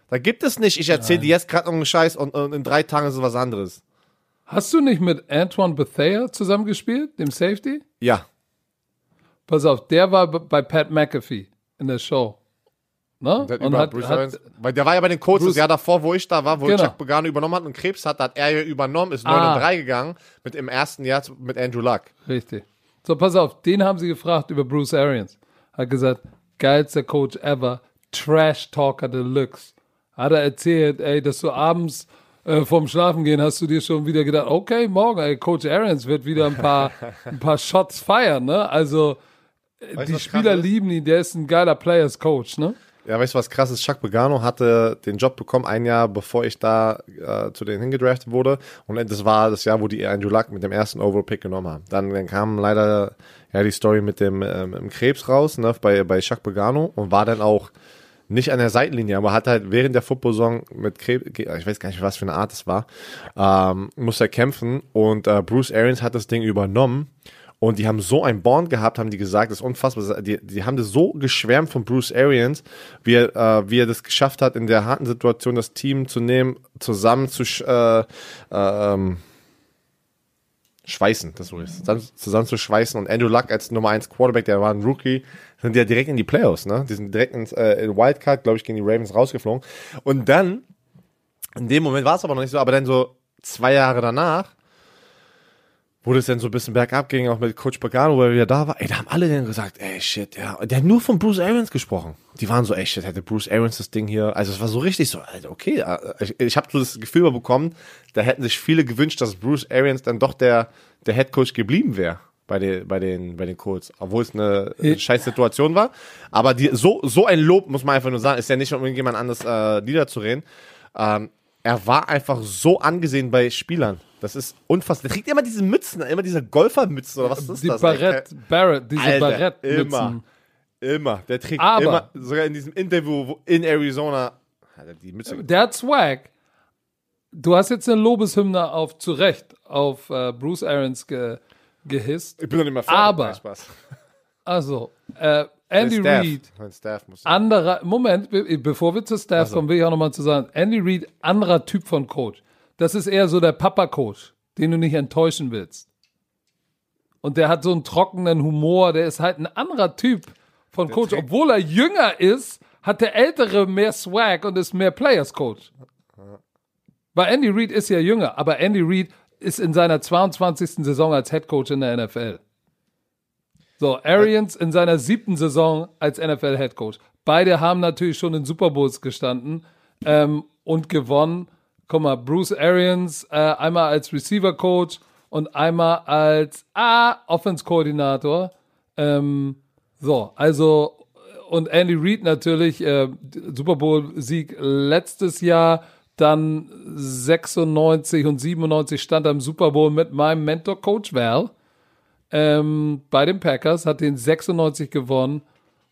Da gibt es nicht, ich erzähle dir jetzt gerade noch einen Scheiß und, und in drei Tagen ist es was anderes. Hast du nicht mit Antoine Bethea zusammengespielt, dem Safety? Ja. Pass auf, der war b- bei Pat McAfee in der Show. Ne? Der, Und über hat, Bruce hat, Arians, weil der war ja bei den Colts Bruce- das Jahr davor, wo ich da war, wo Genau. Chuck Pagano übernommen hat und Krebs hat, hat er ja übernommen, ist neun Ah. und drei gegangen, mit im ersten Jahr zu- mit Andrew Luck. Richtig. So, pass auf, den haben sie gefragt über Bruce Arians. Hat gesagt, geilster Coach ever, Trash Talker Deluxe. Hat er erzählt, ey, dass du abends äh, vorm Schlafen gehen, hast du dir schon wieder gedacht, okay, morgen, ey, Coach Arians wird wieder ein paar, ein paar Shots feiern, ne? Also, äh, Weißt du, die was Spieler krass ist? lieben ihn, der ist ein geiler Players Coach, ne? Ja, weißt du, was krass ist? Chuck Pagano hatte den Job bekommen, ein Jahr bevor ich da äh, zu denen hingedraftet wurde. Und das war das Jahr, wo die Andrew Luck mit dem ersten Overall-Pick genommen haben. Dann, dann kam leider ja die Story mit dem, ähm, dem Krebs raus, ne, bei, bei Chuck Pagano und war dann auch nicht an der Seitenlinie, aber hat halt während der Football-Saison mit Krebs, ich weiß gar nicht, was für eine Art es war, ähm, musste er kämpfen und äh, Bruce Arians hat das Ding übernommen. Und die haben so ein Bond gehabt, haben die gesagt, das ist unfassbar. Die, die haben das so geschwärmt von Bruce Arians, wie er, äh, wie er das geschafft hat, in der harten Situation das Team zu nehmen, zusammen zu sch- äh, äh, ähm, schweißen, das so ist. Zusammen, zusammen zu schweißen. Und Andrew Luck als Nummer eins Quarterback, der war ein Rookie, sind ja direkt in die Playoffs, ne? Die sind direkt ins äh, in Wildcard, glaube ich, gegen die Ravens rausgeflogen. Und dann, in dem Moment war es aber noch nicht so, aber dann so zwei Jahre danach, wo das dann so ein bisschen bergab ging, auch mit Coach Pagano, weil er wieder da war, ey, da haben alle dann gesagt, ey, shit, ja. Und der hat nur von Bruce Arians gesprochen. Die waren so, ey, shit, hätte Bruce Arians das Ding hier, also es war so richtig so, Alter, okay, ich, ich habe so das Gefühl mal bekommen, da hätten sich viele gewünscht, dass Bruce Arians dann doch der, der Head Coach geblieben wäre bei den, bei den, bei den Colts, obwohl es eine Ich- scheiß Situation war. Aber die, so, so ein Lob, muss man einfach nur sagen, ist ja nicht, um irgendjemand anderes äh, niederzureden. Ähm, er war einfach so angesehen bei Spielern. Das ist unfassbar. Der trägt immer diese Mützen, immer diese Golfermützen oder was ist Die das? Barrett, Barrett, diese Alter, Barrett-Mützen. immer. Immer. Der trägt Aber- immer, sogar in diesem Interview wo- in Arizona, Alter, die Mütze. Der hat Swag. Du hast jetzt eine Lobeshymne auf, zu Recht, auf äh, Bruce Arians ge, gehisst. Ich bin doch nicht mehr fertig. Aber- Nein, Spaß. Also, äh, Andy Mein Staff. Reid, Mein Staff muss. anderer, Moment, be- bevor wir zu Staff Also. kommen, will ich auch nochmal zu sagen, Andy Reid, anderer Typ von Coach. Das ist eher so der Papa-Coach, den du nicht enttäuschen willst. Und der hat so einen trockenen Humor, der ist halt ein anderer Typ von Coach. trägt- Obwohl er jünger ist, hat der Ältere mehr Swag und ist mehr Players-Coach. Weil Andy Reid ist ja jünger, aber Andy Reid ist in seiner zweiundzwanzigsten Saison als Head Coach in der N F L. So, Arians in seiner siebten Saison als N F L Head Coach. Beide haben natürlich schon in Super Bowls gestanden ähm, und gewonnen. Guck mal, Bruce Arians äh, einmal als Receiver Coach und einmal als ah, Offense Koordinator. Ähm, so, also und Andy Reid natürlich äh, Super Bowl Sieg letztes Jahr, dann sechsundneunzig und siebenundneunzig stand er im Super Bowl mit meinem Mentor Coach Val. Ähm, bei den Packers, hat den sechsundneunzig gewonnen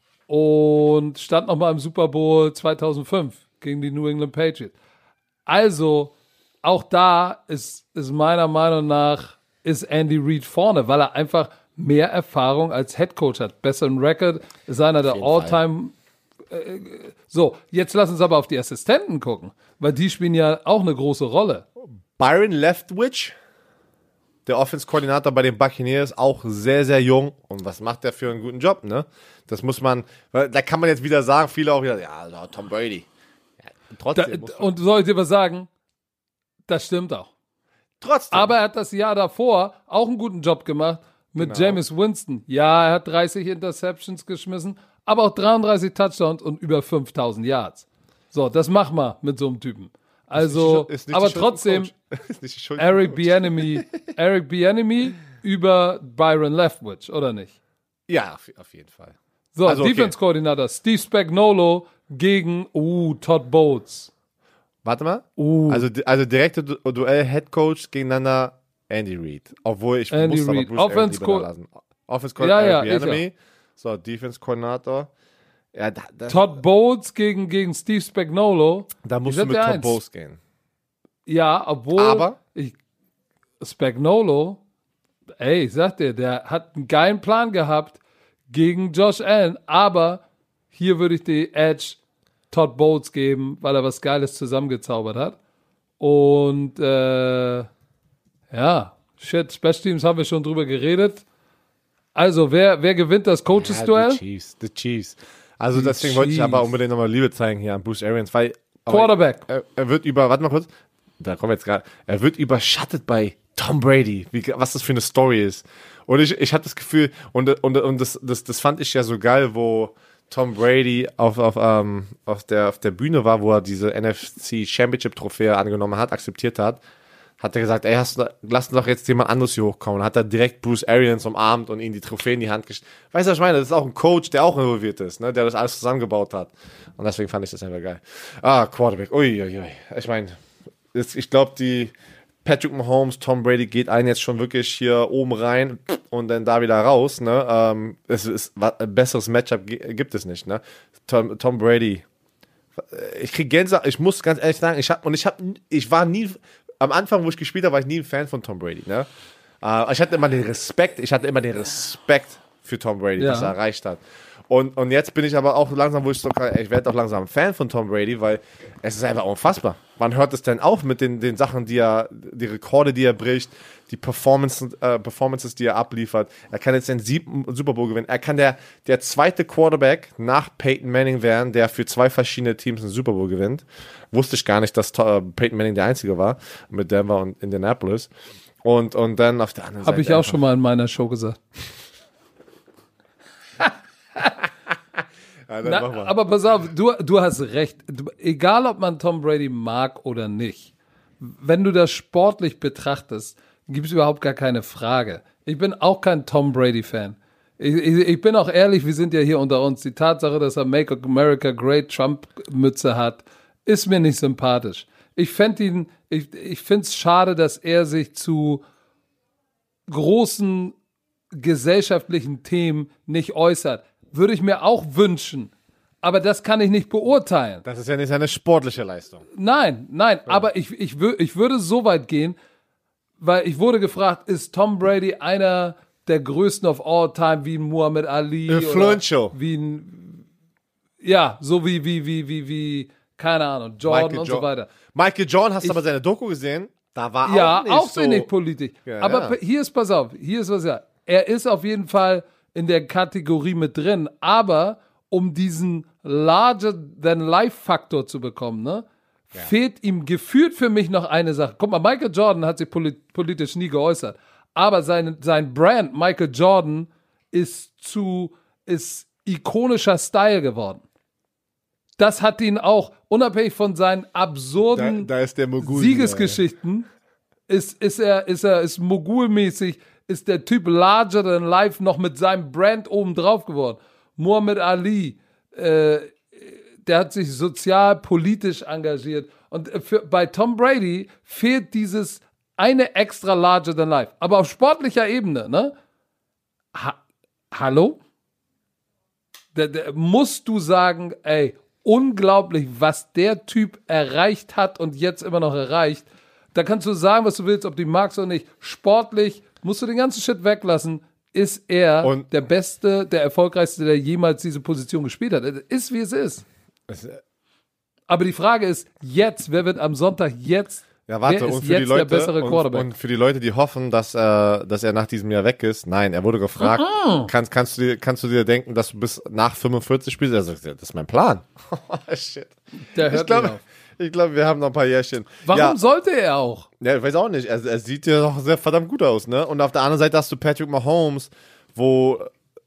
und stand nochmal im Super Bowl zweitausendfünf gegen die New England Patriots. Also, auch da ist, ist meiner Meinung nach, ist Andy Reid vorne, weil er einfach mehr Erfahrung als Head Coach hat. Besseren Record, ist einer der jeden All-Time. Äh, so, jetzt lass uns aber auf die Assistenten gucken, weil die spielen ja auch eine große Rolle. Byron Leftwich, der Offense-Koordinator bei den Buccaneers, auch sehr, sehr jung. Und was macht der für einen guten Job, ne? Das muss man, weil da kann man jetzt wieder sagen, viele auch wieder, ja, also Tom Brady. Ja, Da, trotzdem. muss man, und soll ich dir was sagen? Das stimmt auch. trotzdem. Aber er hat das Jahr davor auch einen guten Job gemacht mit Genau. Jameis Winston. Ja, er hat dreißig Interceptions geschmissen, aber auch dreiunddreißig Touchdowns und über fünftausend Yards. So, das mach mal mit so einem Typen. Also, Ist nicht die aber Schuld vom trotzdem, Coach. Ist nicht die Schuld vom Eric Coach. Bieniemy, Eric Bieniemy über Byron Leftwich, oder nicht? Ja, auf, auf jeden Fall. So, Also, okay. Defense-Koordinator Steve Spagnuolo gegen, uh, Todd Bowles. Warte mal. Uh. Also, also direkte Du- Duell Head Coach gegeneinander Andy Reid. Obwohl ich Andy muss aber Reid. Bruce Arians Offense lieber Co- da lassen. Offense Ja, Coordinator ja, Eric ich Bieniemy. So, Defense Koordinator. Ja, da, da, Todd Bowles gegen, gegen Steve Spagnuolo. da musst Ich du mit sag dir Todd eins. Bowles gehen. Ja, obwohl Aber? ich, Spagnuolo, ey, ich sag dir, der hat einen geilen Plan gehabt gegen Josh Allen, aber hier würde ich die Edge Todd Bowles geben, weil er was Geiles zusammengezaubert hat. Und äh, ja, shit, Special Teams haben wir schon drüber geredet. Also, wer, wer gewinnt das Coaches-Duell? Ja, die Chiefs, die Chiefs. Also Die deswegen wollte ich Chiefs. aber unbedingt nochmal Liebe zeigen hier an Bruce Arians, weil aber Quarterback. Er, er wird über, warte mal kurz, da kommen wir jetzt gerade, er wird überschattet bei Tom Brady, wie, was das für eine Story ist. Und ich, ich hatte das Gefühl, und, und, und das, das, das fand ich ja so geil, wo Tom Brady auf, auf, ähm, auf, der, auf der Bühne war, wo er diese N F C Championship Trophäe angenommen hat, akzeptiert hat, hat er gesagt, ey, hast du, lass doch jetzt jemand anderes hier hochkommen. Hat er direkt Bruce Arians umarmt und ihm die Trophäe in die Hand gestellt. Weißt du, was ich meine? Das ist auch ein Coach, der auch involviert ist, ne? Der das alles zusammengebaut hat. Und deswegen fand ich das einfach geil. Ah, Quarterback. Uiuiui. Ich meine, ich glaube, die Patrick Mahomes, Tom Brady geht einen jetzt schon wirklich hier oben rein und dann da wieder raus, ne? Ähm, es ist, ein besseres Matchup gibt es nicht, ne? Tom, Tom Brady. Ich krieg Gänsehaut. Ich muss ganz ehrlich sagen, ich hab, und ich hab, ich war nie, am Anfang, wo ich gespielt habe, war ich nie ein Fan von Tom Brady, ne? Uh, ich hatte immer den Respekt, ich hatte immer den Respekt für Tom Brady, Ja. was er erreicht hat. Und, und jetzt bin ich aber auch langsam, wo ich so, ey, ich werde auch langsam ein Fan von Tom Brady, weil es ist einfach unfassbar. Wann hört es denn auf mit den, den Sachen, die er, die Rekorde, die er bricht, die Performance, äh, Performances, die er abliefert. Er kann jetzt den siebten Super Bowl gewinnen. Er kann der, der zweite Quarterback nach Peyton Manning werden, der für zwei verschiedene Teams einen Super Bowl gewinnt. Wusste ich gar nicht, dass äh, Peyton Manning der Einzige war mit Denver und Indianapolis. Und, und dann auf der anderen Seite. Habe ich auch schon mal in meiner Show gesagt. Ja, dann Na, mach mal. aber pass auf, du, du hast recht. Du, egal, ob man Tom Brady mag oder nicht, wenn du das sportlich betrachtest, gibt es überhaupt gar keine Frage. Ich bin auch kein Tom Brady-Fan. Ich, ich, ich bin auch ehrlich, wir sind ja hier unter uns. Die Tatsache, dass er Make America Great Trump-Mütze hat, ist mir nicht sympathisch. Ich fände ihn, ich, ich finde es schade, dass er sich zu großen gesellschaftlichen Themen nicht äußert. Würde ich mir auch wünschen. Aber das kann ich nicht beurteilen. Das ist ja nicht seine sportliche Leistung. Nein, nein, ja. aber ich, ich, wür, ich würde so weit gehen, weil ich wurde gefragt, ist Tom Brady einer der größten of all time, wie ein Muhammad Ali? Influential. Oder wie ein, ja, so wie, wie, wie, wie, wie, keine Ahnung, Jordan Michael und jo- so weiter. Michael Jordan, hast Ich- du aber seine Doku gesehen? Da war Ja, auch nicht auch so. wenig Politik. Ja, aber ja. hier ist, pass auf, hier ist was ja. Er ist auf jeden Fall in der Kategorie mit drin, aber um diesen Larger-than-Life-Faktor zu bekommen, ne, fehlt ihm gefühlt für mich noch eine Sache. Guck mal, Michael Jordan hat sich polit- politisch nie geäußert, aber sein, sein Brand, Michael Jordan, ist zu, ist ikonischer Style geworden. Das hat ihn auch, unabhängig von seinen absurden Da, da ist der Mogul. Siegesgeschichten, ist, ist er, ist er, ist mogulmäßig, ist der Typ larger than life noch mit seinem Brand oben drauf geworden. Muhammad Ali, äh, der hat sich sozial, politisch engagiert. Und für, bei Tom Brady fehlt dieses eine extra larger than life. Aber auf sportlicher Ebene, ne? Ha Hallo? Da, da musst du sagen, ey, unglaublich, was der Typ erreicht hat und jetzt immer noch erreicht. Da kannst du sagen, was du willst, ob du ihn magst oder nicht. Sportlich musst du den ganzen Shit weglassen. Ist er Und- der Beste, der Erfolgreichste, der jemals diese Position gespielt hat. Es ist, wie es ist. Es- Aber die Frage ist, jetzt, wer wird am Sonntag jetzt, Ja, warte, wer ist und für jetzt die Leute, der bessere und, Quarterback? und für die Leute, die hoffen, dass, äh, dass er nach diesem Jahr weg ist, nein, er wurde gefragt, kannst, kannst, du dir, kannst du dir denken, dass du bis nach fünfundvierzig spielst? Er sagt, ja, das ist mein Plan. Shit. der Ich hört glaube, nicht auf. ich glaube, wir haben noch ein paar Jährchen. Warum ja, sollte er auch? ja, ich weiß auch nicht. Er, er sieht ja doch sehr verdammt gut aus, ne? Und auf der anderen Seite hast du Patrick Mahomes, wo,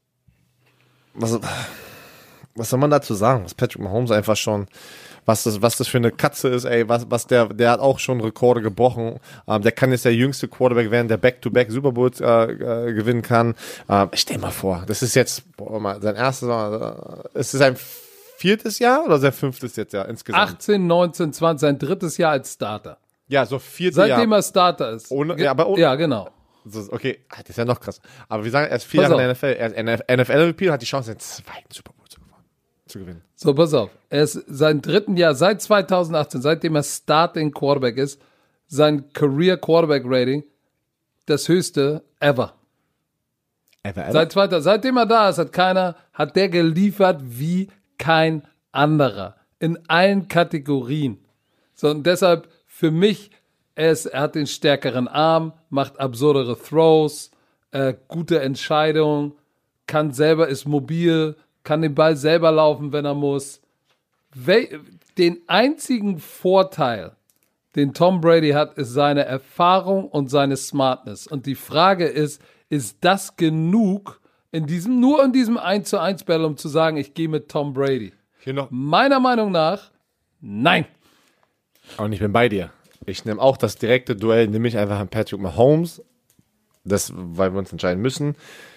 was, was soll man dazu sagen? Was Patrick Mahomes einfach schon, was das, was das für eine Katze ist, ey, was, was der, der hat auch schon Rekorde gebrochen. Ähm, der kann jetzt der jüngste Quarterback werden, der Back-to-Back Super Bowls äh, äh, gewinnen kann. Ähm, stell dir mal vor, das ist jetzt boah, mal sein erstes, äh, ist es sein viertes Jahr oder sein fünftes jetzt Jahr insgesamt? achtzehn, neunzehn, zwanzig, sein drittes Jahr als Starter. Ja, so viertes Jahr. Seitdem er Starter ist. Ohne- Ge- ja, aber ohne- ja, genau. So, okay, ah, das ist ja noch krass. Aber wir sagen, er ist vier Pass Jahre in der auf. N F L. Er ist N F L-M V P und hat die Chance, den zweiten Super Bowl zu gewinnen. Zu gewinnen. So, pass auf. Er ist sein dritten Jahr, seit zweitausendachtzehn, seitdem er Starting Quarterback ist, sein Career Quarterback Rating, das höchste ever. Ever, ever? Seit zweiter, seitdem er da ist, hat keiner, hat der geliefert wie kein anderer. in allen Kategorien. So, und deshalb für mich, er, ist, er hat den stärkeren Arm, macht absurdere Throws, äh, gute Entscheidungen, kann selber, ist mobil, kann den Ball selber laufen, wenn er muss. Wel- den einzigen Vorteil, den Tom Brady hat, ist seine Erfahrung und seine Smartness. Und die Frage ist, ist das genug in diesem, nur in diesem eins zu eins Battle, um zu sagen, ich gehe mit Tom Brady? Hier noch. Meiner Meinung nach, nein. Und ich bin bei dir. Ich nehme auch das direkte Duell, nehme ich einfach an Patrick Mahomes. Das, weil wir uns entscheiden müssen.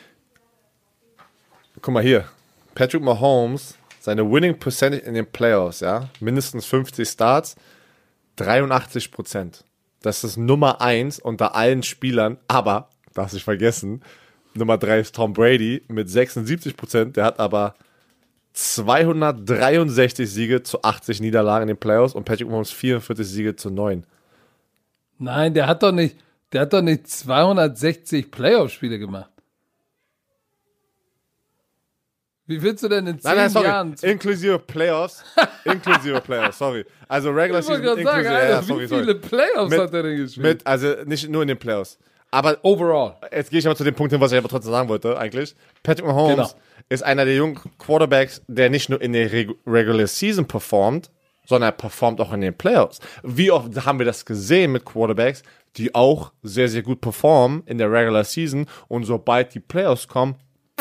Guck mal hier. Patrick Mahomes, seine Winning Percentage in den Playoffs, ja, mindestens fünfzig Starts, dreiundachtzig Prozent. Das ist Nummer eins unter allen Spielern, aber, darfst nicht vergessen, Nummer drei ist Tom Brady mit sechsundsiebzig Prozent, der hat aber zweihundertdreiundsechzig Siege zu achtzig Niederlagen in den Playoffs und Patrick Mahomes vierundvierzig Siege zu neun. Nein, der hat doch nicht, der hat doch nicht zweihundertsechzig Playoff-Spiele gemacht. Wie willst du denn in zehn Nein, nein, sorry. Jahren... Inklusive Playoffs. Inklusive Playoffs, sorry. Also Regular Ich wollte Season gerade inklusive... sagen, Alter, ja, sorry, wie sorry. viele Playoffs Mit- hat er denn gespielt? Mit, also nicht nur in den Playoffs. Aber Overall. jetzt gehe ich aber zu dem Punkt hin, was ich aber trotzdem sagen wollte, eigentlich. Patrick Mahomes Genau. ist einer der jungen Quarterbacks, der nicht nur in der Reg- Regular Season performt, sondern er performt auch in den Playoffs. Wie oft haben wir das gesehen mit Quarterbacks, die auch sehr, sehr gut performen in der Regular Season und sobald die Playoffs kommen,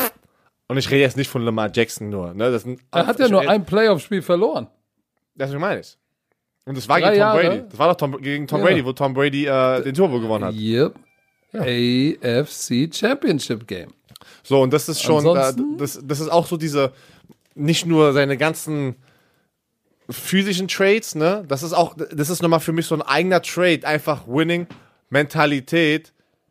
und ich rede jetzt nicht von Lamar Jackson nur. Ne? Das sind, Er hat ja ich- nur ein Playoff-Spiel verloren. Das meine ich. Und das war Drei gegen Tom Jahre? Brady. Das war doch Tom, gegen Tom Ja. Brady, wo Tom Brady äh, den Super Bowl gewonnen hat. Yep. A F C Championship Game. So, und das ist schon, äh, Ansonsten? das, das ist auch so diese, nicht nur seine ganzen physischen Trades, ne? Das ist auch, das ist nochmal für mich so ein eigener Trade, einfach Winning-Mentalität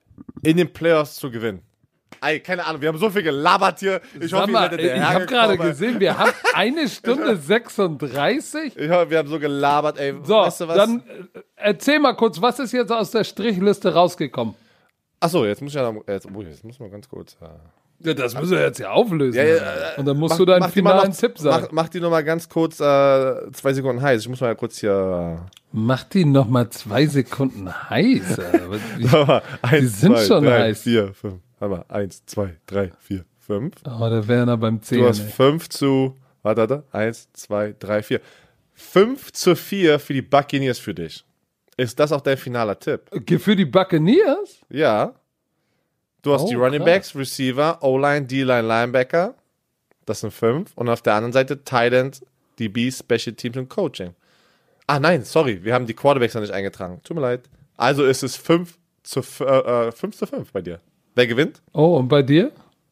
in den Playoffs zu gewinnen. Ey, keine Ahnung, wir haben so viel gelabert hier. Ich Sag hoffe, mal, ihr seid ich habe hinterhergekommen, gerade ey. gesehen, wir haben eine Stunde sechsunddreißig. Ich hoffe, wir haben so gelabert, ey. So, weißt du was? dann äh, erzähl mal kurz, was ist jetzt aus der Strichliste rausgekommen? Achso, jetzt muss ich ja noch, jetzt, oh, jetzt muss man ganz kurz. Äh, Ja, das müssen wir jetzt ja auflösen. Ja, ja, Und dann musst mach- du deinen mach die mal finalen noch- Tipp sagen. Mach, mach die nochmal ganz kurz äh, zwei Sekunden heiß. Ich muss mal kurz hier. Mach die noch mal zwei Sekunden heiß. Alter. Wie- Warte mal, eins, Die sind zwei, schon drei, heiß. vier, fünf. Warte mal, eins, zwei, drei, vier, fünf. Oh, der Werner beim Du Zählen. hast ey. fünf zu. Warte, warte. Eins, zwei, drei, vier. Fünf zu vier für die Buccaneers für dich. Ist das auch dein finaler Tipp? Für die Buccaneers? Ja. Du hast Oh, die Running krass. Backs, Receiver, O-Line, D-Line, Linebacker. Das sind fünf. Und auf der anderen Seite Tight End, D B, Special Teams und Coaching. Ah nein, sorry, wir haben die Quarterbacks noch nicht eingetragen. Tut mir leid. Also ist es fünf zu fünf bei dir. Wer gewinnt? Oh, und bei dir?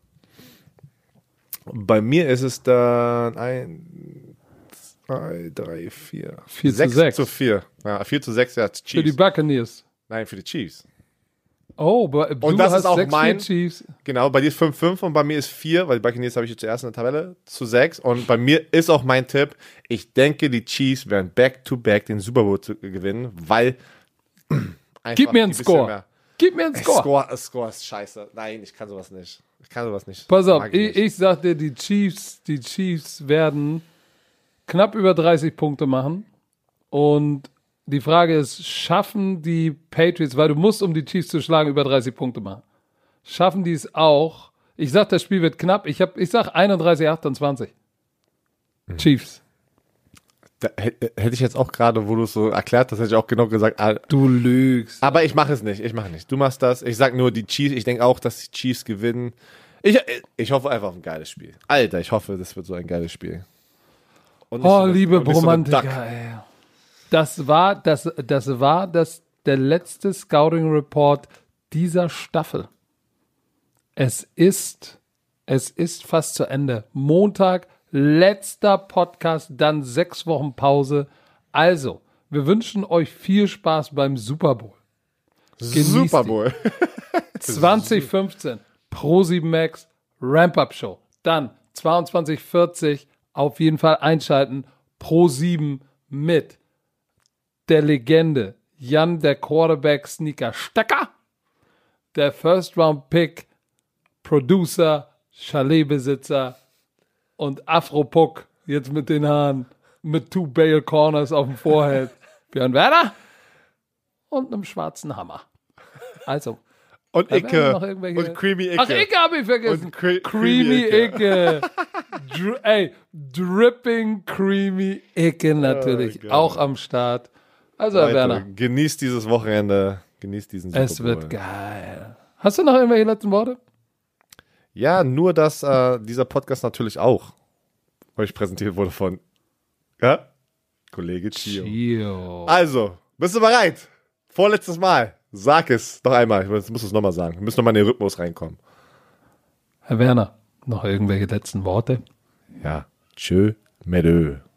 Bei mir ist es dann ein, zwei, drei, vier. Vier zu sechs sechs. zu vier. Ja, vier zu sechs, ja, Chiefs. Für die Buccaneers. Nein, für die Chiefs. Oh, bei, du Und das hast ist auch sechs mein- für Chiefs. Genau, bei dir ist fünf fünf und bei mir ist vier, weil die Buccaneers habe ich jetzt zuerst in der Tabelle, zu sechs. Und bei mir ist auch mein Tipp, ich denke, die Chiefs werden back-to-back den Super Bowl zu gewinnen, weil einfach Gib mir einen die bisschen Score. mehr- Gib mir einen Ey, Score. Score. Score ist scheiße. Nein, ich kann sowas nicht. Ich kann sowas nicht. Pass auf, Mag ich, nicht. ich sag dir, die Chiefs, die Chiefs werden knapp über dreißig Punkte machen. Und die Frage ist, schaffen die Patriots, weil du musst, um die Chiefs zu schlagen, über dreißig Punkte machen. Schaffen die es auch? Ich sag, das Spiel wird knapp. Ich, hab, ich sag einunddreißig achtundzwanzig. Mhm. Chiefs. Da, hätte hätte ich jetzt auch gerade, wo du es so erklärt hast, hätte ich auch genau gesagt, ah, Du lügst. aber ich mache es nicht. Ich mache nicht. Du machst das. Ich sag nur, die Chiefs, ich denke auch, dass die Chiefs gewinnen. Ich, ich hoffe einfach auf ein geiles Spiel. Alter, ich hoffe, das wird so ein geiles Spiel. Und nicht Oh, so eine- liebe und nicht so eine Bromantiker, Duck. ey. Das war, das, das war das, der letzte Scouting-Report dieser Staffel. Es ist, es ist fast zu Ende. Montag, letzter Podcast, dann sechs Wochen Pause. Also, wir wünschen euch viel Spaß beim Super Bowl. Genießt Super ihn. Bowl. zwanzig fünfzehn Pro sieben Max Ramp-Up Show. Dann zweiundzwanzig vierzig auf jeden Fall einschalten. Pro sieben mit der Legende Jan, der Quarterback-Sneaker Stecker, der First-Round-Pick, Producer, Chaletbesitzer und Afro-Puck, jetzt mit den Haaren, mit two Bale Corners auf dem Forehead. Björn Werner und einem schwarzen Hammer. Also. Und Icke. Irgendwelche... Und Creamy Icke. Ach, Icke habe ich vergessen. Und cre- Creamy Icke. Dr- ey, Dripping Creamy Icke natürlich. Oh, auch am Start. Also, Herr Leute, Werner. Genießt dieses Wochenende. Genießt diesen Super Bowl. Es wird geil. Hast du noch irgendwelche letzten Worte? Ja, nur, dass äh, dieser Podcast natürlich auch euch präsentiert wurde von ja? Kollege Chio. Chio. Also, bist du bereit? Vorletztes Mal. Sag es noch einmal. Ich muss es nochmal sagen. Wir müssen nochmal in den Rhythmus reinkommen. Herr Werner, noch irgendwelche letzten Worte? Ja. Tschö, Medö.